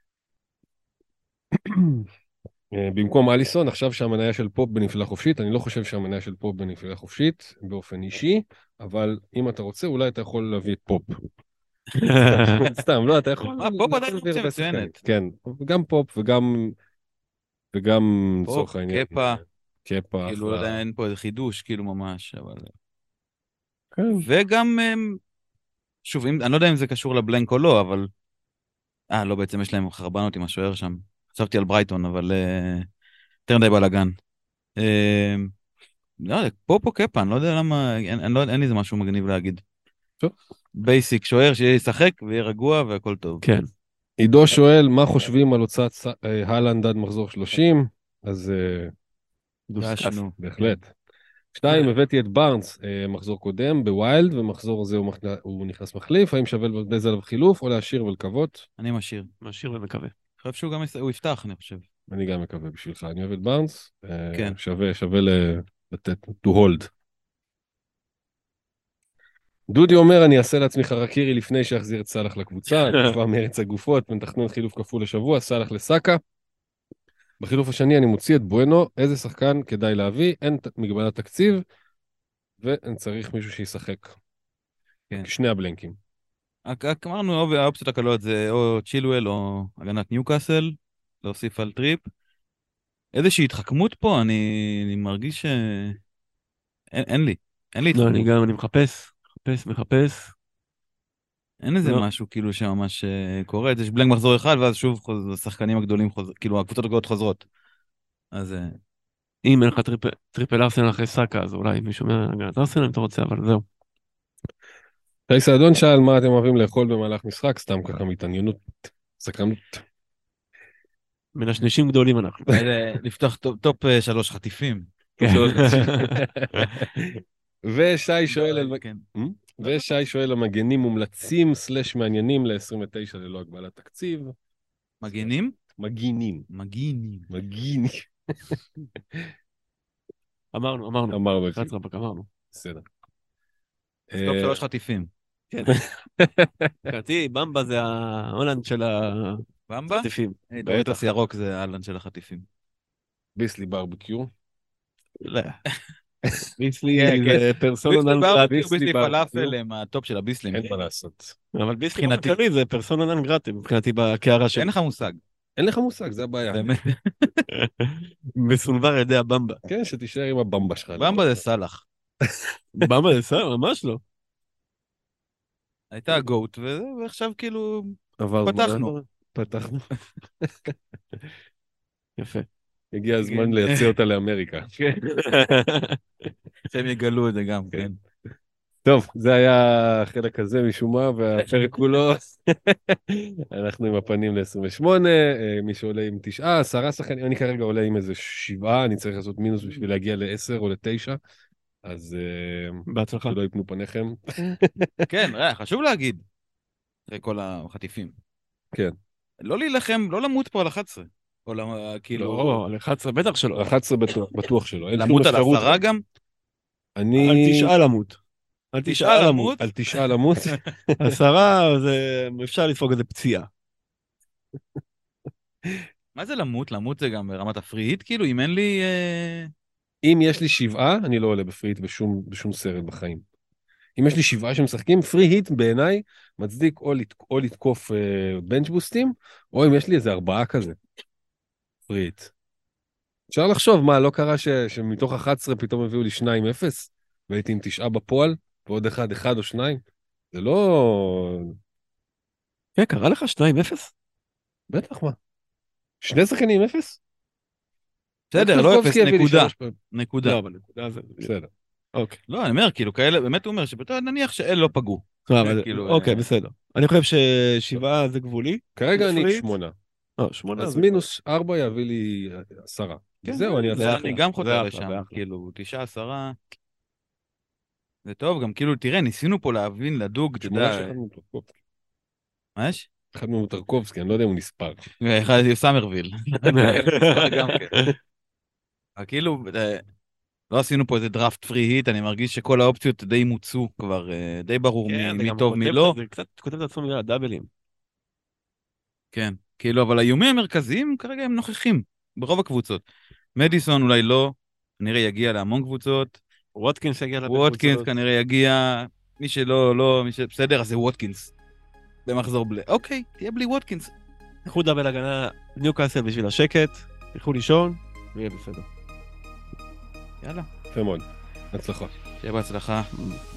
Speaker 1: אה, במקום אליסון, עכשיו שהמניה של פופ בנפילה חופשית, אני לא חושב שהמניה של פופ בנפילה חופשית, באופן אישי, אבל אם אתה רוצה, אולי אתה יכול להביא את פופ. סתם, לא, אתה יכול...
Speaker 2: אה, פופ עדיין
Speaker 1: להביא
Speaker 2: אופציה
Speaker 1: הרבה שחקנים.
Speaker 2: מצוינת.
Speaker 1: כן, גם פופ וגם... וגם,
Speaker 2: פופ,
Speaker 1: לצורך העניין.
Speaker 2: קפה.
Speaker 1: קפה,
Speaker 2: כאילו,
Speaker 1: אחלה.
Speaker 2: עדיין אין פה איזה חידוש, כאילו ממש, אבל...
Speaker 1: כן.
Speaker 2: וגם, אמ, שוב, אם- אני לא יודע אם זה קשור לבלנק או לא, אבל... אה, לא, בעצם יש להם חרבנות עם השוער שם. חשבתי על ברייטון, אבל... אה, יותר מדי בלאגן. אה, לא יודע, פופ או קפה, אני לא יודע למה... אין, אין, לא, אין לי איזה משהו מגניב להגיד.
Speaker 1: טוב.
Speaker 2: בייסיק, שוער שישחק ויהיה רגוע והכל טוב.
Speaker 3: כן.
Speaker 1: עידו שואל, מה חושבים על הוצאת ס- אה, הלנד עד מחזור שלושים? אז אה,
Speaker 3: דוסקס.
Speaker 2: גשנו.
Speaker 1: בהחלט. שתיים, הבאתי את בארנס, אה, מחזור קודם, בווילד, ומחזור הזה הוא, מח... הוא נכנס מחליף, האם שווה לבזבז עליו חילוף או להשאיר ולקוות?
Speaker 2: אני משאיר.
Speaker 3: משאיר ומקווה.
Speaker 2: אני חושב שהוא גם יס- הוא יפתח, אני חושב.
Speaker 1: אני גם מקווה בשבילך, אני אוהב את בארנס, אה,
Speaker 2: כן.
Speaker 1: שווה, שווה ל- לתת, to hold. דודי אומר, אני אעשה לעצמי חרקירי לפני שאחזיר את סלאח לקבוצה, כבר מארץ הגופות, ונתכנן חילוף כפול לשבוע, סלאח לסאקה. בחילוף השני אני מוציא את בואנו, איזה שחקן כדאי להביא, אין ת- מגבלת תקציב, ואני צריך מישהו שישחק.
Speaker 2: כן.
Speaker 1: שני הבלנקים.
Speaker 2: רק- רק אמרנו, האופ- האופציות הקלות זה או צ'ילואל או הגנת ניוקאסל, להוסיף על טריפ. איזושהי התחכמות פה, אני, אני מרגיש ש... אין, אין לי, אין לי
Speaker 3: לא,
Speaker 2: התחכמות.
Speaker 3: אני גם, אני מחפש, מחפש, מחפש.
Speaker 2: אין איזה
Speaker 3: לא.
Speaker 2: משהו כאילו שממש אה, קורה. יש בלנק מחזור אחד, ואז שוב חוז... השחקנים הגדולים חוזרים, כאילו הקבוצות הגדולות חוזרות. אז אה,
Speaker 3: אם אין לך טריפל, טריפל ארסנל אחרי סאקה, אז אולי מישהו מהגנת ארסנל אם אתה רוצה, אבל זהו.
Speaker 1: שי סעדון שאל מה אתם אוהבים לאכול במהלך משחק, סתם ככה מתעניינות, סקרנות.
Speaker 3: מנשנשים גדולים אנחנו.
Speaker 2: אלה, לפתוח טופ, טופ אה, שלוש חטיפים.
Speaker 1: ושי שואל על...
Speaker 2: כן.
Speaker 1: ושי שואל על מגנים מומלצים סלש מעניינים ל-עשרים ותשע ללא הגבלת תקציב.
Speaker 2: מגינים?
Speaker 1: מגינים.
Speaker 2: מגינים.
Speaker 1: מגינים.
Speaker 3: אמרנו, אמרנו.
Speaker 1: אמרנו.
Speaker 3: אחת רבק, אמרנו.
Speaker 1: בסדר.
Speaker 2: אז טופ שלוש חטיפים.
Speaker 3: כן. קראתי, במבה זה ההולנד של
Speaker 2: במבה?
Speaker 3: החטיפים.
Speaker 2: אה, דורטס ירוק זה האלן של החטיפים.
Speaker 1: ביסלי ברבקיו.
Speaker 3: לא. ביסלי
Speaker 2: כן, כן.
Speaker 3: זה פרסונה
Speaker 2: ביסלי
Speaker 3: נן
Speaker 2: ברבקיו,
Speaker 3: גרטה.
Speaker 2: ביסלי פלאפל הם הטופ של הביסלים.
Speaker 1: אין מה לעשות.
Speaker 3: אבל ביסלי
Speaker 2: מבחינתי.
Speaker 3: בכללי זה פרסונה נן גרטה, מבחינתי בקערה שלי.
Speaker 2: אין לך מושג.
Speaker 1: אין לך מושג, זה הבעיה.
Speaker 2: באמת.
Speaker 3: מסונבר על ידי הבמבה.
Speaker 1: כן, שתישאר עם הבמבה שלך.
Speaker 2: במבה זה סלאח.
Speaker 3: במבה זה סתם, ממש לא.
Speaker 2: הייתה גוט, ועכשיו כאילו
Speaker 1: עבר
Speaker 2: פתחנו.
Speaker 1: זמן. פתחנו.
Speaker 3: יפה.
Speaker 1: הגיע הזמן לייצא אותה לאמריקה.
Speaker 2: שהם יגלו את זה גם, כן.
Speaker 1: טוב, זה היה החלק הזה משום מה, והפרק כולו, אנחנו עם הפנים ל-עשרים ושמונה, מי שעולה עם תשעה, עשרה שחקנים, אני כרגע עולה עם איזה שבעה, אני צריך לעשות מינוס בשביל להגיע לעשר או לתשע, אז
Speaker 3: בהצלחה.
Speaker 1: שלא יפנו פניכם.
Speaker 2: כן, ראה, חשוב להגיד, אחרי כל החטיפים.
Speaker 1: כן.
Speaker 2: לא להילחם, לא למות פה על אחת עשרה. או למ- כאילו...
Speaker 3: לא, על אחת עשרה בטח שלא.
Speaker 1: אחת עשרה בטוח, בטוח שלא. אין שום
Speaker 2: למות על
Speaker 1: אפשרות.
Speaker 2: עשרה גם?
Speaker 1: אני...
Speaker 3: אל תשאל למות. אל
Speaker 2: תשאל
Speaker 3: תשאל
Speaker 2: למות?
Speaker 3: למות.
Speaker 1: אל תשאל למות.
Speaker 3: עשרה, זה אפשר לספוג איזה פציעה.
Speaker 2: מה זה למות? למות זה גם ברמת הפריט? כאילו, אם אין לי... אה,
Speaker 1: אם יש לי שבעה, אני לא עולה בפריט בשום, בשום סרט בחיים. אם יש לי שבעה שמשחקים, פרי היט בעיניי מצדיק או, לת... או לתקוף אה, בנץ' בוסטים, או אם יש לי איזה ארבעה כזה. פרי היט. אפשר לחשוב, מה, לא קרה ש... שמתוך אחת עשרה פתאום הביאו לי שניים אפס, והייתי עם תשעה בפועל, ועוד אחד, אחד או שניים? זה לא...
Speaker 3: כן, קרה לך שתיים אפס?
Speaker 1: בטח, מה? שני שחקנים אפס?
Speaker 2: בסדר, לא אפס, נקודה. נקודה.
Speaker 3: לא, אבל נקודה זה...
Speaker 1: בסדר.
Speaker 3: אוקיי.
Speaker 2: לא, אני אומר, כאילו, כאלה, באמת הוא אומר, שבטוח נניח שאלה לא פגעו.
Speaker 3: אוקיי, בסדר. אני חושב ששבעה זה גבולי.
Speaker 1: כרגע אני שמונה.
Speaker 3: שמונה.
Speaker 1: אז מינוס ארבע יביא לי עשרה. זהו, אני
Speaker 2: אעשה. אני גם חותר לשם, כאילו, תשעה, עשרה. זה טוב, גם כאילו, תראה, ניסינו פה להבין, לדוג, אתה יודע. מה יש?
Speaker 1: אחד מטרקובסקי, אני לא יודע אם הוא נספר.
Speaker 2: אחד סמרוויל. כאילו, לא עשינו פה איזה דראפט פרי היט, אני מרגיש שכל האופציות די מוצאו כבר, די ברור מי טוב מי לא.
Speaker 3: זה קצת כותב את עצמו בגלל הדאבלים.
Speaker 2: כן, כאילו, אבל האיומים המרכזיים כרגע הם נוכחים ברוב הקבוצות. מדיסון אולי לא, כנראה יגיע להמון קבוצות.
Speaker 3: ווטקינס יגיע להמון קבוצות.
Speaker 2: ווטקינס כנראה יגיע, מי שלא, לא, מי שבסדר, אז זה ווטקינס. במחזור בלי. אוקיי, תהיה בלי ווטקינס.
Speaker 3: קחו דאבל הגנה, ניוקאסל בשביל השקט, תלכו לישון, ויהיה בסדר.
Speaker 2: יאללה.
Speaker 1: יפה מאוד. הצלחה.
Speaker 2: שיהיה בהצלחה.